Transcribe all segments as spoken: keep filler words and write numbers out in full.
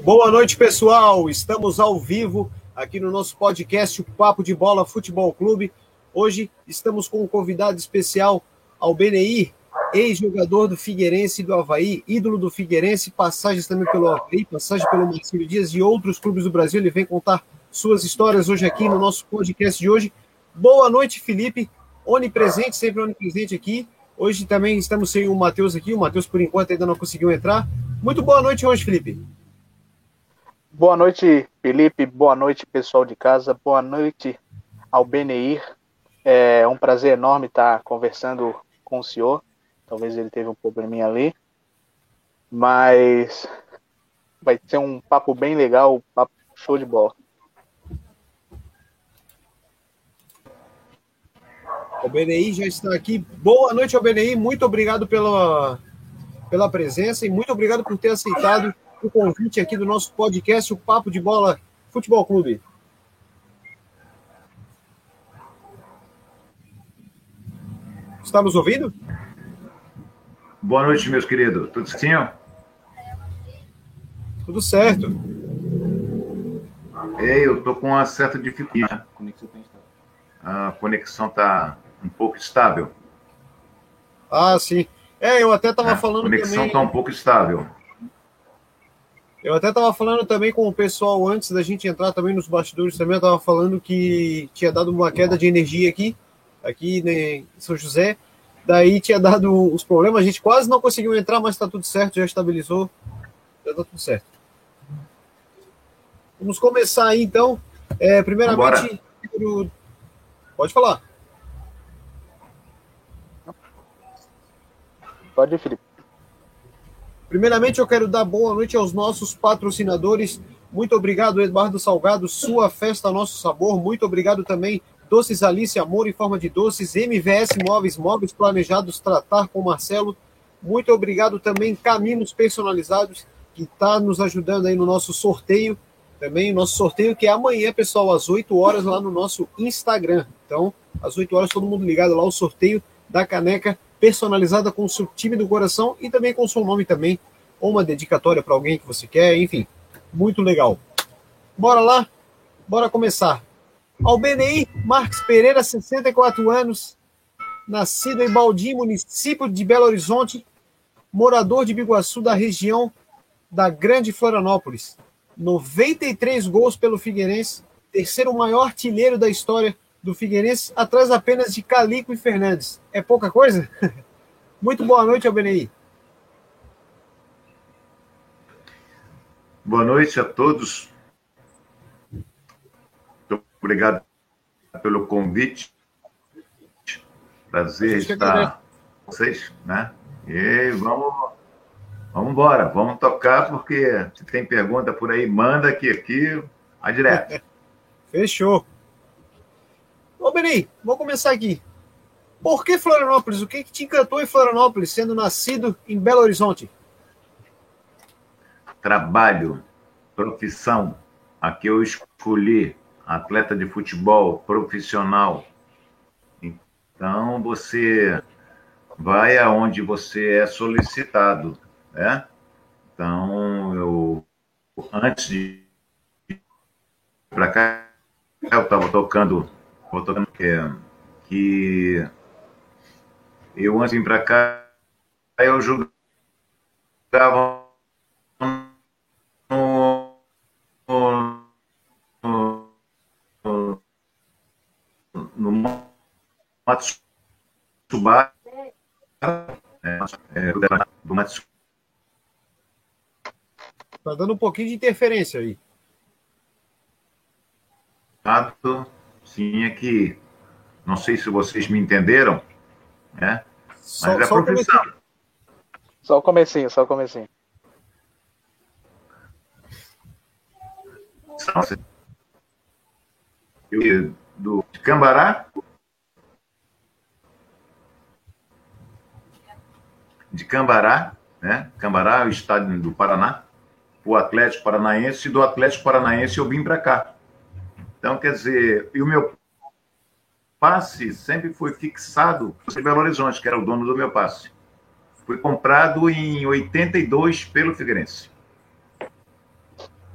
Boa noite, pessoal. Estamos ao vivo aqui no nosso podcast, o Papo de Bola Futebol Clube. Hoje estamos com um convidado especial, Albenir, ex-jogador do Figueirense e do Avaí, ídolo do Figueirense, passagens também pelo Avaí, passagem pelo Marcílio Dias e outros clubes do Brasil. Ele vem contar suas histórias hoje aqui no nosso podcast de hoje. Boa noite, Felipe. Onipresente, sempre onipresente aqui. Hoje também estamos sem o Matheus aqui. O Matheus, por enquanto, ainda não conseguiu entrar. Muito boa noite hoje, Felipe. Boa noite, Felipe. Boa noite, pessoal de casa. Boa noite, Albenir. É um prazer enorme estar conversando com o senhor. Talvez ele teve um probleminha ali. Mas vai ser um papo bem legal, um papo show de bola. Albenir já está aqui. Boa noite, Albenir. Muito obrigado pela, pela presença e muito obrigado por ter aceitado o convite aqui do nosso podcast, o Papo de Bola Futebol Clube. Está nos ouvindo? Boa noite, meus queridos. Tudo certinho? Tudo certo. Ei, eu tô com uma certa dificuldade. A conexão está um pouco estável. Ah, sim. É, eu até estava É, falando também... A conexão também... está um pouco estável. Eu até estava falando também com o pessoal antes da gente entrar também nos bastidores também, eu estava falando que tinha dado uma queda de energia aqui, aqui em São José, daí tinha dado os problemas, a gente quase não conseguiu entrar, mas está tudo certo, já estabilizou, já está tudo certo. Vamos começar aí então, é, primeiramente, eu... pode falar. Pode ir, Felipe. Primeiramente, eu quero dar boa noite aos nossos patrocinadores. Muito obrigado, Eduardo Salgado, Sua Festa, Nosso Sabor. Muito obrigado também, Doces Alice, Amor em Forma de Doces, M V S Móveis, Móveis Planejados, Tratar com Marcelo. Muito obrigado também, Caminhos Personalizados, que está nos ajudando aí no nosso sorteio. Também o nosso sorteio, que é amanhã, pessoal, às oito horas, lá no nosso Instagram. Então, às oito horas, todo mundo ligado lá, o sorteio da caneca personalizada com o seu time do coração e também com o seu nome também, ou uma dedicatória para alguém que você quer, enfim, muito legal. Bora lá, bora começar. Albenir Marques Pereira, sessenta e quatro anos, nascido em Baldim, município de Belo Horizonte, morador de Biguaçu, da região da Grande Florianópolis. noventa e três gols pelo Figueirense, terceiro maior artilheiro da história do Figueirense, atrás apenas de Calico e Fernandes. É pouca coisa? Muito boa noite, Albenir. Boa noite a todos. Muito obrigado pelo convite. Prazer estar com vocês, né? E vamos, vamos embora, vamos tocar, porque se tem pergunta por aí, manda que aqui vai direto. Fechou. Ô, Benê, vou começar aqui. Por que Florianópolis? O que, que te encantou em Florianópolis, sendo nascido em Belo Horizonte? Trabalho, profissão. Aqui eu escolhi atleta de futebol profissional. Então, você vai aonde você é solicitado, né? Então, eu, antes de ir para cá, eu estava tocando... Que, que eu antes de vir para cá, eu jogava no, no, no, no Matsubara, é, é, do Matsubara. Tá dando um pouquinho de interferência aí. Sim, é que não sei se vocês me entenderam, né? Só, mas é só profissão. O só o comecinho, só o comecinho. Eu, do de Cambará, de Cambará, né? Cambará, o estado do Paraná, o Atlético Paranaense, e do Atlético Paranaense eu vim para cá. Então, quer dizer, e o meu passe sempre foi fixado em Belo Horizonte, que era o dono do meu passe. Foi comprado em oitenta e dois pelo Figueirense.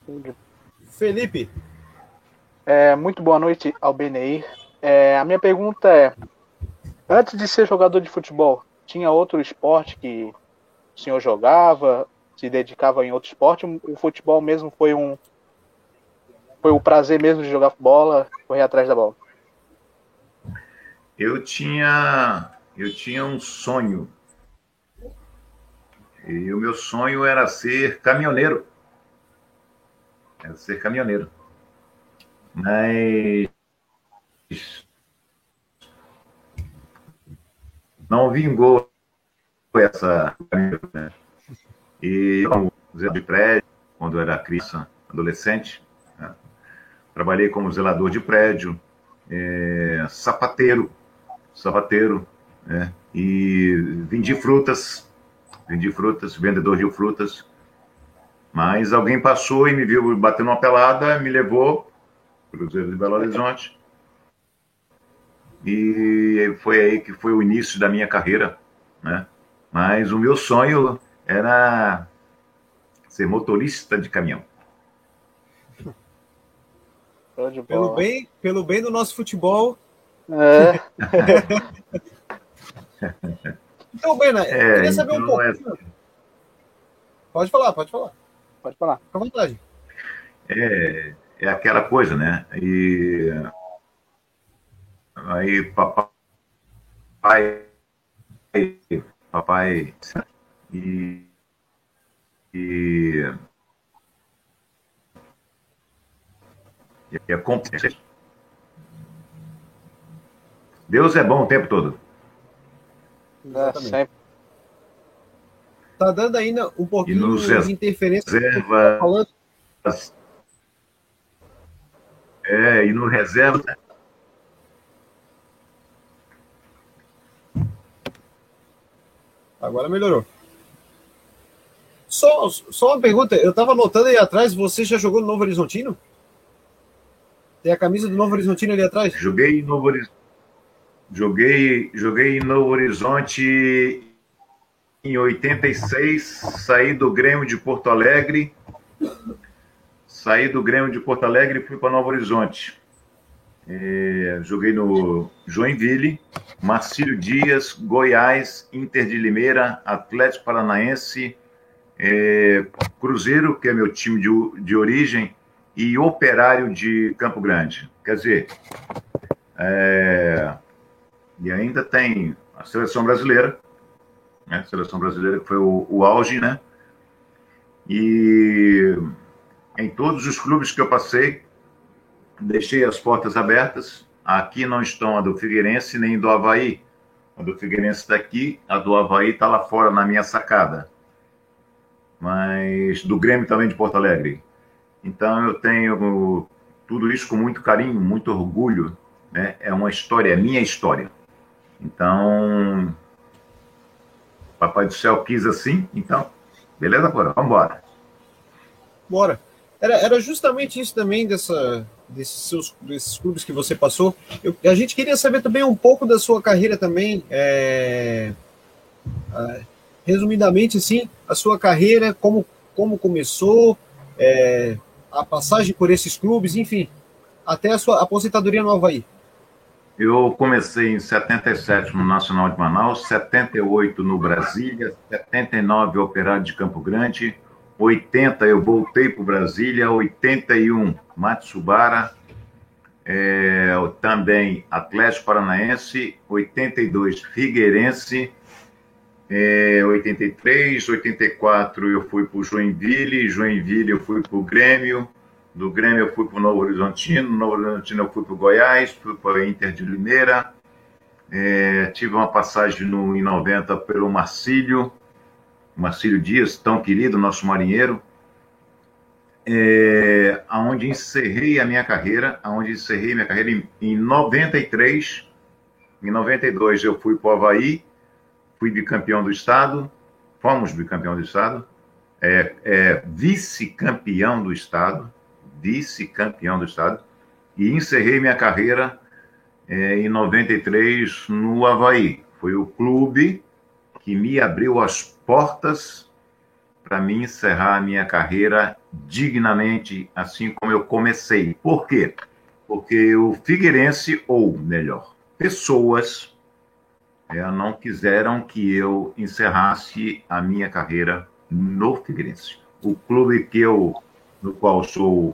Felipe. É, muito boa noite ao Beneir. É, a minha pergunta é, antes de ser jogador de futebol, tinha outro esporte que o senhor jogava, se dedicava em outro esporte? O futebol mesmo foi um foi o prazer mesmo de jogar bola, correr atrás da bola? Eu tinha, eu tinha um sonho. E o meu sonho era ser caminhoneiro. Era ser caminhoneiro. Mas não vingou essa. Né? E eu, zelador de prédio, quando eu era criança, adolescente, né? Trabalhei como zelador de prédio, é, sapateiro, sapateiro, né? E vendi frutas, vendi frutas, vendedor de frutas. Mas alguém passou e me viu batendo uma pelada, me levou para o Cruzeiro de Belo Horizonte. E foi aí que foi o início da minha carreira, né? Mas o meu sonho era ser motorista de caminhão. Pelo bem, pelo bem do nosso futebol. É. Então, Bena, É, queria saber então um pouquinho. É... Pode falar, pode falar. Pode falar. Fica à vontade. É, é aquela coisa, né? E aí papai, papai e, e, e a competência. Deus é bom o tempo todo. Exatamente. Tá dando ainda um pouquinho de interferência. Reserva, falando. É, e no reserva. Agora melhorou. Só, só uma pergunta, eu estava anotando aí atrás, você já jogou no Novo Horizontino? Tem a camisa do Novo Horizontino ali atrás? Joguei em Novo Horizonte. Joguei, joguei em Novo Horizonte em oitenta e seis, saí do Grêmio de Porto Alegre, saí do Grêmio de Porto Alegre e fui para Novo Horizonte. É, joguei no Joinville, Marcílio Dias, Goiás, Inter de Limeira, Atlético Paranaense, é, Cruzeiro, que é meu time de, de origem, e Operário de Campo Grande. Quer dizer, é, e ainda tem a Seleção Brasileira, né? A Seleção Brasileira que foi o, o auge, né? E em todos os clubes que eu passei, deixei as portas abertas. Aqui não estão a do Figueirense nem do Avaí. A do Figueirense está aqui, a do Avaí está lá fora na minha sacada. Mas do Grêmio também de Porto Alegre. Então eu tenho tudo isso com muito carinho, muito orgulho, né? É uma história, é minha história. Então, Papai do Céu quis assim, então, beleza, Porã? Vamos embora. Bora. Era, era justamente isso também dessa, desses, seus, desses clubes que você passou. Eu, a gente queria saber também um pouco da sua carreira também, é, é, resumidamente, assim, a sua carreira, como, como começou, é, a passagem por esses clubes, enfim, até a sua aposentadoria no Avaí. Eu comecei em setenta e sete no Nacional de Manaus, setenta e oito no Brasília, setenta e nove Operário de Campo Grande, oitenta eu voltei para o Brasília, oitenta e um Matsubara, é, também Atlético Paranaense, oitenta e dois Figueirense, é, oitenta e três, oitenta e quatro eu fui para o Joinville, Joinville eu fui para o Grêmio, do Grêmio eu fui para o Novo Horizontino, no Novo Horizontino eu fui para o Goiás, fui para o Inter de Limeira, é, tive uma passagem no, em noventa pelo Marcílio, Marcílio Dias, tão querido, nosso marinheiro, é, onde encerrei a minha carreira, onde encerrei minha carreira em, em noventa e três, em noventa e dois eu fui para o Avaí, fui bicampeão do estado, fomos bicampeão do estado, é, é, vice-campeão do estado, vice-campeão do estado, e encerrei minha carreira é, em noventa e três no Avaí. Foi o clube que me abriu as portas para mim encerrar a minha carreira dignamente, assim como eu comecei. Por quê? Porque o Figueirense, ou melhor, pessoas, é, não quiseram que eu encerrasse a minha carreira no Figueirense. O clube que eu, no qual sou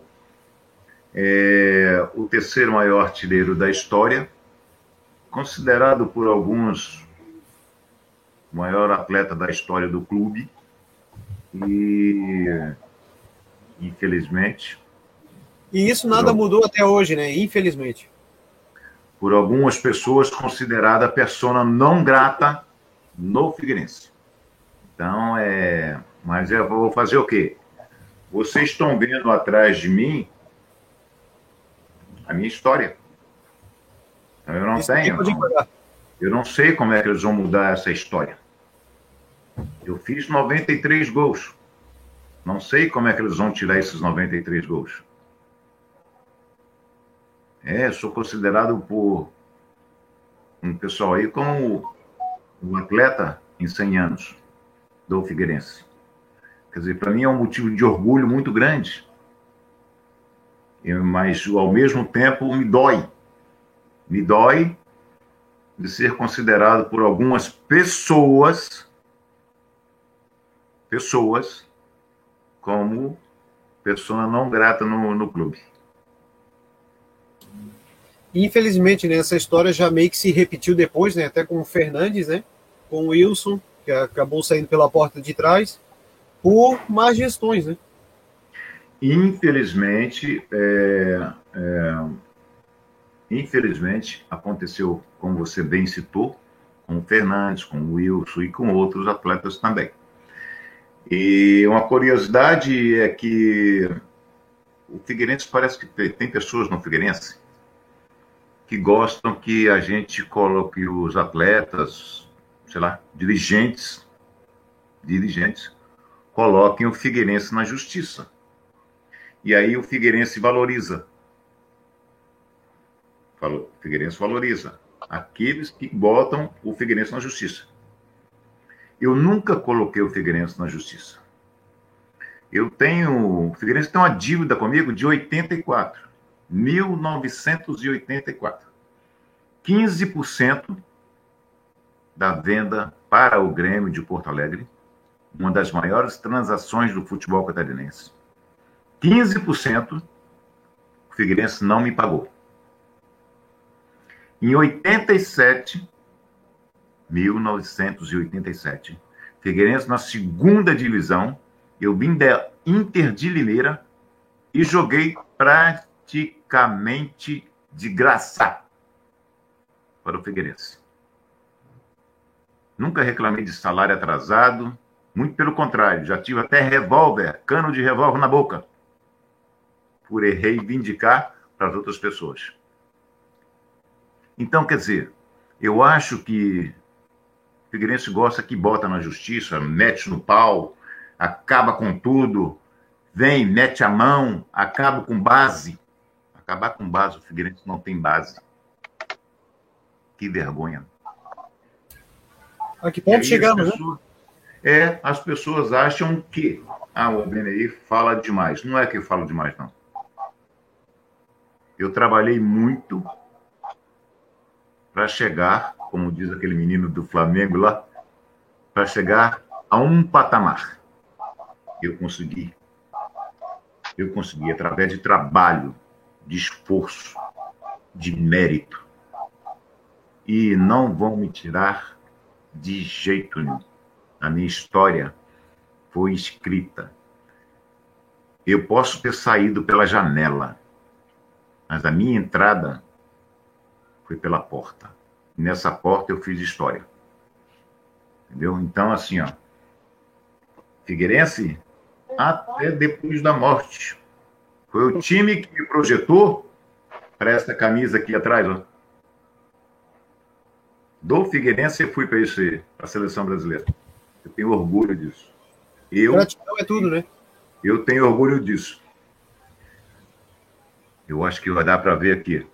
é, o terceiro maior artilheiro da história, considerado por alguns o maior atleta da história do clube, e infelizmente... E isso nada mudou até hoje, né? Infelizmente. Por algumas pessoas considerada persona não grata no Figueirense. Então, é... Mas eu vou fazer o quê? Vocês estão vendo atrás de mim a minha história. Então, eu não isso tenho... Não. Eu não sei como é que eles vão mudar essa história. Eu fiz noventa e três gols. Não sei como é que eles vão tirar esses noventa e três gols. É, sou considerado por um pessoal aí como um atleta em cem anos do Figueirense. Quer dizer, para mim é um motivo de orgulho muito grande. Eu, mas, ao mesmo tempo, me dói. Me dói de ser considerado por algumas pessoas, pessoas, como pessoa não grata no, no clube. Infelizmente, né, essa história já meio que se repetiu depois, né, até com o Fernandes, né, com o Wilson, que acabou saindo pela porta de trás, por más gestões, né? Infelizmente, é, é, infelizmente, aconteceu, como você bem citou, com o Fernandes, com o Wilson e com outros atletas também. E uma curiosidade é que o Figueirense parece que tem pessoas no Figueirense que gostam que a gente coloque os atletas, sei lá, dirigentes, dirigentes, coloquem o Figueirense na justiça. E aí o Figueirense valoriza. O Figueirense valoriza aqueles que botam o Figueirense na justiça. Eu nunca coloquei o Figueirense na justiça. Eu tenho... O Figueirense tem uma dívida comigo de oitenta e quatro. mil novecentos e oitenta e quatro. quinze por cento da venda para o Grêmio de Porto Alegre, uma das maiores transações do futebol catarinense. quinze por cento o Figueirense não me pagou. Em oitenta e sete, mil novecentos e oitenta e sete, Figueirense na segunda divisão, eu vim da Inter de Limeira e joguei praticamente de graça para o Figueirense. Nunca reclamei de salário atrasado, muito pelo contrário, já tive até revólver, cano de revólver na boca, por reivindicar para as outras pessoas. Então, quer dizer, eu acho que o Figueirense gosta que bota na justiça, mete no pau, acaba com tudo, vem, mete a mão, acaba com base. Acabar com base, o Figueirense não tem base. Que vergonha. A que ponto chegamos, pessoas, né? É, as pessoas acham que ah, o Beneir fala demais. Não é que eu falo demais, não. Eu trabalhei muito para chegar, como diz aquele menino do Flamengo lá, para chegar a um patamar. Eu consegui. Eu consegui, através de trabalho, de esforço, de mérito. E não vão me tirar de jeito nenhum. A minha história foi escrita. Eu posso ter saído pela janela, mas a minha entrada foi pela porta. E nessa porta eu fiz história. Entendeu? Então, assim, ó, Figueirense, até depois da morte. Foi o time que me projetou para essa camisa aqui atrás, ó. Do Figueirense eu fui para a seleção brasileira. Eu tenho orgulho disso. Eu, Gratidão é tudo, né? Eu tenho orgulho disso. Eu acho que vai dar para ver aqui.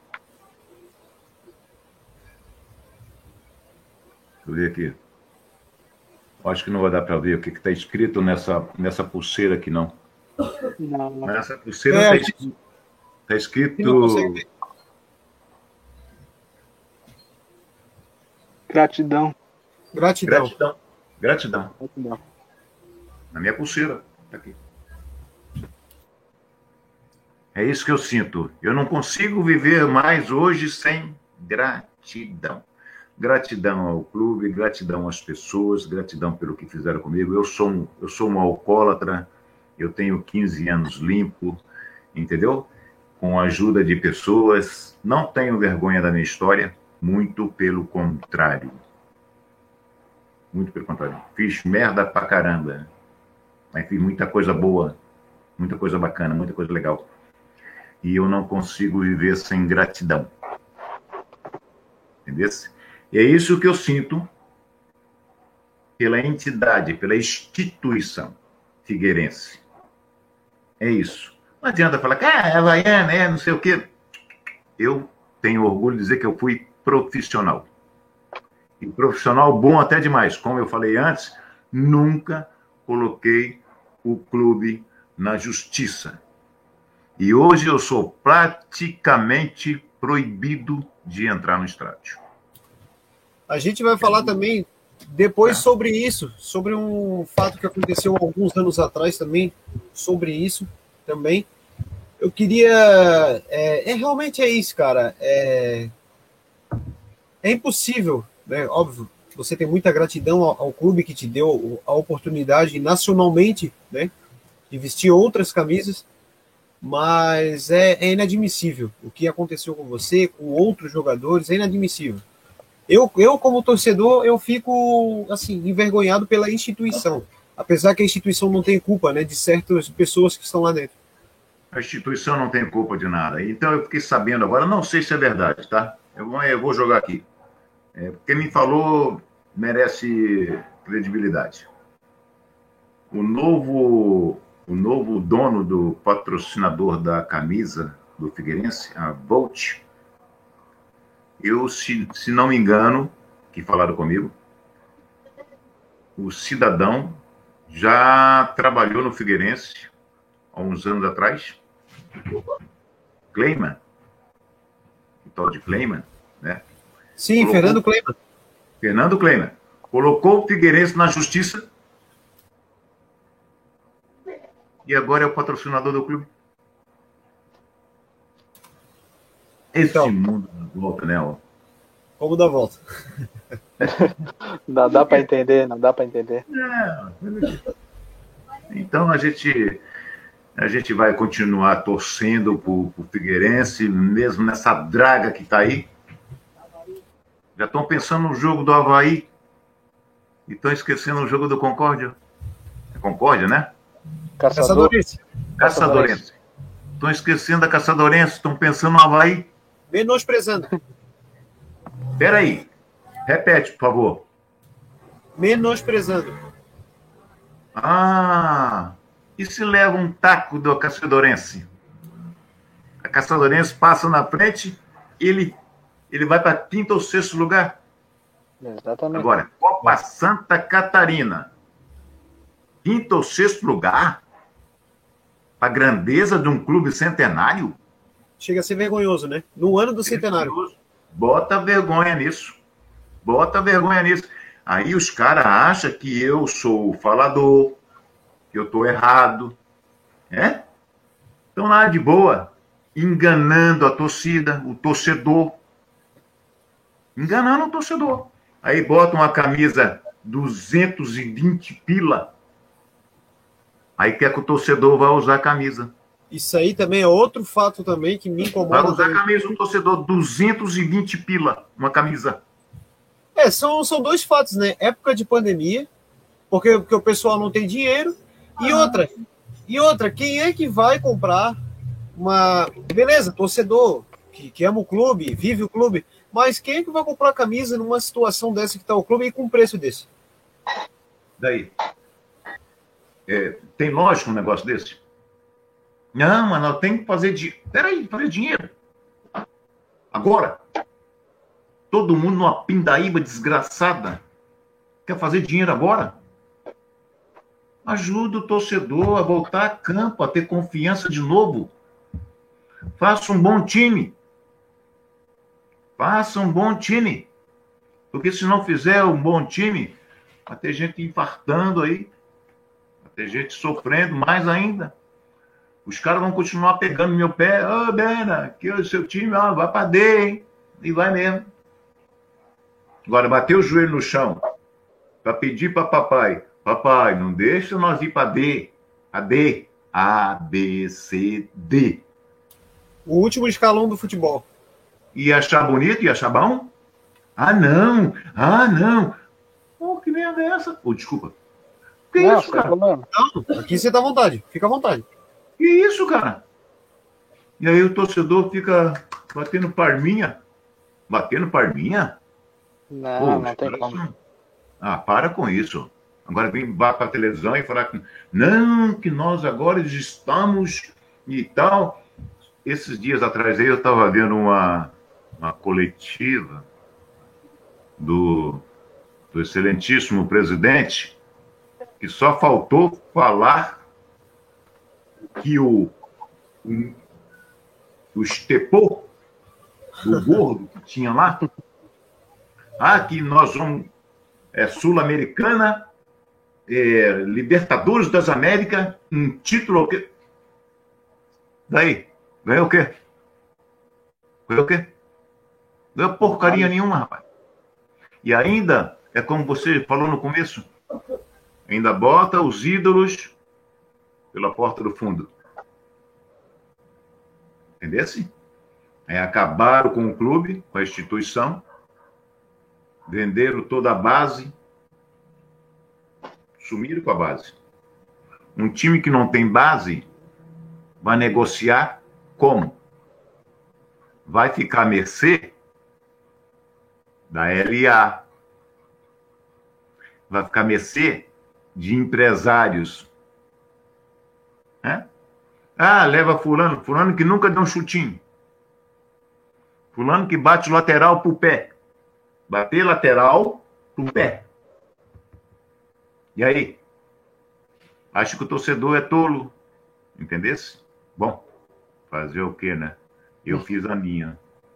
Deixa eu ver aqui. Acho que não vai dar para ver o que está escrito nessa, nessa pulseira aqui, não. Não, não. Nessa pulseira É, está a escrito... gente Tá não escrito... consegue ver. Gratidão. Gratidão. Gratidão. Gratidão. Gratidão. Na minha pulseira. Tá aqui. É isso que eu sinto. Eu não consigo viver mais hoje sem gratidão. Gratidão ao clube, gratidão às pessoas, gratidão pelo que fizeram comigo. Eu sou um, eu sou um alcoólatra, eu tenho quinze anos limpo, entendeu? Com a ajuda de pessoas. Não tenho vergonha da minha história, muito pelo contrário. Muito pelo contrário. Fiz merda pra caramba, mas fiz muita coisa boa, muita coisa bacana, muita coisa legal. E eu não consigo viver sem gratidão. Entendeu? E é isso que eu sinto pela entidade, pela instituição figueirense. É isso. Não adianta falar que ah, é havaiana, é não sei o quê. Eu tenho orgulho de dizer que eu fui profissional. E profissional bom até demais. Como eu falei antes, nunca coloquei o clube na justiça. E hoje eu sou praticamente proibido de entrar no estádio. A gente vai falar também depois sobre isso, sobre um fato que aconteceu alguns anos atrás também, sobre isso também. Eu queria... É, é realmente é isso, cara. É, é impossível, né? Óbvio, você tem muita gratidão ao, ao clube que te deu a oportunidade nacionalmente, né, de vestir outras camisas, mas é, é inadmissível. O que aconteceu com você, com outros jogadores, é inadmissível. Eu, eu, como torcedor, eu fico, assim, envergonhado pela instituição. Apesar que a instituição não tem culpa, né, de certas pessoas que estão lá dentro. A instituição não tem culpa de nada. Então eu fiquei sabendo agora, não sei se é verdade, tá? Eu vou, eu vou jogar aqui. É, quem me falou merece credibilidade. O novo, o novo dono do patrocinador da camisa do Figueirense, a Volt, eu, se, se não me engano, que falaram comigo, o cidadão já trabalhou no Figueirense há uns anos atrás. Kleiman, o tal de Kleiman, né? Sim, Colocou, Fernando Kleiman. Fernando Kleiman. Colocou o Figueirense na justiça e agora é o patrocinador do clube. Esse Então, mundo dá volta, né? Ó. Vamos dar volta. Dá, dá para entender, não dá para entender. É. Então a gente, a gente vai continuar torcendo pro, pro Figueirense, mesmo nessa draga que tá aí. Já estão pensando no jogo do Avaí e estão esquecendo o jogo do Concórdia. É Concórdia, né? Caçador. Caçadorense. Caçadorense. Estão esquecendo a Caçadorense, estão pensando no Avaí. Menosprezando. Espera aí. Repete, por favor. Menosprezando. Ah, e se leva um taco do Caçadorense? A Caçadorense passa na frente e ele, ele vai para quinto ou sexto lugar. Exatamente. Agora, Copa Santa Catarina. Quinto ou sexto lugar? A grandeza de um clube centenário? Chega a ser vergonhoso, né? No ano do centenário. Bota vergonha nisso. Bota vergonha nisso. Aí os caras acham que eu sou o falador, que eu estou errado. É? Estão lá de boa, enganando a torcida, o torcedor. Enganando o torcedor. Aí botam a camisa duzentos e vinte pila. Aí quer que o torcedor vá usar a camisa. Isso aí também é outro fato também que me incomoda. Vai usar também. a camisa do torcedor, duzentos e vinte pila, uma camisa. É, são, são dois fatos, né? Época de pandemia, porque, porque o pessoal não tem dinheiro, e outra, e outra, quem é que vai comprar uma... Beleza, torcedor, que, que ama o clube, vive o clube, mas quem é que vai comprar camisa numa situação dessa que está o clube e com um preço desse? Daí. É, tem lógico um negócio desse? Não, mas nós temos que fazer dinheiro. Peraí, fazer dinheiro. Agora. Todo mundo numa pindaíba desgraçada. Quer fazer dinheiro agora? Ajuda o torcedor a voltar a campo, a ter confiança de novo. Faça um bom time. Faça um bom time. Porque se não fizer um bom time, vai ter gente infartando aí. Vai ter gente sofrendo mais ainda. Os caras vão continuar pegando meu pé. Ô, oh, Bena, que o seu time ó, vai pra D, hein? E vai mesmo. Agora, bater o joelho no chão para pedir para papai. Papai, não deixa nós ir para D. A D. A, B, C, D. O último escalão do futebol. E achar bonito? E achar bom? Ah, não. Ah, não. Pô, que merda é essa? Pô, desculpa. Que não, isso, cara? Não, aqui você tá à vontade. Fica à vontade. Que isso, cara? E aí o torcedor fica batendo palminha. Batendo palminha? Não, Pô, não tem como. Ah, para com isso. Agora vem para a televisão e falar que não, que nós agora estamos e tal. Esses dias atrás aí eu estava vendo uma, uma coletiva do, do excelentíssimo presidente que só faltou falar que o, o, o estepô do gordo que tinha lá, ah, que nós vamos é, Sul-Americana, é, Libertadores das Américas, um título o quê? Daí, ganhou o quê? Ganhou o quê? Ganhou porcaria nenhuma, rapaz. E ainda, é como você falou no começo, ainda bota os ídolos pela porta do fundo. Entendesse? É, acabaram com o clube, com a instituição, venderam toda a base, sumiram com a base. Um time que não tem base vai negociar como? Vai ficar à mercê da L A, vai ficar à mercê de empresários. É? Ah, leva fulano, fulano que nunca deu um chutinho. Fulano que bate o lateral pro pé. Bater lateral pro pé. E aí? Acho que o torcedor é tolo. Entendesse? Bom, fazer o quê, né? Eu fiz a minha.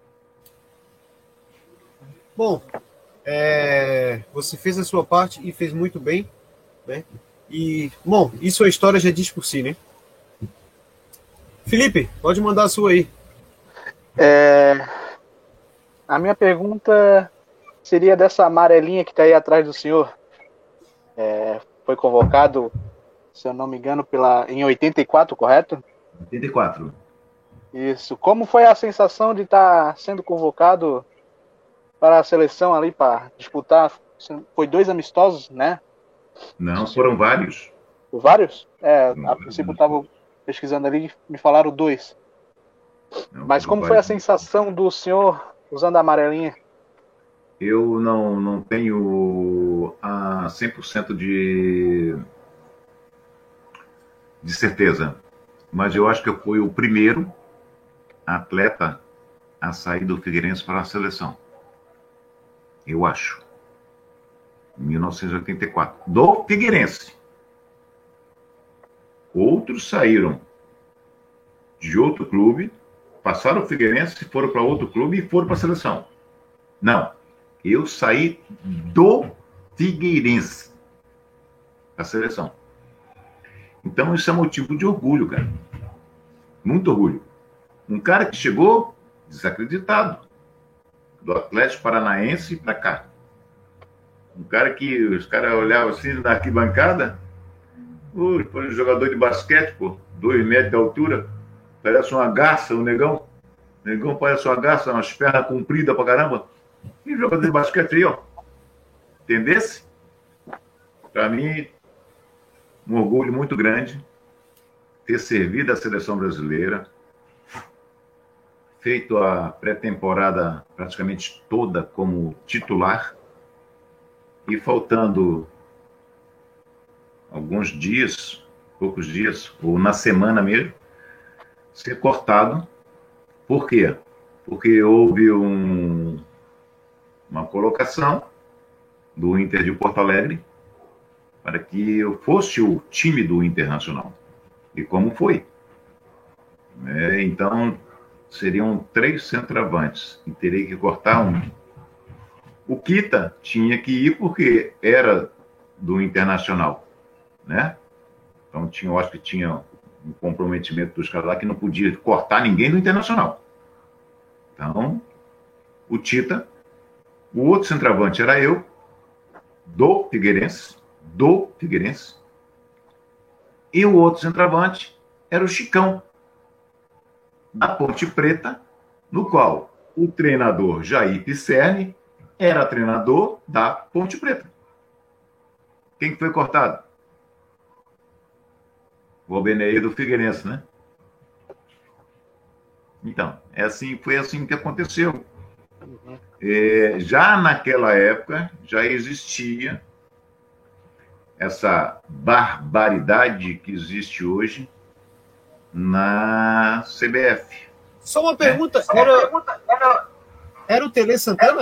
Bom, é, você fez a sua parte e fez muito bem, né? E, bom, isso a história já diz por si, né? Felipe, pode mandar a sua aí. É, a minha pergunta seria dessa amarelinha que está aí atrás do senhor. É, foi convocado, se eu não me engano, pela, em oitenta e quatro, correto? oitenta e quatro. Isso. Como foi a sensação de estar sendo convocado para a seleção ali para disputar? Foi dois amistosos, né? Não, foram vários. Vários? É, a princípio eu estava pesquisando ali e me falaram dois. Não, Mas como foi a sensação do senhor usando a amarelinha? Eu não, não tenho a cem por cento de, de certeza, mas eu acho que eu fui o primeiro atleta a sair do Figueirense para a seleção. Eu acho. Em mil novecentos e oitenta e quatro. Do Figueirense. Outros saíram de outro clube, passaram o Figueirense, foram para outro clube e foram para a seleção. Não. Eu saí do Figueirense para a seleção. Então isso é motivo de orgulho, cara. Muito orgulho. Um cara que chegou desacreditado do Atlético Paranaense para cá. Um cara que os caras olhavam assim na arquibancada, uh, foi um jogador de basquete, pô, dois metros de altura, parece uma garça, o negão. O negão parece uma garça, umas pernas compridas pra caramba. E jogador de basquete aí, ó. Entendesse? Para mim, um orgulho muito grande ter servido a seleção brasileira, feito a pré-temporada praticamente toda como titular e faltando alguns dias, poucos dias, ou na semana mesmo, ser cortado. Por quê? Porque houve um, uma colocação do Inter de Porto Alegre para que eu fosse o time do Internacional. E como foi? É, então, seriam três centroavantes e teria que cortar um. O Kita tinha que ir porque era do Internacional, né? Então, tinha, eu acho que tinha um comprometimento dos caras lá que não podia cortar ninguém do Internacional. Então, o Tita, o outro centroavante era eu, do Figueirense, do Figueirense, e o outro centroavante era o Chicão, da Ponte Preta, no qual o treinador Jair Pisserni era treinador da Ponte Preta. Quem foi cortado? O Albeneir do Figueirense, né? Então, é assim, foi assim que aconteceu. Uhum. É, já naquela época, já existia essa barbaridade que existe hoje na C B F. Só uma pergunta, é? era, era, era o Tele Santana?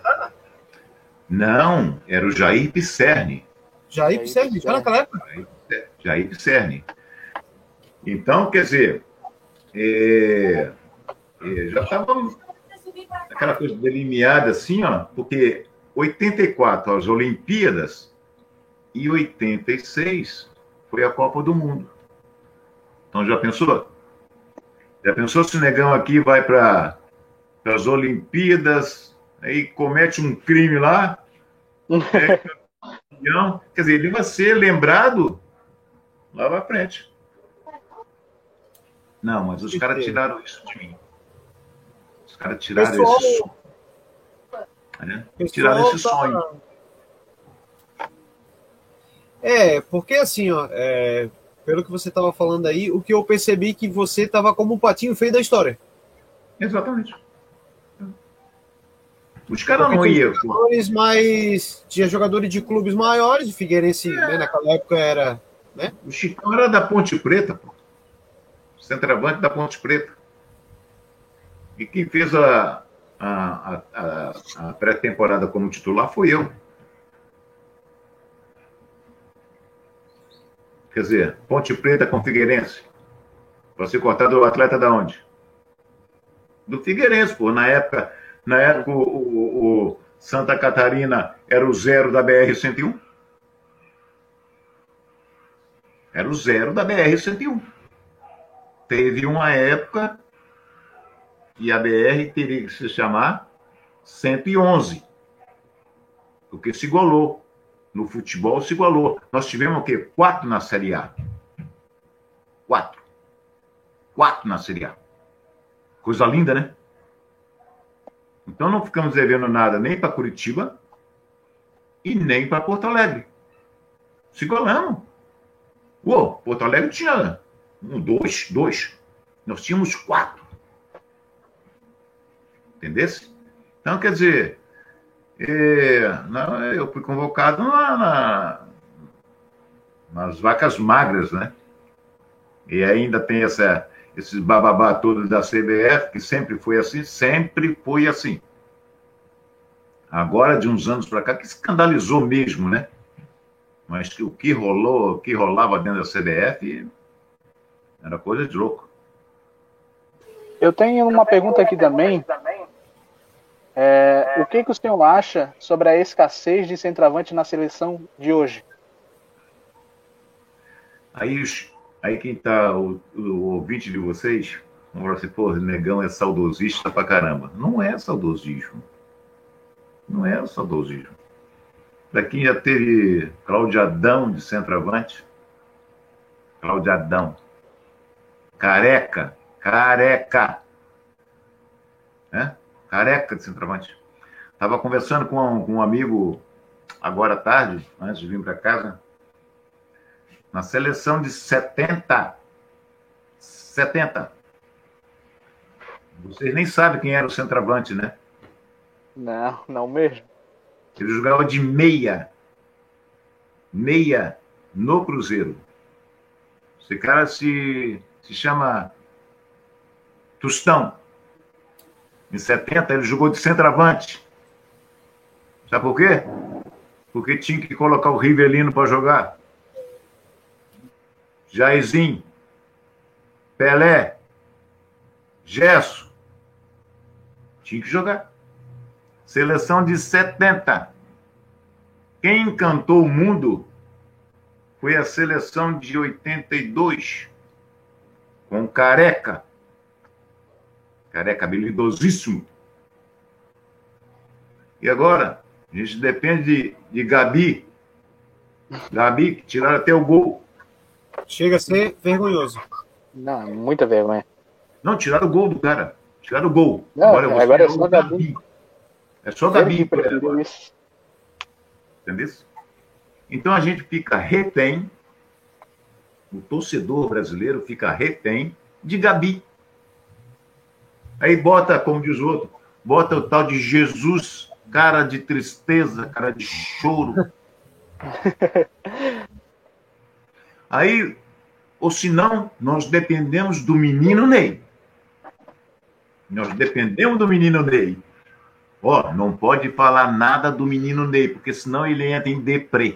Não, era o Jair Pisserni. Jair Pisserni, já naquela época? Jair Pisserni. Então, quer dizer, é, é, já estava aquela coisa delineada assim, ó, porque oitenta e quatro as Olimpíadas e oitenta e seis foi a Copa do Mundo. Então já pensou? Já pensou se o negão aqui vai para as Olimpíadas, aí comete um crime lá, é campeão, quer dizer, ele vai ser lembrado lá para frente. Não, mas os caras tiraram isso de mim. Os caras tiraram Pessoal... esse sonho. Né? Tiraram esse tá... sonho. É, porque assim, ó, é, pelo que você estava falando aí, o que eu percebi que você estava como um patinho feio da história. Exatamente. Os caras não iam. Mas tinha jogadores de clubes maiores, de Figueirense, é. né, naquela época era. Né? O Chicão era da Ponte Preta, pô. Centroavante da Ponte Preta. E quem fez a, a, a, a pré-temporada como titular foi eu. Quer dizer, Ponte Preta com Figueirense. Para ser cortado o atleta da onde? Do Figueirense, pô. Na época, na época o, o, o Santa Catarina era o zero da B R cento e um. Era o zero da B R cento e um. Teve uma época que a B R teria que se chamar cento e onze, porque se igualou. No futebol se igualou. Nós tivemos o quê? Quatro na Série A. Quatro. Quatro na Série A. Coisa linda, né? Então não ficamos devendo nada nem para Curitiba e nem para Porto Alegre. Se igualamos. Pô, Porto Alegre tinha um, dois, dois. Nós tínhamos quatro. Entendesse? Então, quer dizer, é, não, eu fui convocado na, na, nas vacas magras, né? E ainda tem essa, esses bababá todos da C B F, que sempre foi assim, sempre foi assim. Agora, de uns anos para cá, que escandalizou mesmo, né? Mas que o que rolou, o que rolava dentro da C B F era coisa de louco. Eu tenho uma pergunta aqui também. É, o que, que o senhor acha sobre a escassez de centroavante na seleção de hoje? Aí, aí quem está, o, o ouvinte de vocês, vão falar assim, pô, negão é saudosista pra caramba. Não é saudosismo. Não é saudosismo. Para quem já teve Cláudio Adão de centroavante, Cláudio Adão, careca, careca, né? Careca de centroavante. Estava conversando com um, com um amigo agora à tarde, antes de vir para casa, na seleção de setenta, setenta. Vocês nem sabem quem era o centroavante, né? Não, não mesmo. Ele jogava de meia. Meia no Cruzeiro. Esse cara se, se chama Tostão. Em setenta, ele jogou de centroavante. Sabe por quê? porque tinha que colocar o Rivelino para jogar. Jairzinho, Pelé, Gesso, tinha que jogar. Seleção de setenta. Quem encantou o mundo foi a seleção de oitenta e dois, com Careca. Careca habilidosíssimo. E agora, a gente depende de, de Gabi. Gabi, que tiraram até o gol. Chega a ser vergonhoso. Não, muita vergonha. Não, tiraram o gol do cara. Tiraram o gol. Não, agora você agora é o só Gabi. É só Gabi. Ele que preferiu isso. Entendeu? Então a gente fica retém, o torcedor brasileiro fica retém de Gabi. Aí bota, como diz o outro, bota o tal de Jesus, cara de tristeza, cara de choro. Aí, ou senão, nós dependemos do menino Ney. Nós dependemos do menino Ney. Ó, não pode falar nada do menino Ney, porque senão ele entra em deprê.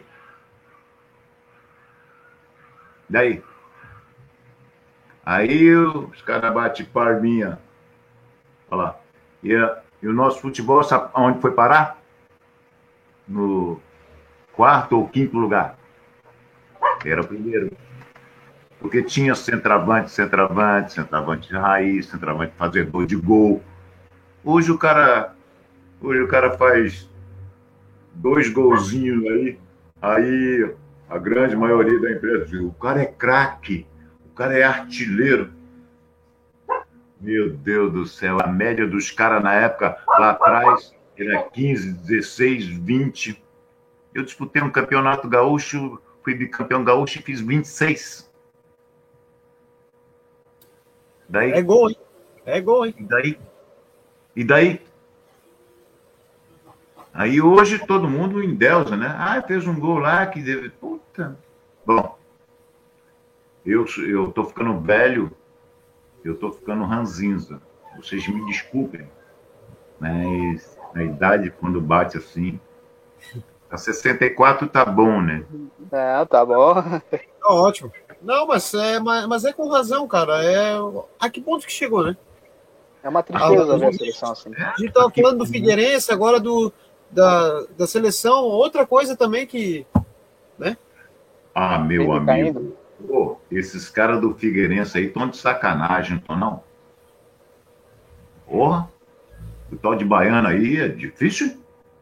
Daí? Aí os caras batem palminha. Olha lá. E, e o nosso futebol, sabe onde foi parar? No quarto ou quinto lugar. Era o primeiro. Porque tinha centroavante, centroavante, centroavante de raiz, centroavante fazedor de gol. Hoje o cara, hoje o cara faz dois golzinhos aí, aí a grande maioria da empresa diz, o cara é craque, o cara é artilheiro. Meu Deus do céu, a média dos caras na época, lá atrás, era quinze, dezesseis, vinte. Eu disputei um campeonato gaúcho, fui bicampeão gaúcho e fiz vinte e seis. Daí, É gol, hein? É gol, hein? E daí? E daí? Aí hoje todo mundo endeusa, né? Ah, fez um gol lá que deve... Puta. Bom, eu, eu tô ficando velho, eu tô ficando ranzinza. Vocês me desculpem, mas a idade quando bate assim... A sessenta e quatro tá bom, né? É, tá bom. Tá ótimo. Não, mas é, mas é com razão, cara. É... A que ponto que chegou, né? É uma tristeza Ah, ver a seleção assim. A gente tava falando do Figueirense, agora do, da, da seleção. Outra coisa também que... Né? Ah, meu Ele amigo. caindo. Pô, esses caras do Figueirense aí estão de sacanagem, então não? Porra, o tal de Baiano aí é difícil.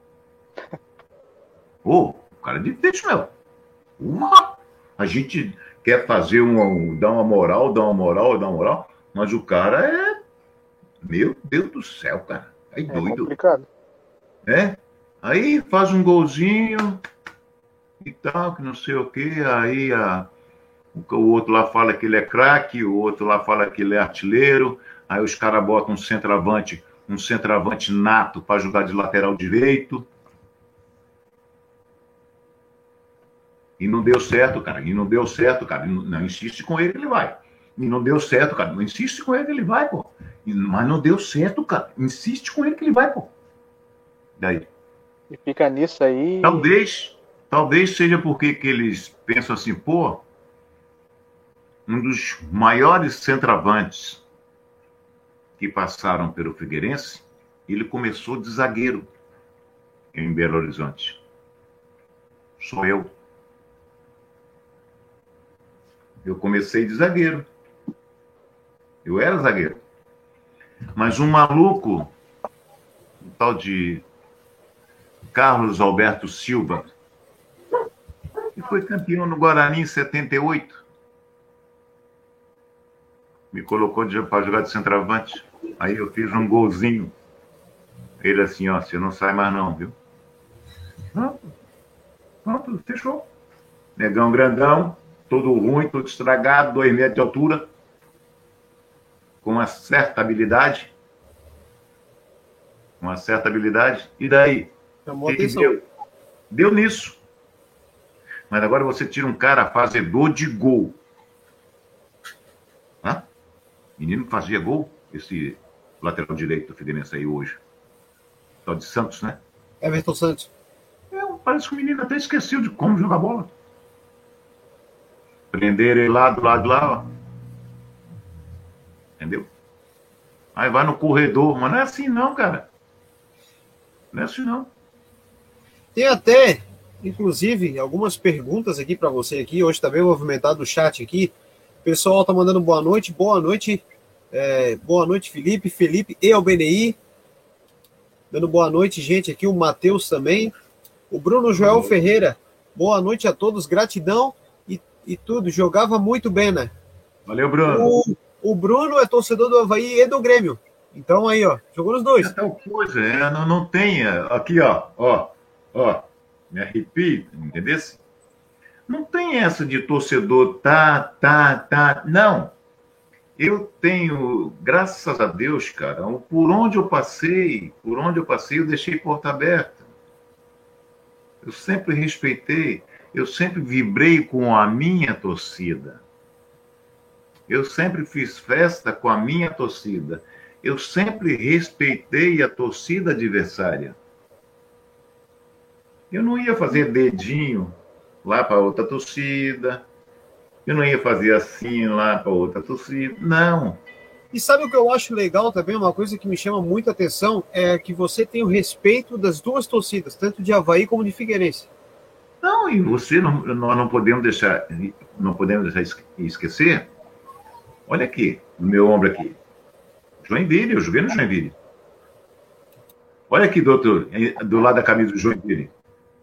Pô, o cara é difícil, meu. Uma, a gente quer fazer uma, dar uma moral, dar uma moral, dar uma moral, mas o cara é... Meu Deus do céu, cara. É É doido. complicado. É? Aí faz um golzinho e tal, que não sei o quê, aí a, o, o outro lá fala que ele é craque, o outro lá fala que ele é artilheiro, aí os caras botam um centroavante, um centroavante nato para jogar de lateral direito. E não deu certo, cara. E não deu certo, cara. Não, não insiste com ele que ele vai. E não deu certo, cara. Não insiste com ele que ele vai, pô. E, mas não deu certo, cara. Insiste com ele que ele vai, pô. Daí. E fica nisso aí. Talvez, talvez seja porque que eles pensam assim, pô, um dos maiores centroavantes que passaram pelo Figueirense, ele começou de zagueiro em Belo Horizonte. Sou eu. Eu comecei de zagueiro. Eu era zagueiro. Mas um maluco, um tal de Carlos Alberto Silva, que foi campeão no Guarani em setenta e oito, me colocou para jogar de centroavante. Aí eu fiz um golzinho. Ele assim, ó, você não sai mais não, viu? Pronto, pronto, fechou. Negão grandão, todo ruim, todo estragado, dois metros de altura, com uma certa habilidade, uma certa habilidade, e daí? Chamou Que que atenção. deu? Deu nisso. Mas agora você tira um cara fazedor de gol. Hã? Menino fazia gol, esse lateral direito do Figueirense aí hoje. Tal de Santos, né? Everton Santos. É um parece que o menino até esqueceu de como jogar bola. Prenderam ele lá do lado de lá, ó. Entendeu? Aí vai no corredor, mas não é assim não, cara. Não é assim não. Tem até, inclusive, algumas perguntas aqui para você aqui. Hoje está bem movimentado o chat aqui. O pessoal tá mandando boa noite. Boa noite, é, boa noite, Felipe. Felipe e Albenei. Dando boa noite, gente, aqui. O Matheus também. O Bruno Joel Ferreira. Boa noite a todos. Gratidão e, e tudo. Jogava muito bem, né? Valeu, Bruno. O, o Bruno é torcedor do Avaí e do Grêmio. Então aí, ó. Jogou nos dois. É tal coisa, é, não, não tem. Aqui, ó. Ó. Ó. Me arrepio, entendeu? Não tem essa de torcedor, tá, tá, tá. Não. Eu tenho, graças a Deus, cara, por onde eu passei, por onde eu passei, eu deixei porta aberta. Eu sempre respeitei, eu sempre vibrei com a minha torcida. Eu sempre fiz festa com a minha torcida. Eu sempre respeitei a torcida adversária. Eu não ia fazer dedinho lá para outra torcida. Eu não ia fazer assim lá para outra torcida. Não. E sabe o que eu acho legal também? Uma coisa que me chama muita atenção é que você tem o respeito das duas torcidas, tanto de Avaí como de Figueirense. Não, e você não, nós não podemos deixar, não podemos deixar esquecer. Olha aqui, no meu ombro aqui. Joinville, eu joguei no Joinville. Olha aqui, doutor, do lado da camisa do Joinville.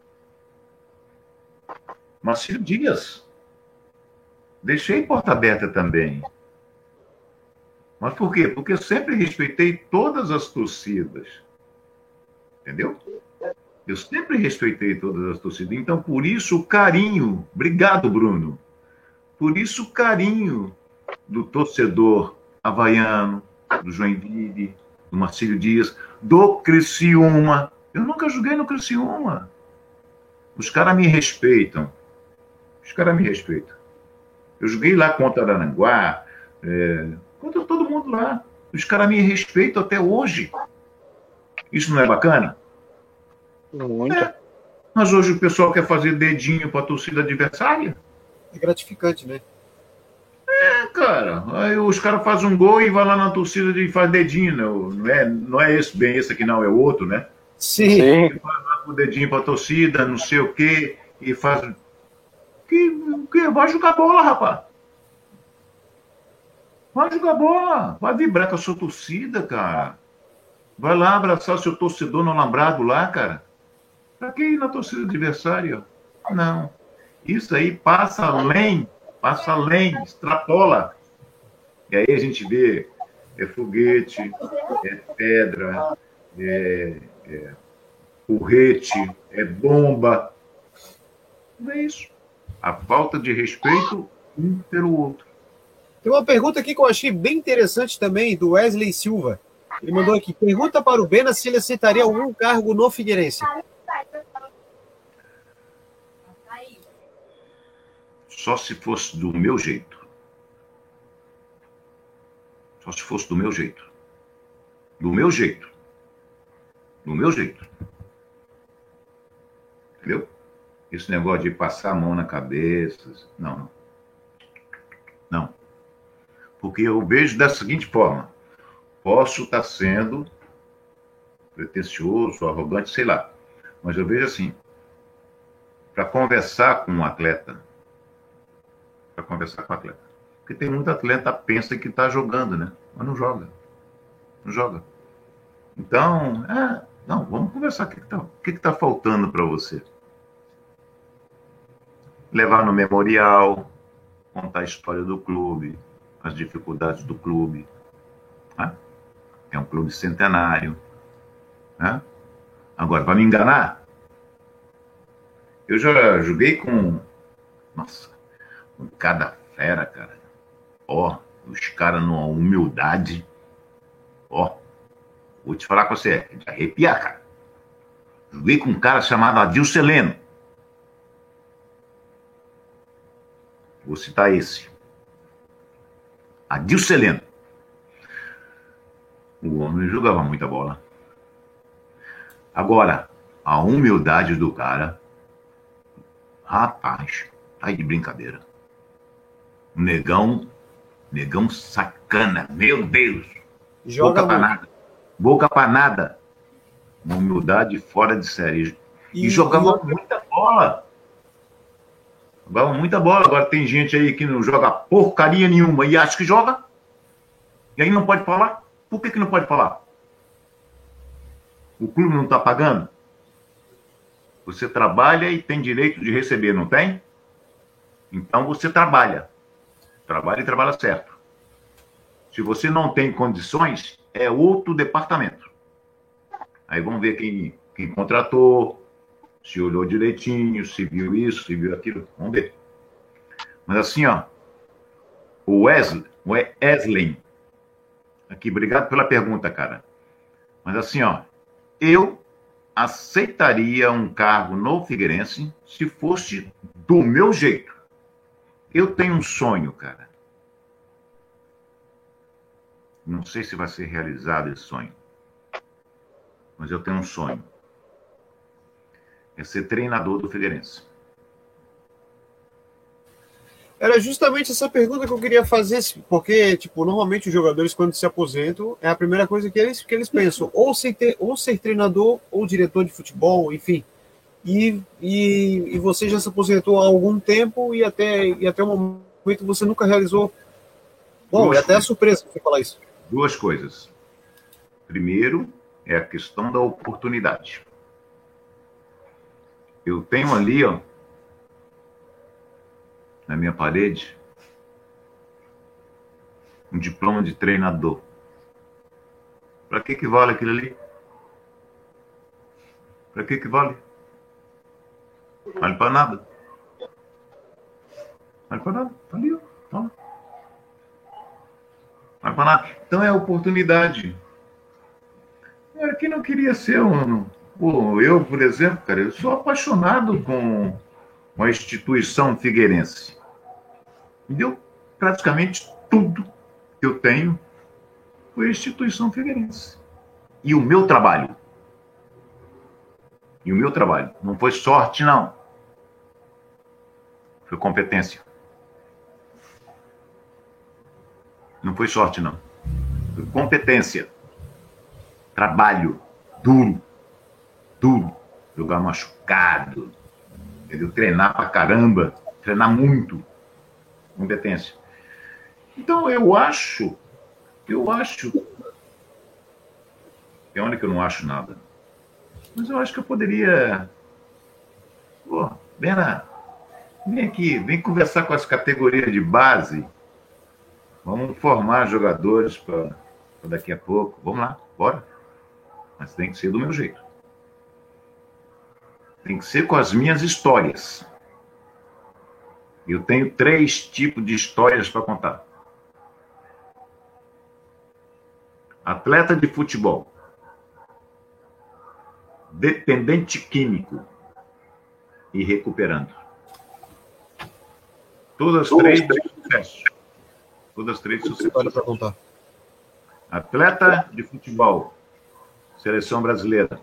Marcílio Dias. Deixei porta aberta também. Mas por quê? Porque eu sempre respeitei todas as torcidas. Entendeu? Eu sempre respeitei todas as torcidas. Então, por isso, o carinho. Obrigado, Bruno. Por isso, o carinho do torcedor havaiano, do Joinville, do Marcílio Dias, do Criciúma. Eu nunca joguei no Criciúma. Os caras me respeitam. Os caras me respeitam. Eu joguei lá contra Araranguá, é, contra todo mundo lá. Os caras me respeitam até hoje. Isso não é bacana? Muito. É. Mas hoje o pessoal quer fazer dedinho para a torcida adversária. É gratificante, né? É, cara. Aí os caras fazem um gol e vai lá na torcida e faz dedinho. Não, não, é, não é esse bem esse aqui, não, é o outro, né? Sim. Sim. Faz lá com o dedinho para a torcida, não sei o quê, e faz. Que, que vai jogar bola, rapaz. Vai jogar bola. Vai vibrar com a sua torcida, cara. Vai lá abraçar o seu torcedor no alambrado lá, cara. Pra que ir na torcida adversária? Não. Isso aí passa além, passa além, extrapola. E aí a gente vê, é foguete, é pedra, é, é porrete, é bomba. Não é isso. A falta de respeito um pelo outro. Tem uma pergunta aqui que eu achei bem interessante também, do Wesley Silva. Ele mandou aqui, pergunta para o Bena se ele aceitaria algum cargo no Figueirense. Só se fosse do meu jeito. Só se fosse do meu jeito. Do meu jeito. Do meu jeito. Entendeu? Esse negócio de passar a mão na cabeça. Não, não. Não. Porque eu vejo da seguinte forma. Posso estar sendo pretensioso, arrogante, sei lá. Mas eu vejo assim. Para conversar com um atleta. Para conversar com o atleta. Porque tem muito atleta que pensa que está jogando, né? Mas não joga. Não joga. Então, é, não, vamos conversar. O que está que que tá faltando para você? Levar no memorial, contar a história do clube, as dificuldades do clube. Né? É um clube centenário. Né? Agora, para me enganar, eu já joguei com... Nossa, com cada fera, cara. Ó, os caras numa humildade. Ó, vou te falar com você, de arrepiar, cara. Joguei com um cara chamado Adilson Heleno. Vou citar esse. Adilson Heleno. O homem jogava muita bola. Agora, a humildade do cara, Rapaz, tá de brincadeira. Negão, negão sacana, meu Deus. Joga boca pra muito. nada. Boca pra nada. Uma humildade fora de série. E, E- jogava e- muita bola. Jogava muita bola. Agora tem gente aí que não joga porcaria nenhuma e acha que joga. E aí não pode falar. Por que que não pode falar? O clube não está pagando? Você trabalha e tem direito de receber, não tem? Então você trabalha. Trabalha e trabalha certo. Se você não tem condições, é outro departamento. Aí vamos ver quem, quem contratou, se olhou direitinho, se viu isso, se viu aquilo. Vamos ver. Mas assim, ó, o Wesley, o Wesley, aqui, obrigado pela pergunta, cara. Mas assim, ó, eu aceitaria um cargo no Figueirense se fosse do meu jeito. Eu tenho um sonho, cara. Não sei se vai ser realizado esse sonho, mas eu tenho um sonho. É ser treinador do Figueirense. Era justamente essa pergunta que eu queria fazer, porque, tipo, normalmente os jogadores, quando se aposentam, é a primeira coisa que eles, que eles pensam, ou ser, ter, ou ser treinador, ou diretor de futebol, enfim. E, e, e você já se aposentou há algum tempo e até, e até o momento você nunca realizou. Bom, Duas é até a coisas. surpresa você falar isso. Duas coisas. Primeiro, é a questão da oportunidade. Eu tenho ali, ó, na minha parede, um diploma de treinador. Para que que vale aquilo ali? Para que que vale? Vale para nada. Vale para nada. Tá ali, ó. Tá lá. Vale para nada. Então é a oportunidade. Era quem não queria ser um... Pô, eu, por exemplo, cara, eu sou apaixonado com a instituição figueirense. Me deu praticamente tudo que eu tenho foi a instituição figueirense. E o meu trabalho. E o meu trabalho. Não foi sorte, não. Foi competência. Não foi sorte, não. Foi competência. Trabalho. Duro. Duro. Jogar machucado. Entendeu? Treinar pra caramba. Treinar muito. Competência. Então, eu acho, eu acho, é onde que eu não acho nada, mas eu acho que eu poderia, pô, vem lá, vem aqui, vem conversar com as categorias de base, vamos formar jogadores para daqui a pouco, vamos lá, bora, mas tem que ser do meu jeito, tem que ser com as minhas histórias. Eu tenho três tipos de histórias para contar. Atleta de futebol, dependente químico e recuperando. Todas três de sucesso. Todas três de sucesso. História para contar. Atleta de futebol, seleção brasileira.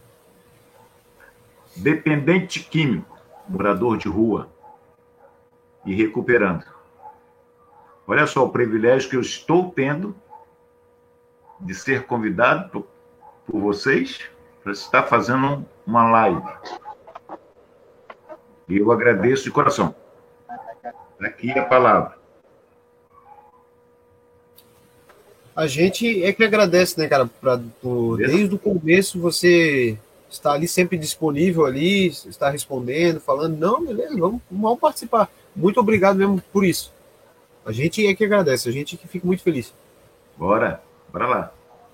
Dependente químico, morador de rua e recuperando. Olha só o privilégio que eu estou tendo de ser convidado por, por vocês para estar fazendo uma live. E eu agradeço de coração. Aqui a palavra. A gente é que agradece, né, cara, pra, por, desde o começo você está ali sempre disponível ali, está respondendo, falando, não, beleza, vamos, vamos participar. Muito obrigado mesmo por isso. A gente é que agradece, a gente que fica muito feliz. Bora, bora lá.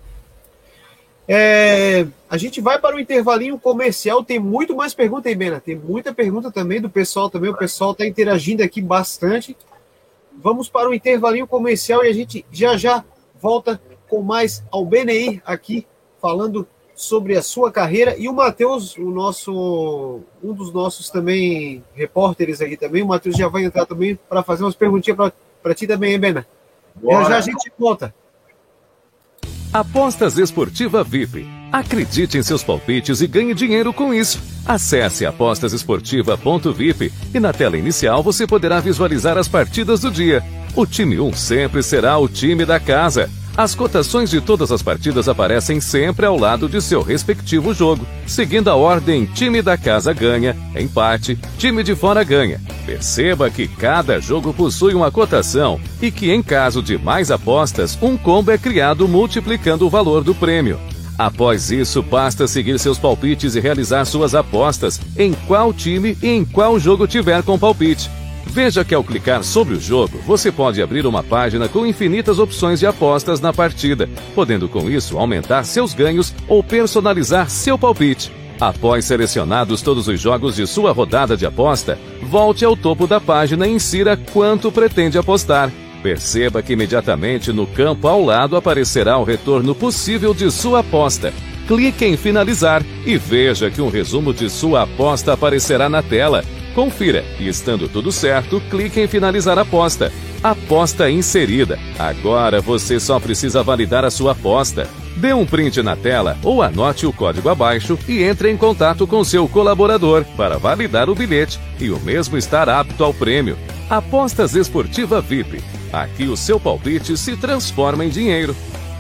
É, a gente vai para o intervalinho comercial, tem muito mais pergunta aí, Bena, tem muita pergunta também do pessoal também, o pessoal está interagindo aqui bastante. Vamos para o intervalinho comercial e a gente já já volta com mais Albeneir aqui, falando sobre a sua carreira, e o Matheus, o nosso, um dos nossos também repórteres aqui também, o Matheus já vai entrar também para fazer umas perguntinhas para ti também, hein, Bena? Já já a gente volta. Apostas Esportiva V I P. Acredite em seus palpites e ganhe dinheiro com isso. Acesse apostas esportiva ponto v i p e na tela inicial você poderá visualizar as partidas do dia. O time um sempre será o time da casa. As cotações de todas as partidas aparecem sempre ao lado de seu respectivo jogo, seguindo a ordem time da casa ganha, empate, time de fora ganha. Perceba que cada jogo possui uma cotação e que em caso de mais apostas, um combo é criado multiplicando o valor do prêmio. Após isso, basta seguir seus palpites e realizar suas apostas em qual time e em qual jogo tiver com palpite. Veja que ao clicar sobre o jogo, você pode abrir uma página com infinitas opções de apostas na partida, podendo com isso aumentar seus ganhos ou personalizar seu palpite. Após selecionados todos os jogos de sua rodada de aposta, volte ao topo da página e insira quanto pretende apostar. Perceba que imediatamente no campo ao lado aparecerá o retorno possível de sua aposta. Clique em finalizar e veja que um resumo de sua aposta aparecerá na tela. Confira e, estando tudo certo, clique em finalizar a aposta. Aposta inserida. Agora você só precisa validar a sua aposta. Dê um print na tela ou anote o código abaixo e entre em contato com seu colaborador para validar o bilhete e o mesmo estar apto ao prêmio. Apostas Esportiva V I P. Aqui o seu palpite se transforma em dinheiro.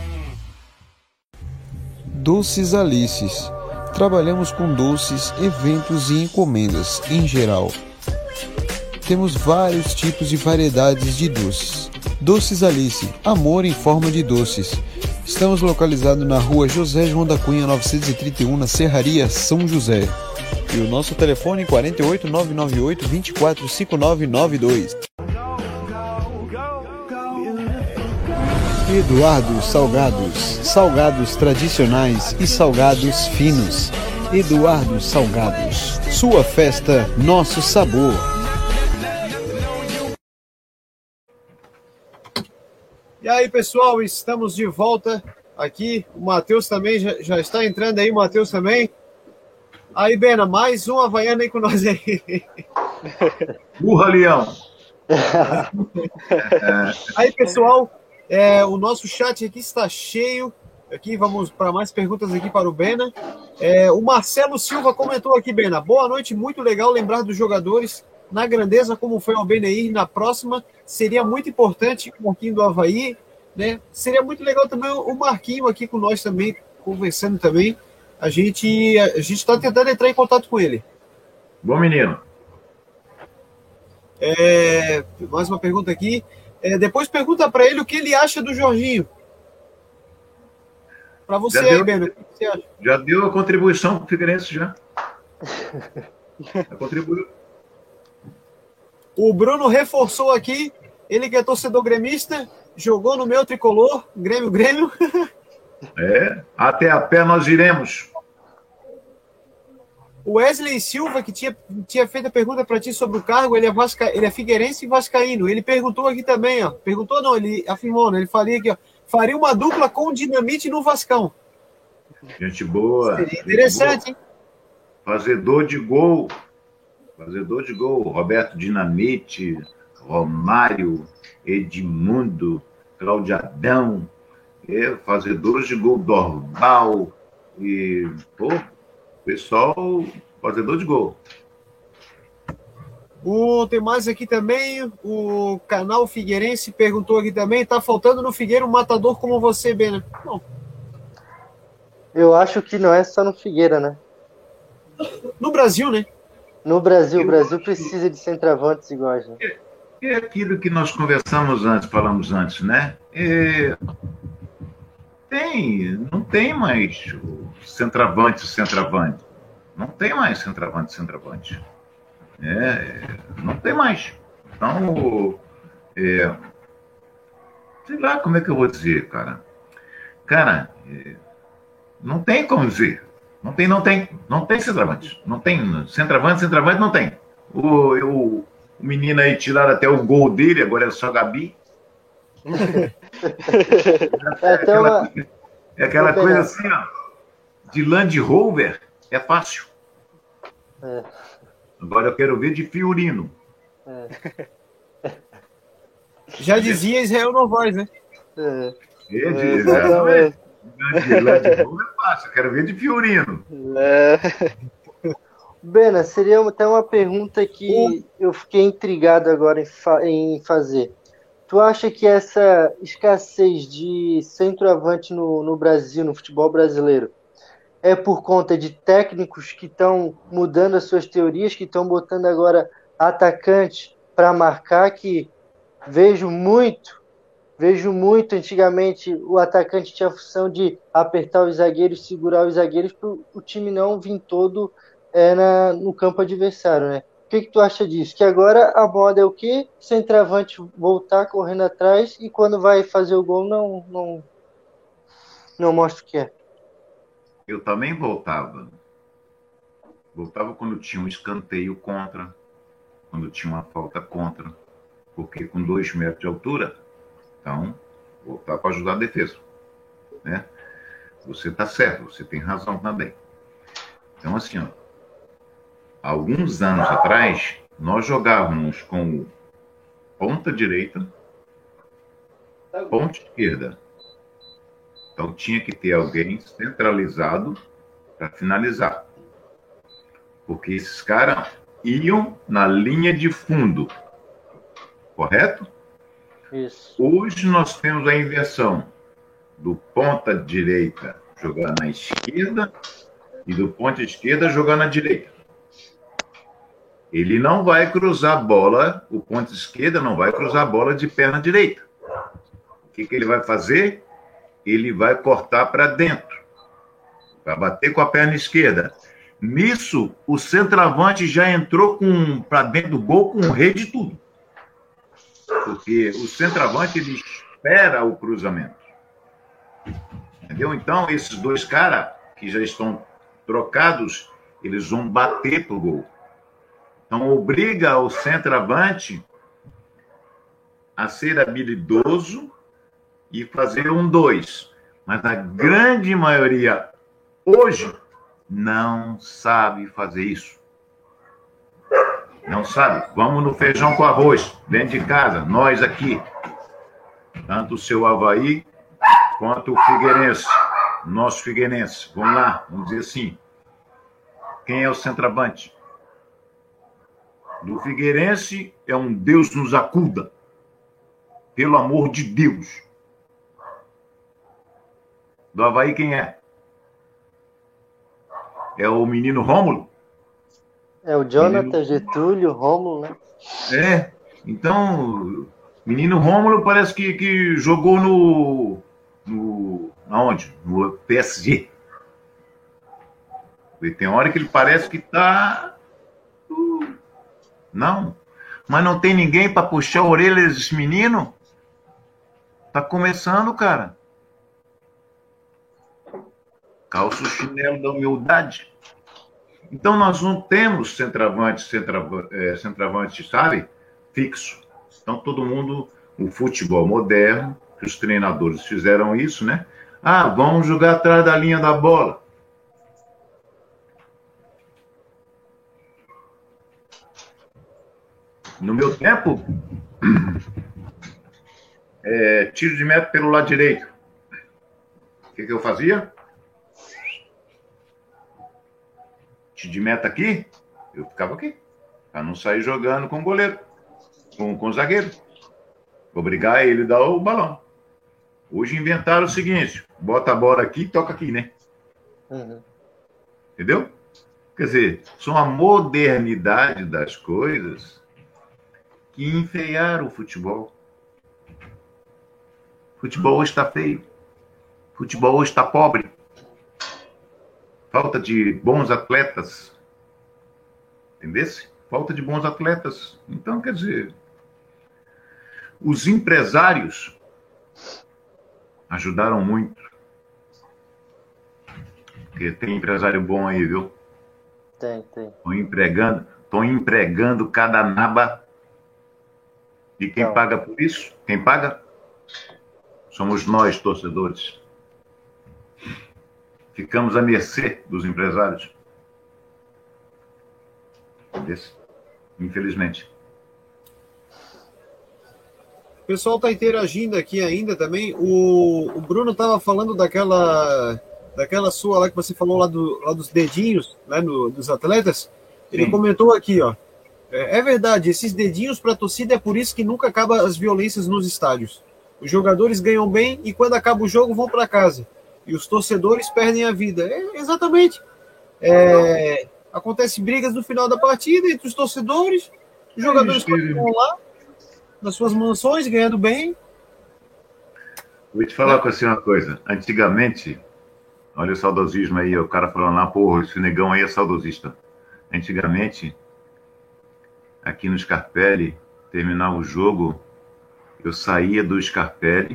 Doces Alices. Trabalhamos com doces, eventos e encomendas em geral. Temos vários tipos e variedades de doces. Doces Alice, amor em forma de doces. Estamos localizados na rua José João da Cunha novecentos e trinta e um, na Serraria São José. E o nosso telefone é quarenta e oito, nove nove oito, vinte e quatro, cinquenta e nove noventa e dois. Eduardo Salgados, salgados tradicionais e salgados finos. Eduardo Salgados, sua festa, nosso sabor. E aí, pessoal, estamos de volta aqui. O Matheus também já, já está entrando aí, o Matheus também. Aí, Bena, mais um Havaiano aí com nós aí. Burra, Leão. Aí, pessoal. É, o nosso chat aqui está cheio. Aqui vamos para mais perguntas aqui para o Bena. É, o Marcelo Silva comentou aqui, Bena. Boa noite, muito legal lembrar dos jogadores na grandeza como foi o Albeneir. Na próxima seria muito importante o Marquinho do Avaí, né? Seria muito legal também o Marquinho aqui com nós também, conversando também. A gente a gente está tentando entrar em contato com ele. Bom menino. É, mais uma pergunta aqui. É, depois pergunta para ele o que ele acha do Jorginho. Para você já aí, deu, Beno, o que você acha? Já deu a contribuição para o Figueirense, já. Já contribuiu. O Bruno reforçou aqui, ele que é torcedor gremista, jogou no meu tricolor, Grêmio, Grêmio. É, até a pé nós iremos. O Wesley Silva, que tinha, tinha feito a pergunta para ti sobre o cargo, ele é, Vasca, ele é figueirense e vascaíno. Ele perguntou aqui também, ó. Perguntou não, ele afirmou, né? Ele faria aqui, ó. Faria uma dupla com Dinamite no Vascão. Gente boa. Seria interessante, hein? Fazedor de gol. Fazedor de gol. Roberto Dinamite, Romário, Edmundo, Cláudio Adão. É, fazedores de gol, Dorval. E, pô, pessoal, fazedor de gol. O, tem mais aqui também, o canal Figueirense perguntou aqui também, tá faltando no Figueira um matador como você, Bena? Bom. Eu acho que não é só no Figueira, né? No Brasil, né? No Brasil, o Brasil precisa de centroavantes iguais. Né? É, é aquilo que nós conversamos antes, falamos antes, né? É, tem, não tem mais centroavante, centroavante. Não tem mais centroavante, centroavante. É, não tem mais. Então, é, sei lá como é que eu vou dizer, cara. Cara, é, não tem como dizer. Não tem, não tem. Não tem centroavante. Não tem centroavante, centroavante não tem. O, o, o menino aí tiraram até o gol dele, agora é só Gabi. É aquela, é aquela coisa assim, ó. De Land Rover é fácil. É. Agora eu quero ver de Fiorino. É. Já dizia Israel Novaes, né? É. É, exatamente. Lá de novo é fácil, eu quero ver de Fiorino. É. Bena, seria até uma pergunta que eu fiquei intrigado agora em, fa em fazer. Tu acha que essa escassez de centroavante no, no Brasil, no futebol brasileiro, é por conta de técnicos que estão mudando as suas teorias, que estão botando agora atacantes para marcar, que vejo muito, vejo muito, antigamente o atacante tinha a função de apertar os zagueiros, segurar os zagueiros para o time não vir todo é, na, no campo adversário, né? O que, que tu acha disso? Que agora a moda é o quê? Centroavante voltar correndo atrás e quando vai fazer o gol não, não, não mostra o que é. Eu também voltava. Voltava quando tinha um escanteio contra, quando tinha uma falta contra, porque com dois metros de altura, então, voltar para ajudar a defesa, né? Você está certo, você tem razão também. Então, assim, ó, alguns anos atrás, nós jogávamos com ponta direita, ponta esquerda. Então, tinha que ter alguém centralizado para finalizar. Porque esses caras iam na linha de fundo. Correto? Isso. Hoje nós temos a inversão do ponta direita jogar na esquerda e do ponta esquerda jogar na direita. Ele não vai cruzar a bola, o ponta esquerda não vai cruzar a bola de perna direita. O que, que ele vai fazer? Ele vai cortar para dentro, para bater com a perna esquerda. Nisso, o centroavante já entrou para dentro do gol com rede e tudo. Porque o centroavante ele espera o cruzamento. Entendeu? Então, esses dois caras que já estão trocados, eles vão bater pro gol. Então, obriga o centroavante a ser habilidoso e fazer um dois. Mas a grande maioria, hoje, não sabe fazer isso. Não sabe? Vamos no feijão com arroz, dentro de casa, nós aqui. Tanto o seu Avaí quanto o Figueirense, nosso Figueirense. Vamos lá, vamos dizer assim. Quem é o centroavante? Do Figueirense é um Deus nos acuda. Pelo amor de Deus. Do Avaí quem é? É o menino Rômulo? É o Jonathan, menino... Getúlio, Rômulo, né? É, então, menino Rômulo parece que, que jogou no, no... Aonde? No P S G. E tem hora que ele parece que tá... Uh, não, mas não tem ninguém para puxar a orelha desse menino? Tá começando, cara. Calça o chinelo da humildade. Então, nós não temos centroavante, centroavante, é, centroavante, sabe? Fixo. Então, todo mundo, o futebol moderno, que os treinadores fizeram isso, né? Ah, vamos jogar atrás da linha da bola. No meu tempo, é, tiro de meta pelo lado direito. O que, que eu fazia? De meta aqui, eu ficava aqui, para não sair jogando com o goleiro, com, com o zagueiro. Obrigar ele a dar o balão. Hoje inventaram o seguinte, bota a bola aqui e toca aqui, né? Uhum. Entendeu? Quer dizer, são a modernidade das coisas que enfeiaram o futebol. O futebol hoje está feio. O futebol hoje está pobre. Falta de bons atletas. Entendesse? Falta de bons atletas. Então, quer dizer, os empresários ajudaram muito. Porque tem empresário bom aí, viu? Tem, tem. Estão empregando, estão empregando cada naba. E quem Não. paga por isso? Quem paga? Somos nós, torcedores. Ficamos à mercê dos empresários. Infelizmente. pessoal está interagindo aqui ainda também. O, o Bruno estava falando daquela, daquela sua lá que você falou lá, do, lá dos dedinhos, né, no, dos atletas. Ele Sim. comentou aqui, ó. É, é verdade, esses dedinhos para a torcida é por isso que nunca acaba as violências nos estádios. Os jogadores ganham bem e quando acaba o jogo vão para casa. E os torcedores perdem a vida. É, exatamente. É, acontece brigas no final da partida entre os torcedores, os jogadores continuam lá nas suas mansões, ganhando bem. Vou te falar com você uma coisa. Antigamente, olha o saudosismo aí, o cara falando lá, porra, esse negão aí é saudosista. Antigamente, aqui no Scarpelli, terminava o jogo, eu saía do Scarpelli,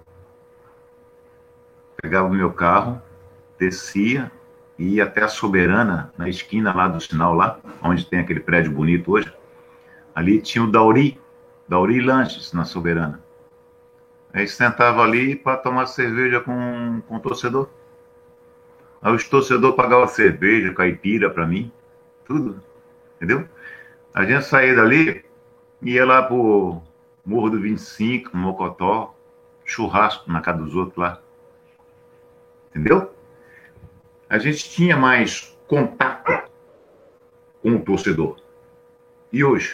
pegava o meu carro, descia e ia até a Soberana, na esquina lá do sinal lá, onde tem aquele prédio bonito hoje. Ali tinha o Dauri, Dauri Lanches, na Soberana. Aí sentava ali para tomar cerveja com, com o torcedor. Aí os torcedores pagavam cerveja, caipira para mim, tudo, entendeu? A gente saía dali e ia lá pro Morro do vinte e cinco, Mocotó, churrasco na casa dos outros lá. Entendeu? A gente tinha mais contato com o torcedor. E hoje?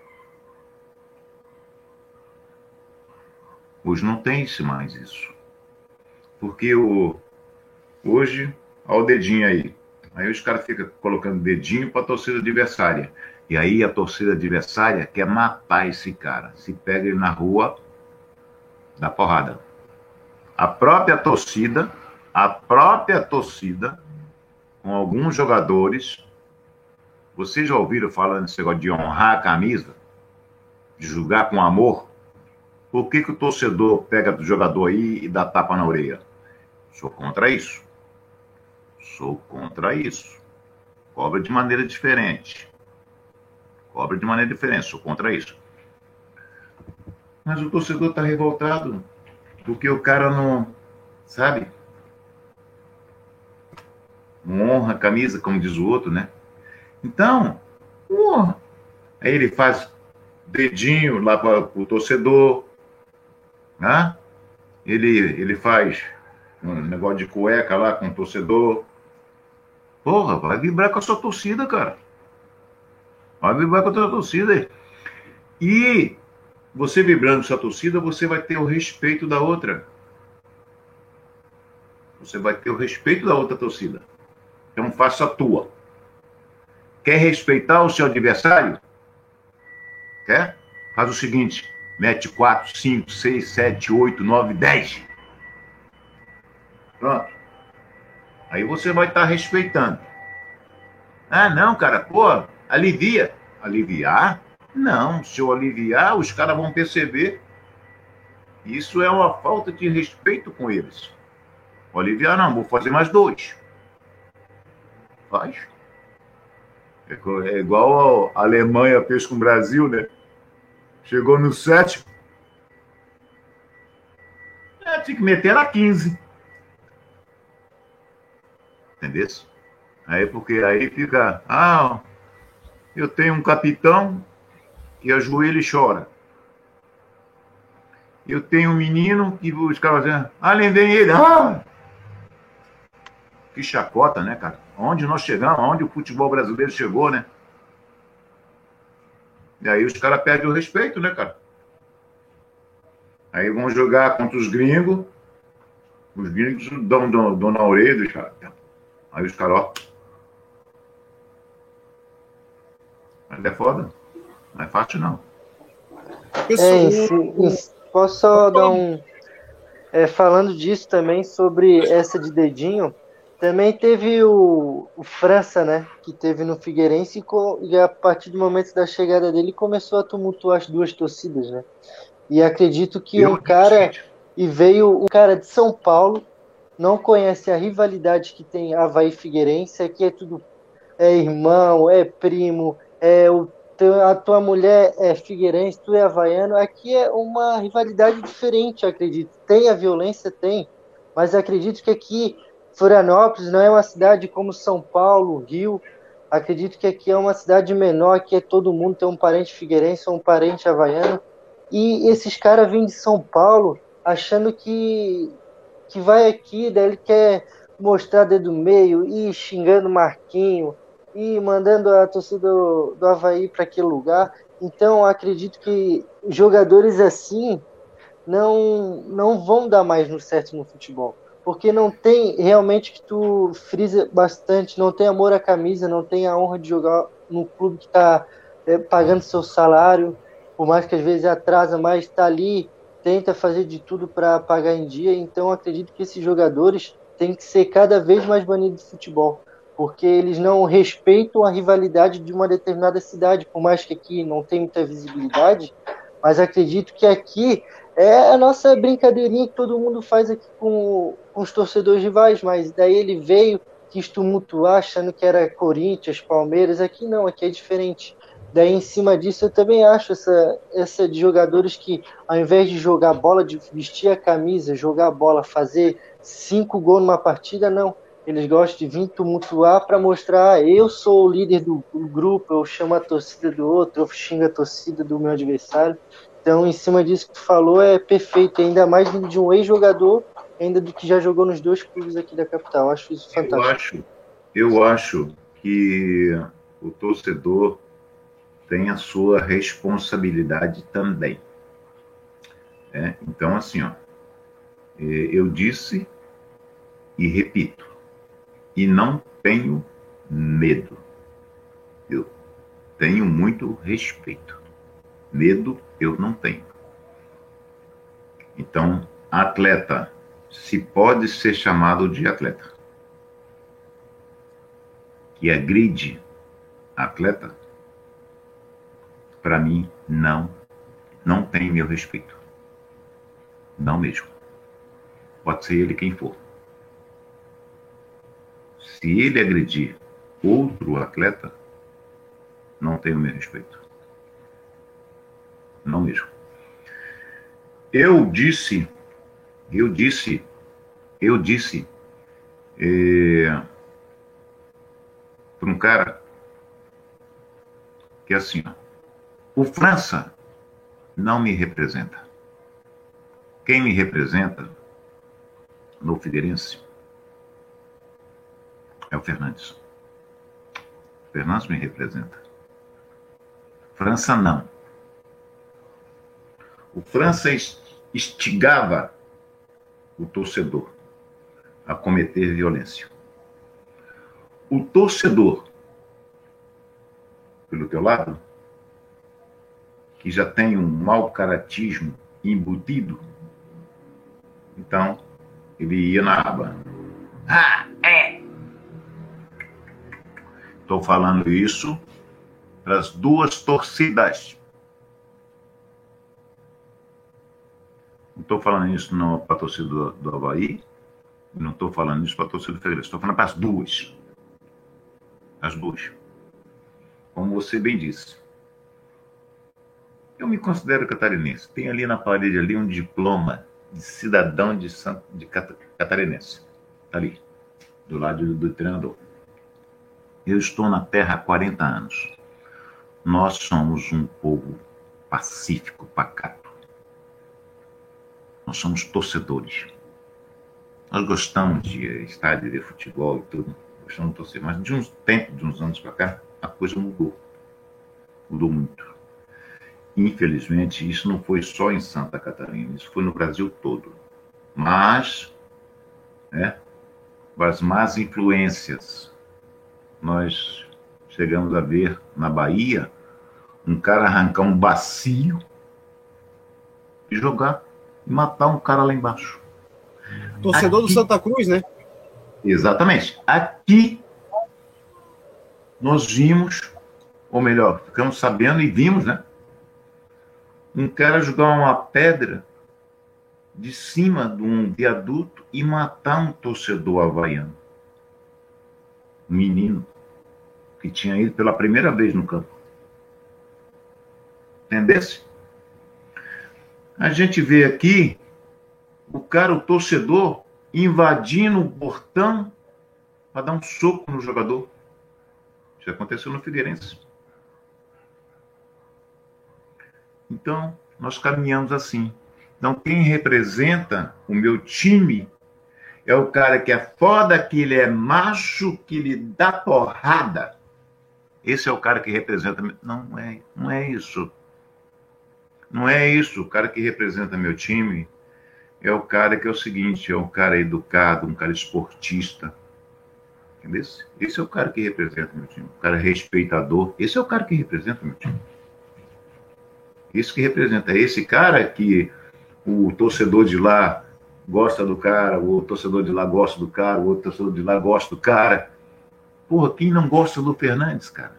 Hoje não tem mais isso. Porque o, hoje, olha o dedinho aí. Aí os caras ficam colocando dedinho para a torcida adversária. E aí a torcida adversária quer matar esse cara. Se pega ele na rua, dá porrada. A própria torcida, a própria torcida, com alguns jogadores, vocês já ouviram falar nesse negócio de honrar a camisa? De jogar com amor? Por que que o torcedor pega do jogador aí e dá tapa na orelha? Sou contra isso. Sou contra isso. Cobra de maneira diferente. Cobra de maneira diferente. Sou contra isso. Mas o torcedor está revoltado porque o cara não, sabe? Não honra a camisa, como diz o outro, né? Então, porra. Aí ele faz dedinho lá para o torcedor, né? Ele, ele faz um negócio de cueca lá com o torcedor. Porra, vai vibrar com a sua torcida, cara. Vai vibrar com a sua torcida. E você vibrando com a sua torcida, você vai ter o respeito da outra. Você vai ter o respeito da outra torcida. Então faça a tua. Quer respeitar o seu adversário? Quer? Faz o seguinte. Mete quatro, cinco, seis, sete, oito, nove, dez. Pronto. Aí você vai estar respeitando. Ah, não, cara, pô, alivia. Aliviar? Não, se eu aliviar, os caras vão perceber. Isso é uma falta de respeito com eles. Vou aliviar, não, vou fazer mais dois. Faz. É igual a Alemanha fez com o Brasil, né? Chegou no sétimo. É, tinha que meter a quinze. Entendeu? Aí porque aí fica, ah, eu tenho um capitão que ajoelha e chora. Eu tenho um menino que os caras dizem, ah, lembrei ele, ah! Que chacota, né, cara? Onde nós chegamos, onde o futebol brasileiro chegou, né? E aí os caras perdem o respeito, né, cara? Aí vão jogar contra os gringos, os gringos dão, dão, dão na orelha dos caras. Aí os caras, ó. Mas é foda. Não é fácil, não. É, isso, isso. Posso só dar um... É, falando disso também, sobre essa de dedinho, também teve o, o França, né? Que teve no Figueirense e, e a partir do momento da chegada dele começou a tumultuar as duas torcidas, né? E acredito que Eu, um cara... E veio um cara de São Paulo, não conhece a rivalidade que tem Avaí e Figueirense, aqui é tudo... É irmão, é primo, é o a tua mulher é figueirense, tu é havaiano, aqui é uma rivalidade diferente, acredito. Tem a violência, tem, mas acredito que aqui, Florianópolis não é uma cidade como São Paulo, Rio, acredito que aqui é uma cidade menor, que é todo mundo tem um parente figueirense ou um parente havaiano, E esses caras vêm de São Paulo achando que, que vai aqui, daí ele quer mostrar dedo meio, e xingando o Marquinho, e mandando a torcida do, do Avaí para aquele lugar. Então, acredito que jogadores assim não, não vão dar mais no certo no futebol. Porque não tem, realmente, que tu frisa bastante, não tem amor à camisa, não tem a honra de jogar no clube que está é, pagando seu salário, por mais que às vezes atrasa, mas está ali, tenta fazer de tudo para pagar em dia. Então, acredito que esses jogadores têm que ser cada vez mais banidos do futebol, porque eles não respeitam a rivalidade de uma determinada cidade, por mais que aqui não tenha muita visibilidade, mas acredito que aqui é a nossa brincadeirinha que todo mundo faz aqui com, com os torcedores rivais, mas daí ele veio, quis tumultuar, achando que era Corinthians, Palmeiras. Aqui não, aqui é diferente. Daí em cima disso eu também acho essa, essa de jogadores que, ao invés de jogar bola, de vestir a camisa, jogar bola, fazer cinco gols numa partida, não. Eles gostam de vir tumultuar para mostrar, ah, eu sou o líder do, do grupo, eu chamo a torcida do outro, eu xingo a torcida do meu adversário. Então, em cima disso que tu falou, é perfeito, ainda mais de um ex-jogador, ainda do que já jogou nos dois clubes aqui da capital. Acho isso fantástico. Eu acho, eu acho que o torcedor tem a sua responsabilidade também. É, então, assim, ó, eu disse e repito, e não tenho medo. Eu tenho muito respeito. Medo eu não tenho. Então, atleta, se pode ser chamado de atleta, que agride atleta, para mim, não, não tem meu respeito. Não mesmo. Pode ser ele quem for. Se ele agredir outro atleta, não tem o meu respeito. Não mesmo. Eu disse, eu disse, eu disse é, para um cara que é assim, ó, o França não me representa. Quem me representa no Figueirense é o Fernandes. O Fernandes me representa. França não. O França instigava o torcedor a cometer violência. O torcedor, pelo teu lado, que já tem um mau caratismo embutido, então ele ia na aba. Ah, é! Estou falando isso para as duas torcidas. Não estou falando isso para a torcida do, do Avaí, não estou falando isso para a torcida do Figueirense, estou falando para as duas. As duas. Como você bem disse. Eu me considero catarinense. Tem ali na parede ali um diploma de cidadão de, Santa, de catarinense. Está ali, do lado do, do treinador. Eu estou na terra há quarenta anos. Nós somos um povo pacífico, pacato. Nós somos torcedores. Nós gostamos de estádio de futebol e tudo. Gostamos de torcer. Mas de uns tempos, de uns anos para cá, a coisa mudou. Mudou muito. Infelizmente, isso não foi só em Santa Catarina, isso foi no Brasil todo. Mas, né, as más influências, nós chegamos a ver na Bahia um cara arrancar um bacio e jogar e matar um cara lá embaixo. Torcedor Aqui, do Santa Cruz, né? Exatamente. Aqui nós vimos, ou melhor, ficamos sabendo e vimos, né? Um cara jogar uma pedra de cima de um viaduto e matar um torcedor havaiano. Um menino que tinha ido pela primeira vez no campo. Entendesse? A gente vê aqui o cara, o torcedor, invadindo o portão para dar um soco no jogador. Isso aconteceu no Figueirense. Então, Nós caminhamos assim. Então, quem representa o meu time é o cara que é foda, que ele é macho, que ele dá porrada. Esse é o cara que representa... Não, não é, não é isso. Não é isso. O cara que representa meu time é o cara que é o seguinte, é um cara educado, um cara esportista. Entendeu? Esse é o cara que representa meu time. O cara respeitador. Esse é o cara que representa meu time. Esse que representa. É esse cara que o torcedor de lá gosta do cara, o torcedor de lá gosta do cara, o outro torcedor de lá gosta do cara. Porra, quem não gosta do Fernandes, cara?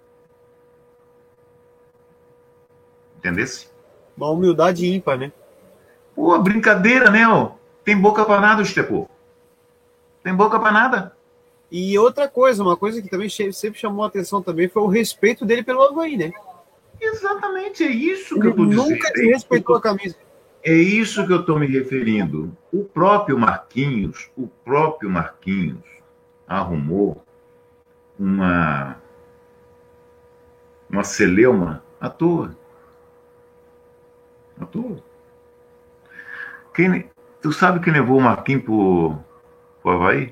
Entendesse? Uma humildade ímpar, né? Pô, brincadeira, né? Ó. Tem boca pra nada, Estepô. Tem boca pra nada. E outra coisa, uma coisa que também sempre chamou a atenção também foi o respeito dele pelo Avaí, né? Exatamente, é isso que Ele eu tô dizendo. nunca desrespeitou a camisa. É isso que eu estou me referindo. O próprio Marquinhos, o próprio Marquinhos arrumou uma uma celeuma à toa. À toa. Quem, tu sabe quem levou o Marquinhos pro, pro Avaí?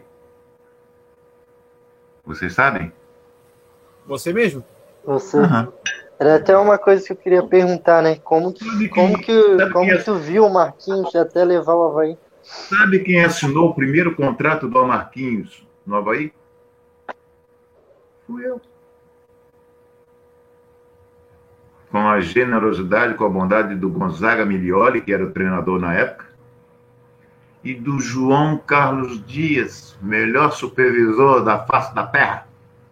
Vocês sabem? Você mesmo? Você. Uhum. Era até uma coisa que eu queria perguntar, né? Como, que, como, que, como que tu viu o Marquinhos até levar o Avaí? Sabe quem assinou o primeiro contrato do Marquinhos no Avaí? Fui eu. Com a generosidade, com a bondade do Gonzaga Milioli, que era o treinador na época, e do João Carlos Dias, melhor supervisor da face da terra.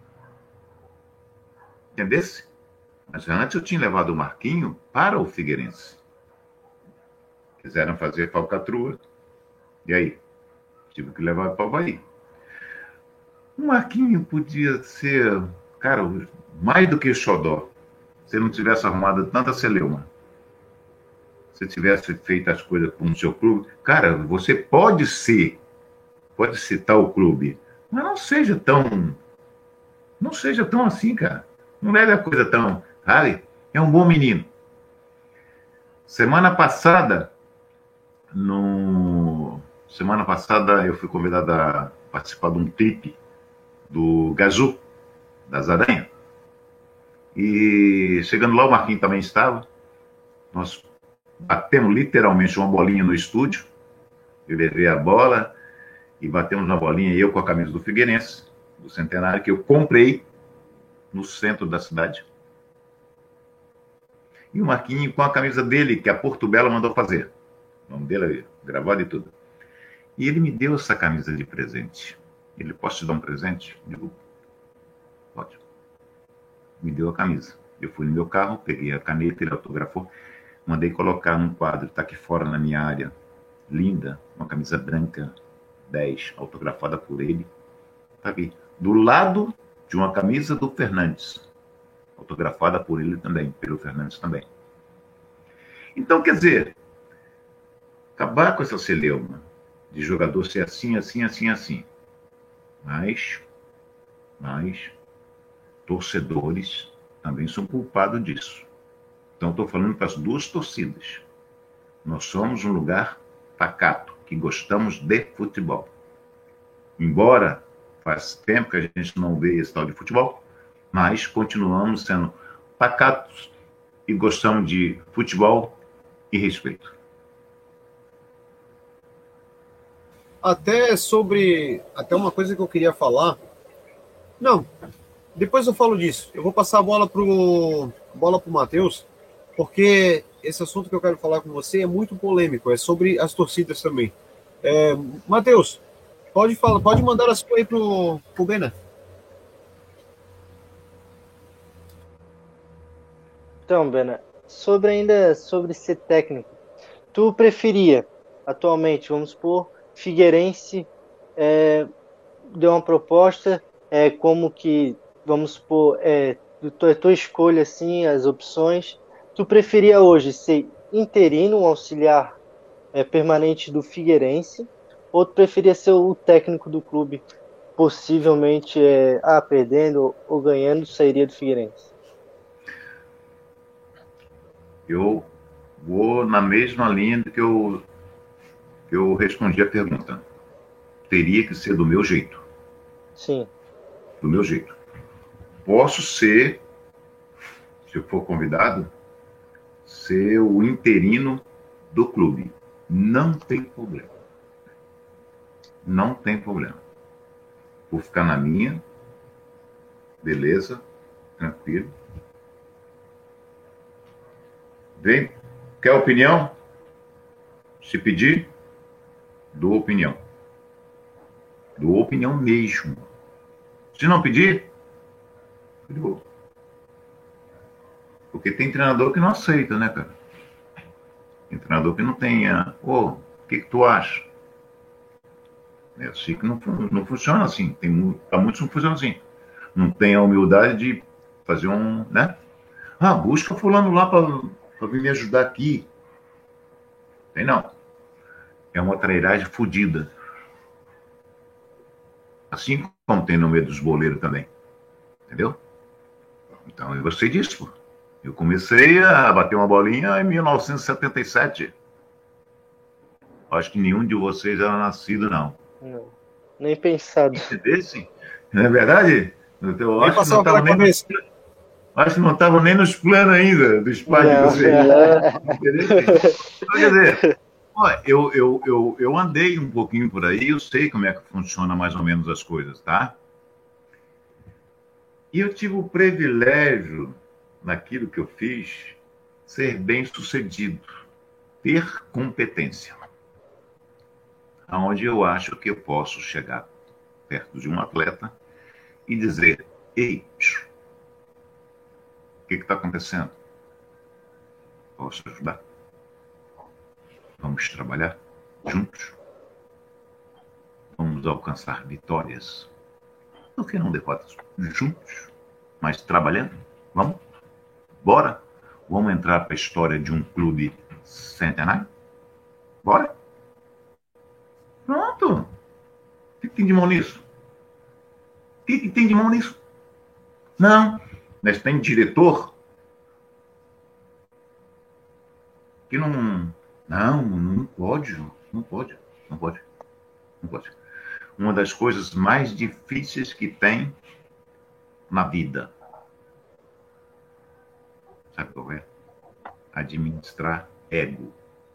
Entendesse? Mas antes eu tinha levado o Marquinho para o Figueirense. Quiseram fazer falcatrua. E aí? Tive que levar para o Avaí. O Marquinho podia ser, cara, mais do que xodó. Se não tivesse arrumado tanta celeuma. Se tivesse feito as coisas com o seu clube. Cara, você pode ser, pode citar o clube, mas não seja tão, não seja tão assim, cara. Não leve a coisa tão... Sabe? É um bom menino. Semana passada, no... Semana passada eu fui convidado a participar de um trip do Gazu, das Aranhas. E chegando lá, o Marquinhos também estava. Nós batemos literalmente uma bolinha no estúdio. Eu levei a bola e batemos uma bolinha, eu com a camisa do Figueirense, do Centenário, que eu comprei no centro da cidade. E o Marquinhos com a camisa dele, que a Porto Belo mandou fazer. O nome dele aí, gravado e tudo. E ele me deu essa camisa de presente. Ele, posso te dar um presente? Eu digo, pode. Me deu a camisa. Eu fui no meu carro, peguei a caneta, ele autografou, mandei colocar num quadro, está aqui fora na minha área, linda, uma camisa branca, dez, autografada por ele. Tá aqui, do lado de uma camisa do Fernandes. Autografada por ele também, pelo Fernandes também. Então, quer dizer, acabar com essa celeuma de jogador ser assim, assim, assim, assim. Mas, mas, torcedores também são culpados disso. Então, estou falando para as duas torcidas. Nós somos um lugar pacato, que gostamos de futebol. Embora faz tempo que a gente não vê esse tal de futebol, mas continuamos sendo pacatos e gostamos de futebol e respeito. Até sobre... Até uma coisa que eu queria falar... Não, depois eu falo disso. Eu vou passar a bola pro bola pro Matheus, porque esse assunto que eu quero falar com você é muito polêmico, é sobre as torcidas também. É, Matheus, pode, falar, pode mandar a sua aí pro, pro Bena. Então, Bena, sobre ainda sobre ser técnico, tu preferia, atualmente, vamos supor, Figueirense é, deu uma proposta, é, como que, vamos supor, é, tua, tua escolha, assim, as opções, tu preferia hoje ser interino, um auxiliar é, permanente do Figueirense, ou tu preferia ser o técnico do clube, possivelmente, é, ah, perdendo ou ganhando, sairia do Figueirense? Eu vou na mesma linha que eu, que eu respondi a pergunta. Teria que ser do meu jeito. Sim. Do meu jeito. Posso ser, se eu for convidado, ser o interino do clube. Não tem problema. Não tem problema. Vou ficar na minha. Beleza. Tranquilo. Vem. Quer opinião? Se pedir, dou opinião. Dou opinião mesmo. Se não pedir, dou. Porque tem treinador que não aceita, né, cara? Tem treinador que não tenha. Ô, oh, o que, que tu acha? Eu sei que não, não funciona assim. Tem, pra muitos não funciona assim. Não tem a humildade de fazer um, né? Ah, busca fulano lá para vir me ajudar aqui. Tem não. É uma trairagem fodida. Assim como tem no meio dos boleiros também. Entendeu? Então eu gostei disso, pô. Eu comecei a bater uma bolinha em mil novecentos e setenta e sete. Acho que nenhum de vocês era nascido, não. Não. Nem pensado. Entendesse? Não é verdade? Eu acho que não estava nem, nos... acho que não estava nem nos planos ainda dos pais de vocês. Então, quer dizer, ó, eu, eu, eu, eu andei um pouquinho por aí, eu sei como é que funciona mais ou menos as coisas, tá? E eu tive o privilégio, naquilo que eu fiz, ser bem sucedido, ter competência. Aonde eu acho que eu posso chegar perto de um atleta e dizer, ei, o que está acontecendo? Posso ajudar? Vamos trabalhar juntos? Vamos alcançar vitórias? Por que não derrotas? Juntos? Mas trabalhando? Vamos? Bora? Vamos entrar para a história de um clube centenário? Bora? Pronto. O que tem de mão nisso? O que tem de mão nisso? Não. Mas tem diretor que não... Não, não pode. Não pode. Não pode. Não pode. Uma das coisas mais difíceis que tem na vida. Sabe qual é? Administrar ego.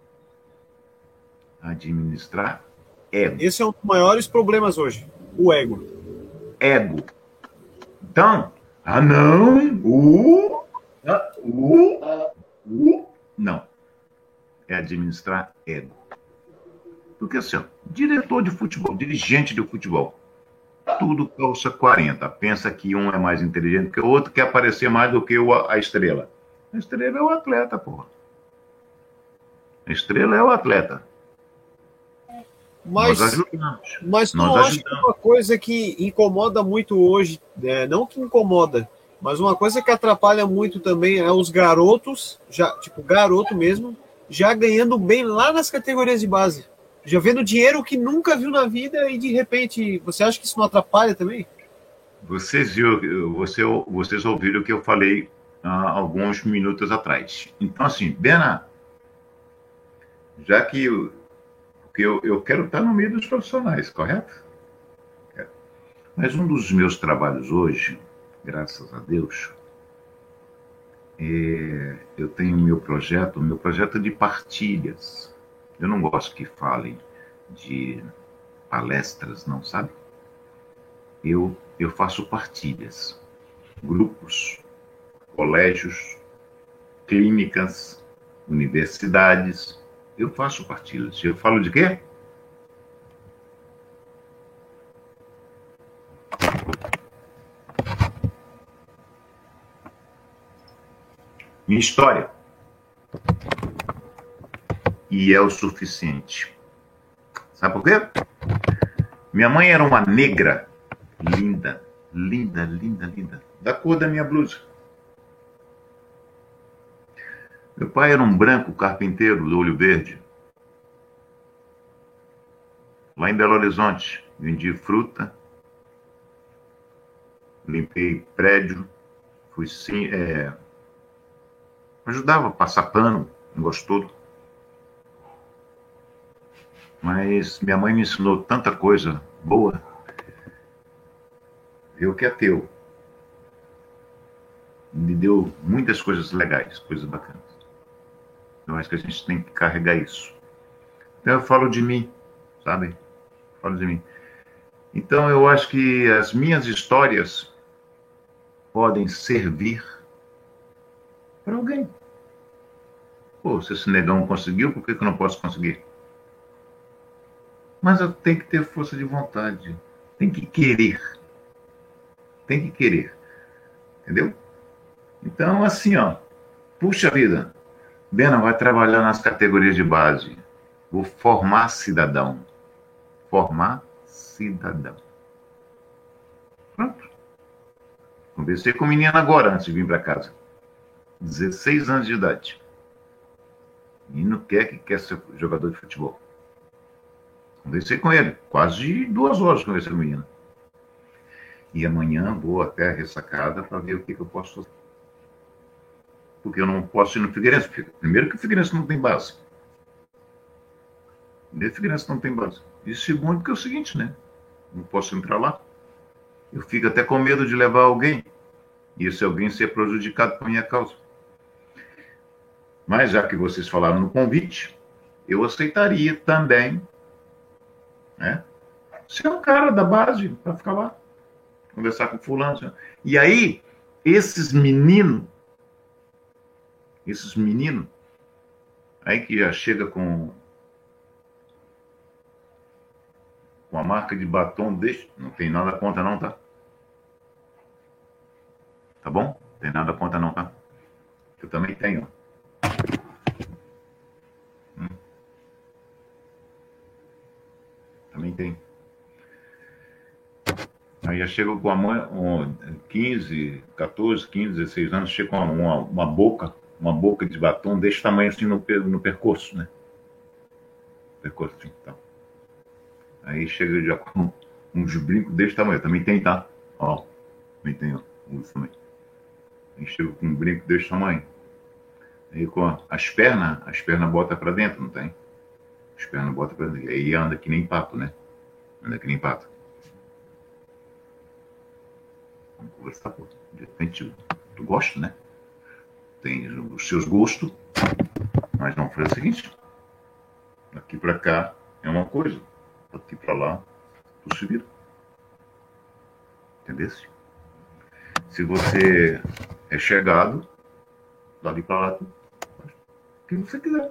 Administrar ego. Esse é um dos maiores problemas hoje. O ego. Ego. Então, ah não, uh, ah, uh, uh, não. É administrar ego. Porque assim, ó, diretor de futebol, dirigente de futebol, tudo calça quarenta. Pensa que um é mais inteligente que o outro, quer aparecer mais do que o, a estrela. A estrela é o atleta, porra. A estrela é o atleta. Mas, Nós ajudamos. mas tu Nós não acha ajudamos. que uma coisa que incomoda muito hoje, é, não que incomoda, mas uma coisa que atrapalha muito também é os garotos, já, tipo, garoto mesmo, já ganhando bem lá nas categorias de base. Já vendo dinheiro que nunca viu na vida e de repente, você acha que isso não atrapalha também? Vocês, viu, você, vocês ouviram o que eu falei há alguns minutos atrás. Então, assim, Bena, já que eu, que eu, eu quero estar no meio dos profissionais, correto? Mas um dos meus trabalhos hoje, graças a Deus, é, eu tenho meu projeto, meu projeto de partilhas. Eu não gosto que falem de palestras, não, sabe? Eu, eu faço partilhas, grupos, colégios, clínicas, universidades. Eu faço partilhas. Eu falo de quê? Minha história. E é o suficiente. Sabe por quê? Minha mãe era uma negra linda, linda, linda, linda, da cor da minha blusa. Meu pai era um branco carpinteiro do olho verde. Lá em Belo Horizonte, vendi fruta, limpei prédio, fui sim, é, ajudava a passar pano negócio todo. Mas minha mãe me ensinou tanta coisa boa. Eu que é teu. Me deu muitas coisas legais, coisas bacanas. Eu acho que a gente tem que carregar isso. Então eu falo de mim, sabe? Falo de mim. Então eu acho que as minhas histórias podem servir para alguém. Pô, se esse negão conseguiu, por que que eu não posso conseguir? Mas eu tenho que ter força de vontade. Tem que querer. Tem que querer. Entendeu? Então, assim, ó. Puxa vida. Bena vai trabalhar nas categorias de base. Vou formar cidadão. Formar cidadão. Pronto. Conversei com a menina agora, antes de vir para casa. dezesseis anos de idade. O menino quer que quer ser jogador de futebol. Conversei com ele. Quase duas horas conversei com o menino. E amanhã vou até a ressacada para ver o que, que eu posso fazer. Porque eu não posso ir no Figueirense. Primeiro que o Figueirense não tem base. Primeiro que o Figueirense não tem base. E segundo que é o seguinte, né? Não posso entrar lá. Eu fico até com medo de levar alguém. E esse alguém ser prejudicado por minha causa. Mas já que vocês falaram no convite, eu aceitaria também, né? Ser um cara da base para ficar lá. Conversar com fulano. E aí, esses meninos, esses meninos, aí que já chega com, com a marca de batom deste, não tem nada contra não, tá? Tá bom? Não tem nada contra não, tá? Eu também tenho. Hum. Também tenho. Aí já chega com a mãe, um, quinze, quatorze, quinze, dezesseis anos, chega com uma, uma boca, uma boca de batom desse tamanho assim no, no percurso, né? Percurso, assim, tá. Aí chega já com uns brincos desse tamanho, também tem, tá? Ó, também tem, ó, uso também. Aí chega com um brinco desse tamanho. Aí com as pernas, as pernas bota pra dentro, não tem? As pernas bota pra dentro. Aí anda que nem pato, né? Anda que nem pato. Vamos conversar, pô. De repente, tu gosta, né? Tem os seus gostos, mas não foi o seguinte. Daqui pra cá é uma coisa. Daqui pra lá, tu se vira. Entendeu? Se você é chegado, dali pra lá, tu faz o que você quiser.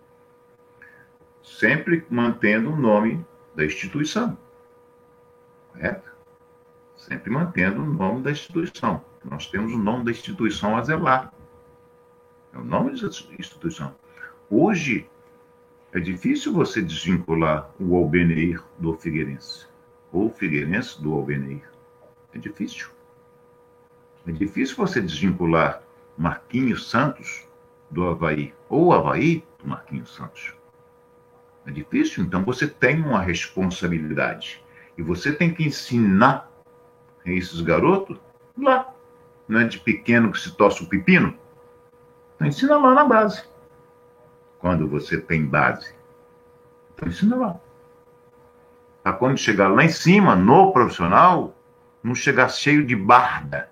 Sempre mantendo o nome da instituição. Correto? Sempre mantendo o nome da instituição. Nós temos o nome da instituição a zelar. É o nome da instituição. Hoje, é difícil você desvincular o Albeneir do Figueirense. Ou o Figueirense do Albeneir. É difícil. É difícil você desvincular Marquinhos Santos do Avaí. Ou o Avaí do Marquinhos Santos. É difícil. Então, você tem uma responsabilidade. E você tem que ensinar esses garotos lá. Não é de pequeno que se torce o pepino? Então ensina lá na base. Quando você tem base. Então ensina lá. Para quando chegar lá em cima, no profissional, não chegar cheio de barda.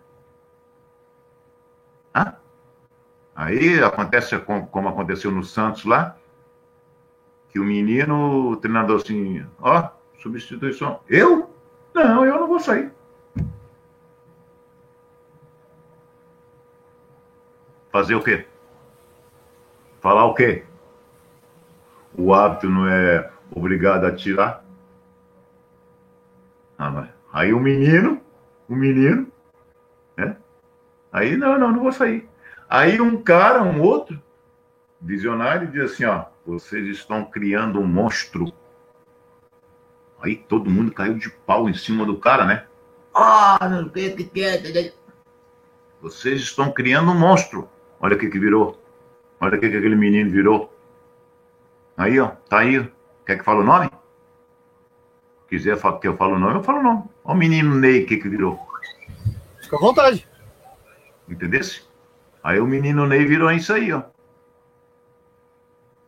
Hã? Aí acontece como, como aconteceu no Santos lá, que o menino, o treinador assim, ó, substituição. Eu? Não, eu não vou sair. Fazer o quê? Falar o quê? O árbitro não é obrigado a tirar? Ah, mas aí o menino, o menino, né? Aí, não, não, não vou sair. Aí um cara, um outro, visionário, diz assim, ó, vocês estão criando um monstro. Aí todo mundo caiu de pau em cima do cara, né? Ah, não sei o que é. Vocês estão criando um monstro. Olha o que que virou. Olha o que que aquele menino virou. Aí, ó, tá aí. Quer que fale o nome? Quiser que eu fale o nome, eu falo o nome. Olha o menino Ney, o que que virou. Fica à vontade. Entendesse? Aí o menino Ney virou isso aí, ó.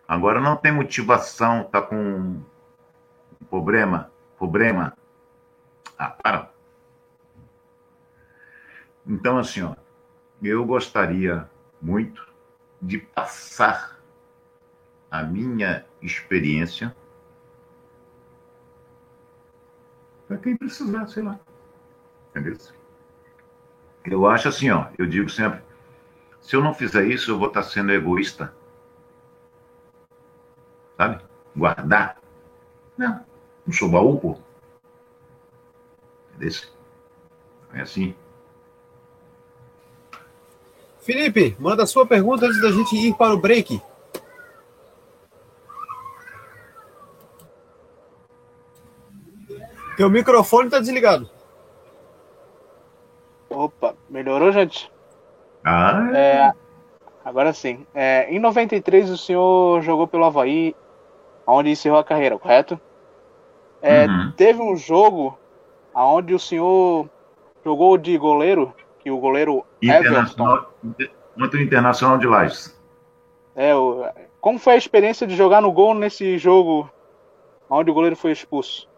Agora não tem motivação, tá com problema, problema. Ah, para. Então, assim, ó, eu gostaria muito de passar a minha experiência para quem precisar, sei lá. Entendeu? Eu acho assim, ó, eu digo sempre, se eu não fizer isso, eu vou estar sendo egoísta. Sabe? Guardar. Não, não sou baú, pô. Entendeu? É assim. Felipe, manda a sua pergunta antes da gente ir para o break. Teu microfone está desligado. Opa, melhorou, gente? Ah, É, agora sim. É, em noventa e três, o senhor jogou pelo Avaí, onde encerrou a carreira, correto? É, uhum. Teve um jogo onde o senhor jogou de goleiro, que o goleiro Everton... Internacional, contra o Internacional de Lages. É, o, como foi a experiência de jogar no gol nesse jogo onde o goleiro foi expulso?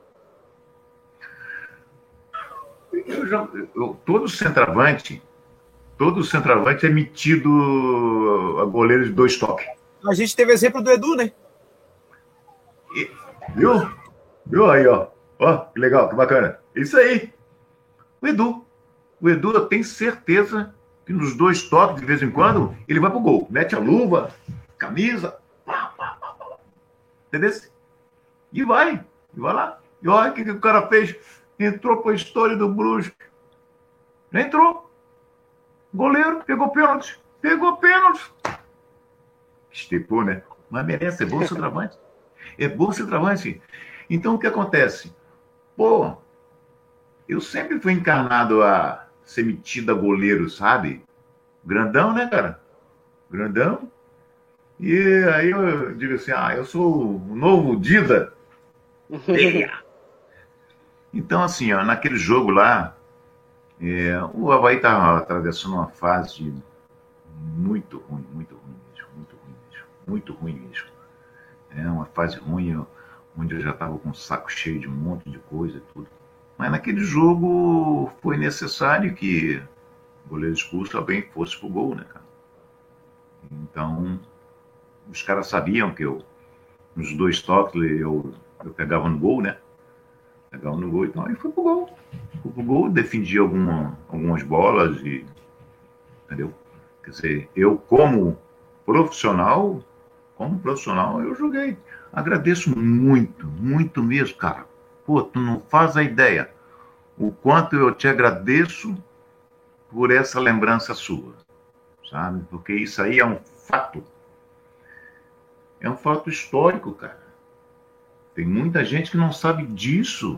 Eu já, eu, todo centroavante, todo centroavante é metido a goleiro de dois toques. A gente teve exemplo do Edu, né? E, viu? Viu aí, ó. Ó, que legal, que bacana. Isso aí. O Edu. O Edu, eu tenho certeza que nos dois toques, de vez em quando, ele vai pro gol. Mete a luva, camisa. Pá, pá, pá, pá. Entendeu? E vai. E vai lá. E olha o que, que o cara fez. Entrou para a história do Brusque. Entrou. Goleiro, pegou pênalti. Pegou pênalti. Estepou, né? Mas merece, é bom centroavante. É bom centroavante. Então, o que acontece? Pô, eu sempre fui encarnado a ser metido a goleiro, sabe? Grandão, né, cara? Grandão. E aí eu digo assim, ah, eu sou o novo Dida. Eia! Então, assim, ó, naquele jogo lá, é, o Avaí estava atravessando uma fase muito ruim, muito ruim mesmo, muito ruim mesmo, muito ruim mesmo. É uma fase ruim, onde eu já estava com o saco cheio de um monte de coisa e tudo. Mas naquele jogo foi necessário que o goleiro expulso também fosse pro gol, né, cara? Então, os caras sabiam que eu, nos dois toques, eu, eu pegava no gol, né? Pegava no gol, então aí foi pro gol. Fui pro gol, defendi alguma, algumas bolas e... Entendeu? Quer dizer, eu como profissional, como profissional, eu joguei. Agradeço muito, muito mesmo, cara. Pô, tu não faz a ideia o quanto eu te agradeço por essa lembrança sua, sabe? Porque isso aí é um fato. É um fato histórico, cara. Tem muita gente que não sabe disso.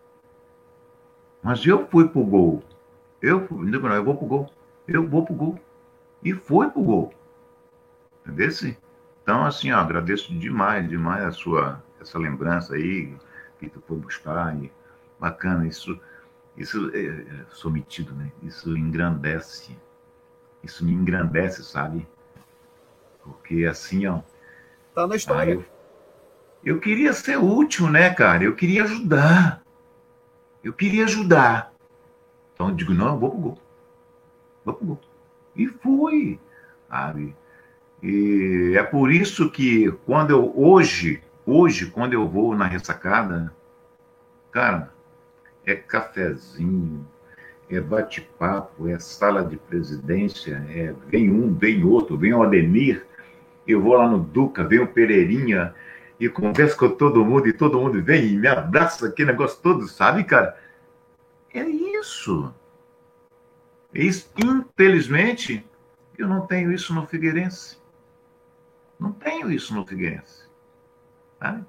Mas eu fui pro gol. Eu, fui, não, eu vou pro gol. Eu vou pro gol. E foi pro gol. Entendeu? Então, assim, ó, agradeço demais, demais a sua, essa lembrança aí que tu foi buscar. E bacana, isso, isso é, é, sou metido, né? Isso engrandece. Isso me engrandece, sabe? Porque assim, ó. Tá na história. Eu, eu queria ser útil, né, cara? Eu queria ajudar. Eu queria ajudar. Então eu digo, não, eu vou pro gol. Vou pro gol. E fui, sabe? E é por isso que quando eu, hoje, hoje, quando eu vou na ressacada, cara, é cafezinho, é bate-papo, é sala de presidência, é vem um, vem outro, vem o Ademir, eu vou lá no Duca, vem o Pereirinha, e converso com todo mundo, e todo mundo vem e me abraça, aquele negócio todo, sabe, cara? É isso. É isso. Infelizmente, eu não tenho isso no Figueirense. Não tenho isso no Figueirense. Sabe?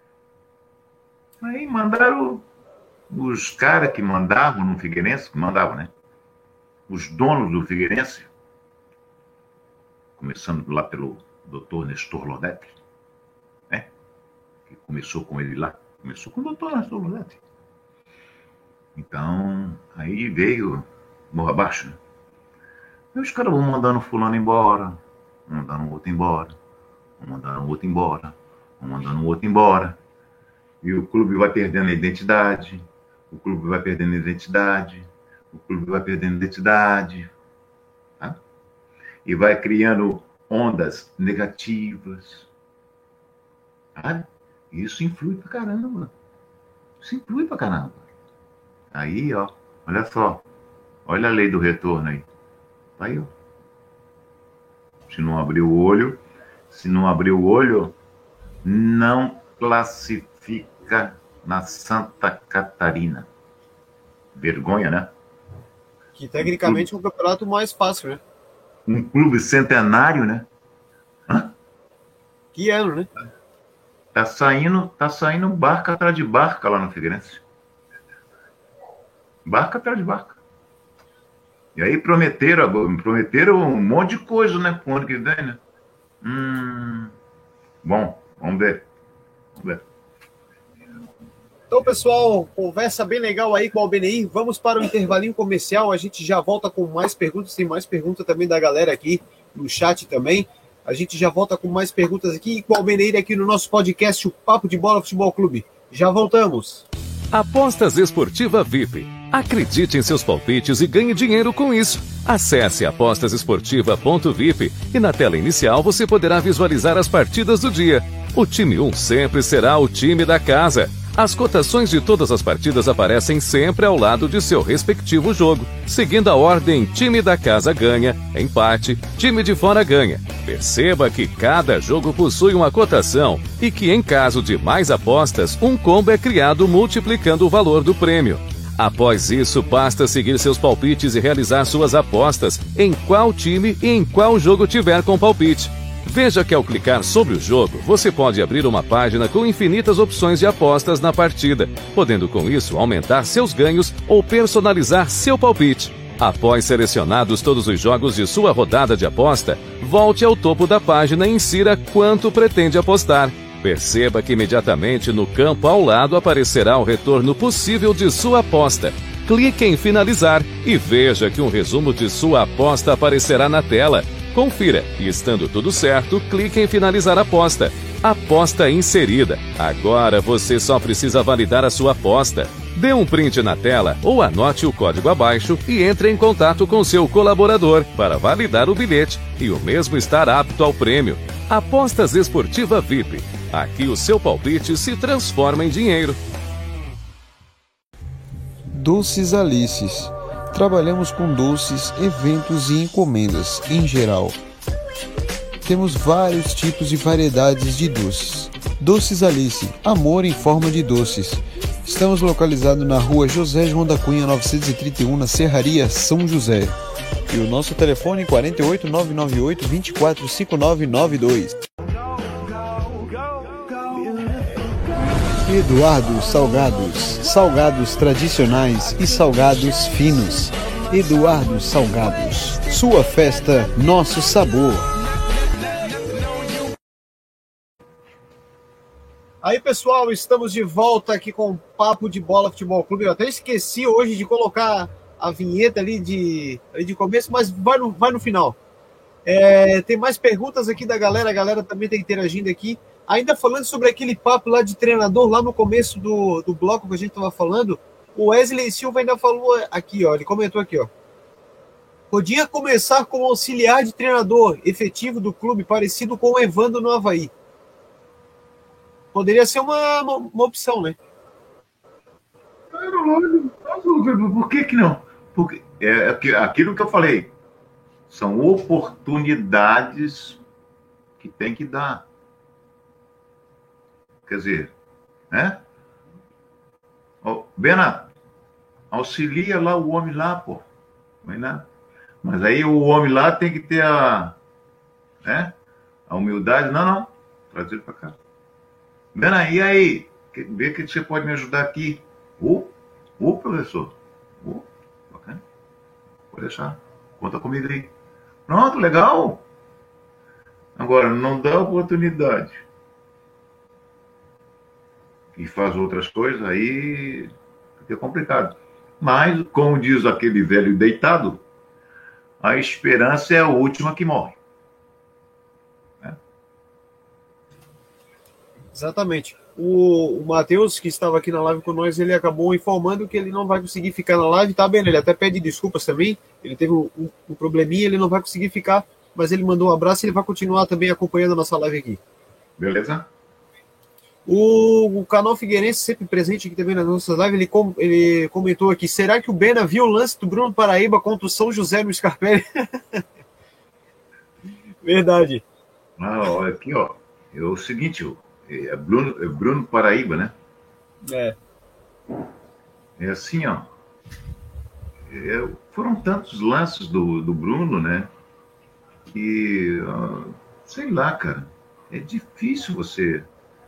Aí mandaram os caras que mandavam no Figueirense, que mandavam, né? Os donos do Figueirense, começando lá pelo doutor Nestor Lodete, né? Que começou com ele lá. Começou com o doutor Nestor Lodete. Então, aí veio morra abaixo, né? E os caras vão mandando fulano embora, mandando o outro embora, vão mandar um outro embora, vão mandando um outro embora. E o clube vai perdendo a identidade, o clube vai perdendo a identidade, o clube vai perdendo a identidade, tá? E vai criando ondas negativas, sabe? Isso influi pra caramba. Isso influi pra caramba. Aí, ó, olha só, olha a lei do retorno aí. Tá aí, ó. Se não abrir o olho, se não abrir o olho, não classifica na Santa Catarina. Vergonha, né? Que tecnicamente é um campeonato mais fácil, né? Um clube centenário, né? Hã? Que ano, né? Tá saindo, tá saindo barca atrás de barca lá no Figueirense. Barca atrás de barca. E aí prometeram, prometeram um monte de coisa, né? Pro ano que vem, né? Hum, bom, vamos ver. Vamos ver. Então, pessoal, conversa bem legal aí com o Albenir. Vamos para o intervalinho comercial. A gente já volta com mais perguntas. Tem mais perguntas também da galera aqui no chat também. A gente já volta com mais perguntas aqui com o Albenir aqui no nosso podcast, o Papo de Bola Futebol Clube. Já voltamos. Apostas Esportiva V I P. Acredite em seus palpites e ganhe dinheiro com isso. Acesse apostas esportiva ponto v i p e na tela inicial você poderá visualizar as partidas do dia. O time um sempre será o time da casa. As cotações de todas as partidas aparecem sempre ao lado de seu respectivo jogo, seguindo a ordem time da casa ganha, empate, time de fora ganha. Perceba que cada jogo possui uma cotação e que em caso de mais apostas, um combo é criado multiplicando o valor do prêmio. Após isso, basta seguir seus palpites e realizar suas apostas em qual time e em qual jogo tiver com palpite. Veja que ao clicar sobre o jogo, você pode abrir uma página com infinitas opções de apostas na partida, podendo com isso aumentar seus ganhos ou personalizar seu palpite. Após selecionados todos os jogos de sua rodada de aposta, volte ao topo da página e insira quanto pretende apostar. Perceba que imediatamente no campo ao lado aparecerá o retorno possível de sua aposta. Clique em finalizar e veja que um resumo de sua aposta aparecerá na tela. Confira e, estando tudo certo, clique em finalizar a aposta. Aposta inserida. Agora você só precisa validar a sua aposta. Dê um print na tela ou anote o código abaixo e entre em contato com seu colaborador para validar o bilhete e o mesmo estar apto ao prêmio. Apostas Esportiva V I P. Aqui o seu palpite se transforma em dinheiro. Doces Alices. Trabalhamos com doces, eventos e encomendas em geral. Temos vários tipos e variedades de doces. Doces Alice, amor em forma de doces. Estamos localizados na rua José João da Cunha novecentos e trinta e um, na Serraria São José. E o nosso telefone é quatro oito nove nove oito, dois quatro cinco nove nove dois. Eduardo Salgados, salgados tradicionais e salgados finos. Eduardo Salgados, sua festa, nosso sabor. Aí, pessoal, estamos de volta aqui com o Papo de Bola Futebol Clube. Eu até esqueci hoje de colocar a vinheta ali de, ali de começo, mas vai no, vai no final. É, tem mais perguntas aqui da galera, a galera também está interagindo aqui. Ainda falando sobre aquele papo lá de treinador, lá no começo do, do bloco que a gente estava falando, o Wesley Silva ainda falou aqui, ó, ele comentou aqui, ó. Podia começar como auxiliar de treinador efetivo do clube, parecido com o Evandro no Avaí. Poderia ser uma, uma, uma opção, né? Por que que não? Porque é aquilo que eu falei. São oportunidades que tem que dar. Quer dizer, né? Oh, Bena, auxilia lá o homem lá, pô. Né? Mas aí o homem lá tem que ter a, né? A humildade. Não, não. Traz ele pra cá. Bena, e aí? Vê que você pode me ajudar aqui. Ô, oh, oh, professor. Ô, oh, bacana. Pode deixar. Conta comigo aí. Pronto, legal. Agora, não dá oportunidade. E faz outras coisas, aí fica complicado. Mas, como diz aquele velho deitado, a esperança é a última que morre. Né? Exatamente. O, o Matheus, que estava aqui na live com nós, ele acabou informando que ele não vai conseguir ficar na live, tá bem? Ele até pede desculpas também, ele teve um, um, um probleminha, ele não vai conseguir ficar, mas ele mandou um abraço e ele vai continuar também acompanhando a nossa live aqui. Beleza? O, o canal Figueirense, sempre presente aqui também nas nossas lives, ele, com, ele comentou aqui, será que o Bena viu o lance do Bruno Paraíba contra o São José no Scarpelli? Verdade. Ah, olha aqui, ó. É o seguinte, ó. É Bruno, é Bruno Paraíba, né? É. É assim, ó. É, foram tantos lances do, do Bruno, né? Que, ó, sei lá, cara. É difícil você...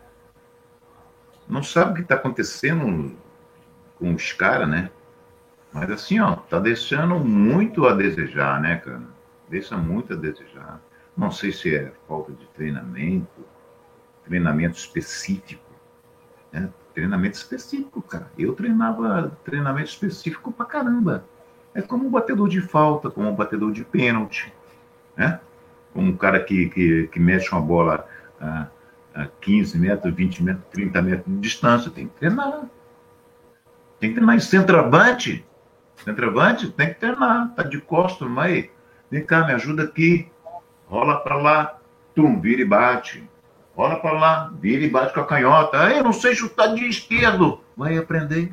Não sabe o que está acontecendo com os caras, né? Mas assim, ó, tá deixando muito a desejar, né, cara? Deixa muito a desejar. Não sei se é falta de treinamento, treinamento específico, né? Treinamento específico, cara. Eu treinava treinamento específico pra caramba. É como um batedor de falta, como um batedor de pênalti, né? Como um cara que, que, que mexe uma bola a, a quinze metros, vinte metros, trinta metros de distância. Tem que treinar. Tem que treinar. E centroavante, centroavante tem que treinar. Tá de costas, mas vem cá, me ajuda aqui. Rola pra lá, tum, vira e bate. Rola pra lá, vira e bate com a canhota. Ah, eu não sei chutar de esquerdo. Vai aprender.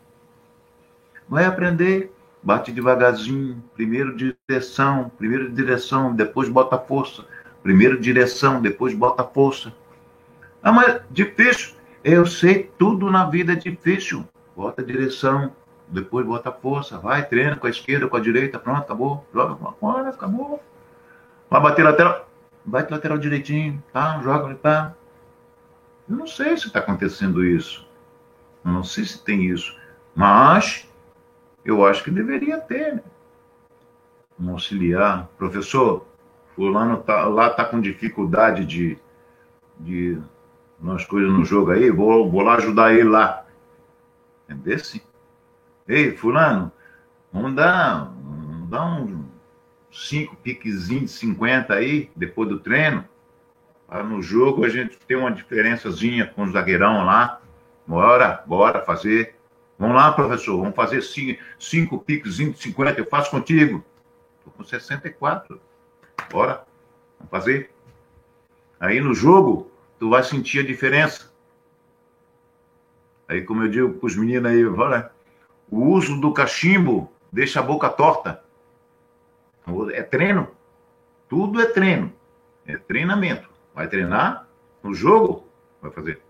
Vai aprender. Bate devagarzinho. Primeiro direção, primeiro direção, depois bota força. Primeiro direção, depois bota força. Ah, mas difícil. Eu sei, tudo na vida é difícil. Bota direção, depois bota força. Vai, treina com a esquerda, com a direita. Pronto, acabou. Joga pra fora, acabou. Vai bater lateral. Bate lateral direitinho, tá? Joga, tá? Eu não sei se está acontecendo isso. Eu não sei se tem isso. Mas eu acho que deveria ter, né? Um auxiliar. Professor, fulano tá, lá tá com dificuldade de, de umas coisas no jogo aí, vou, vou lá ajudar ele lá. Entendeu? Ei, fulano, vamos dar, vamos dar um cinco piquezinhos de cinquenta aí, depois do treino. Para no jogo a gente ter uma diferençazinha com o zagueirão lá. Bora, bora fazer. Vamos lá, professor, vamos fazer cinco, cinco piquezinhos de cinquenta, eu faço contigo. Estou com sessenta e quatro. Bora, vamos fazer. Aí no jogo, tu vai sentir a diferença. Aí, como eu digo para os meninos aí, olha, o uso do cachimbo deixa a boca torta. É treino. Tudo é treino. É treinamento. Vai treinar no jogo, vai fazer.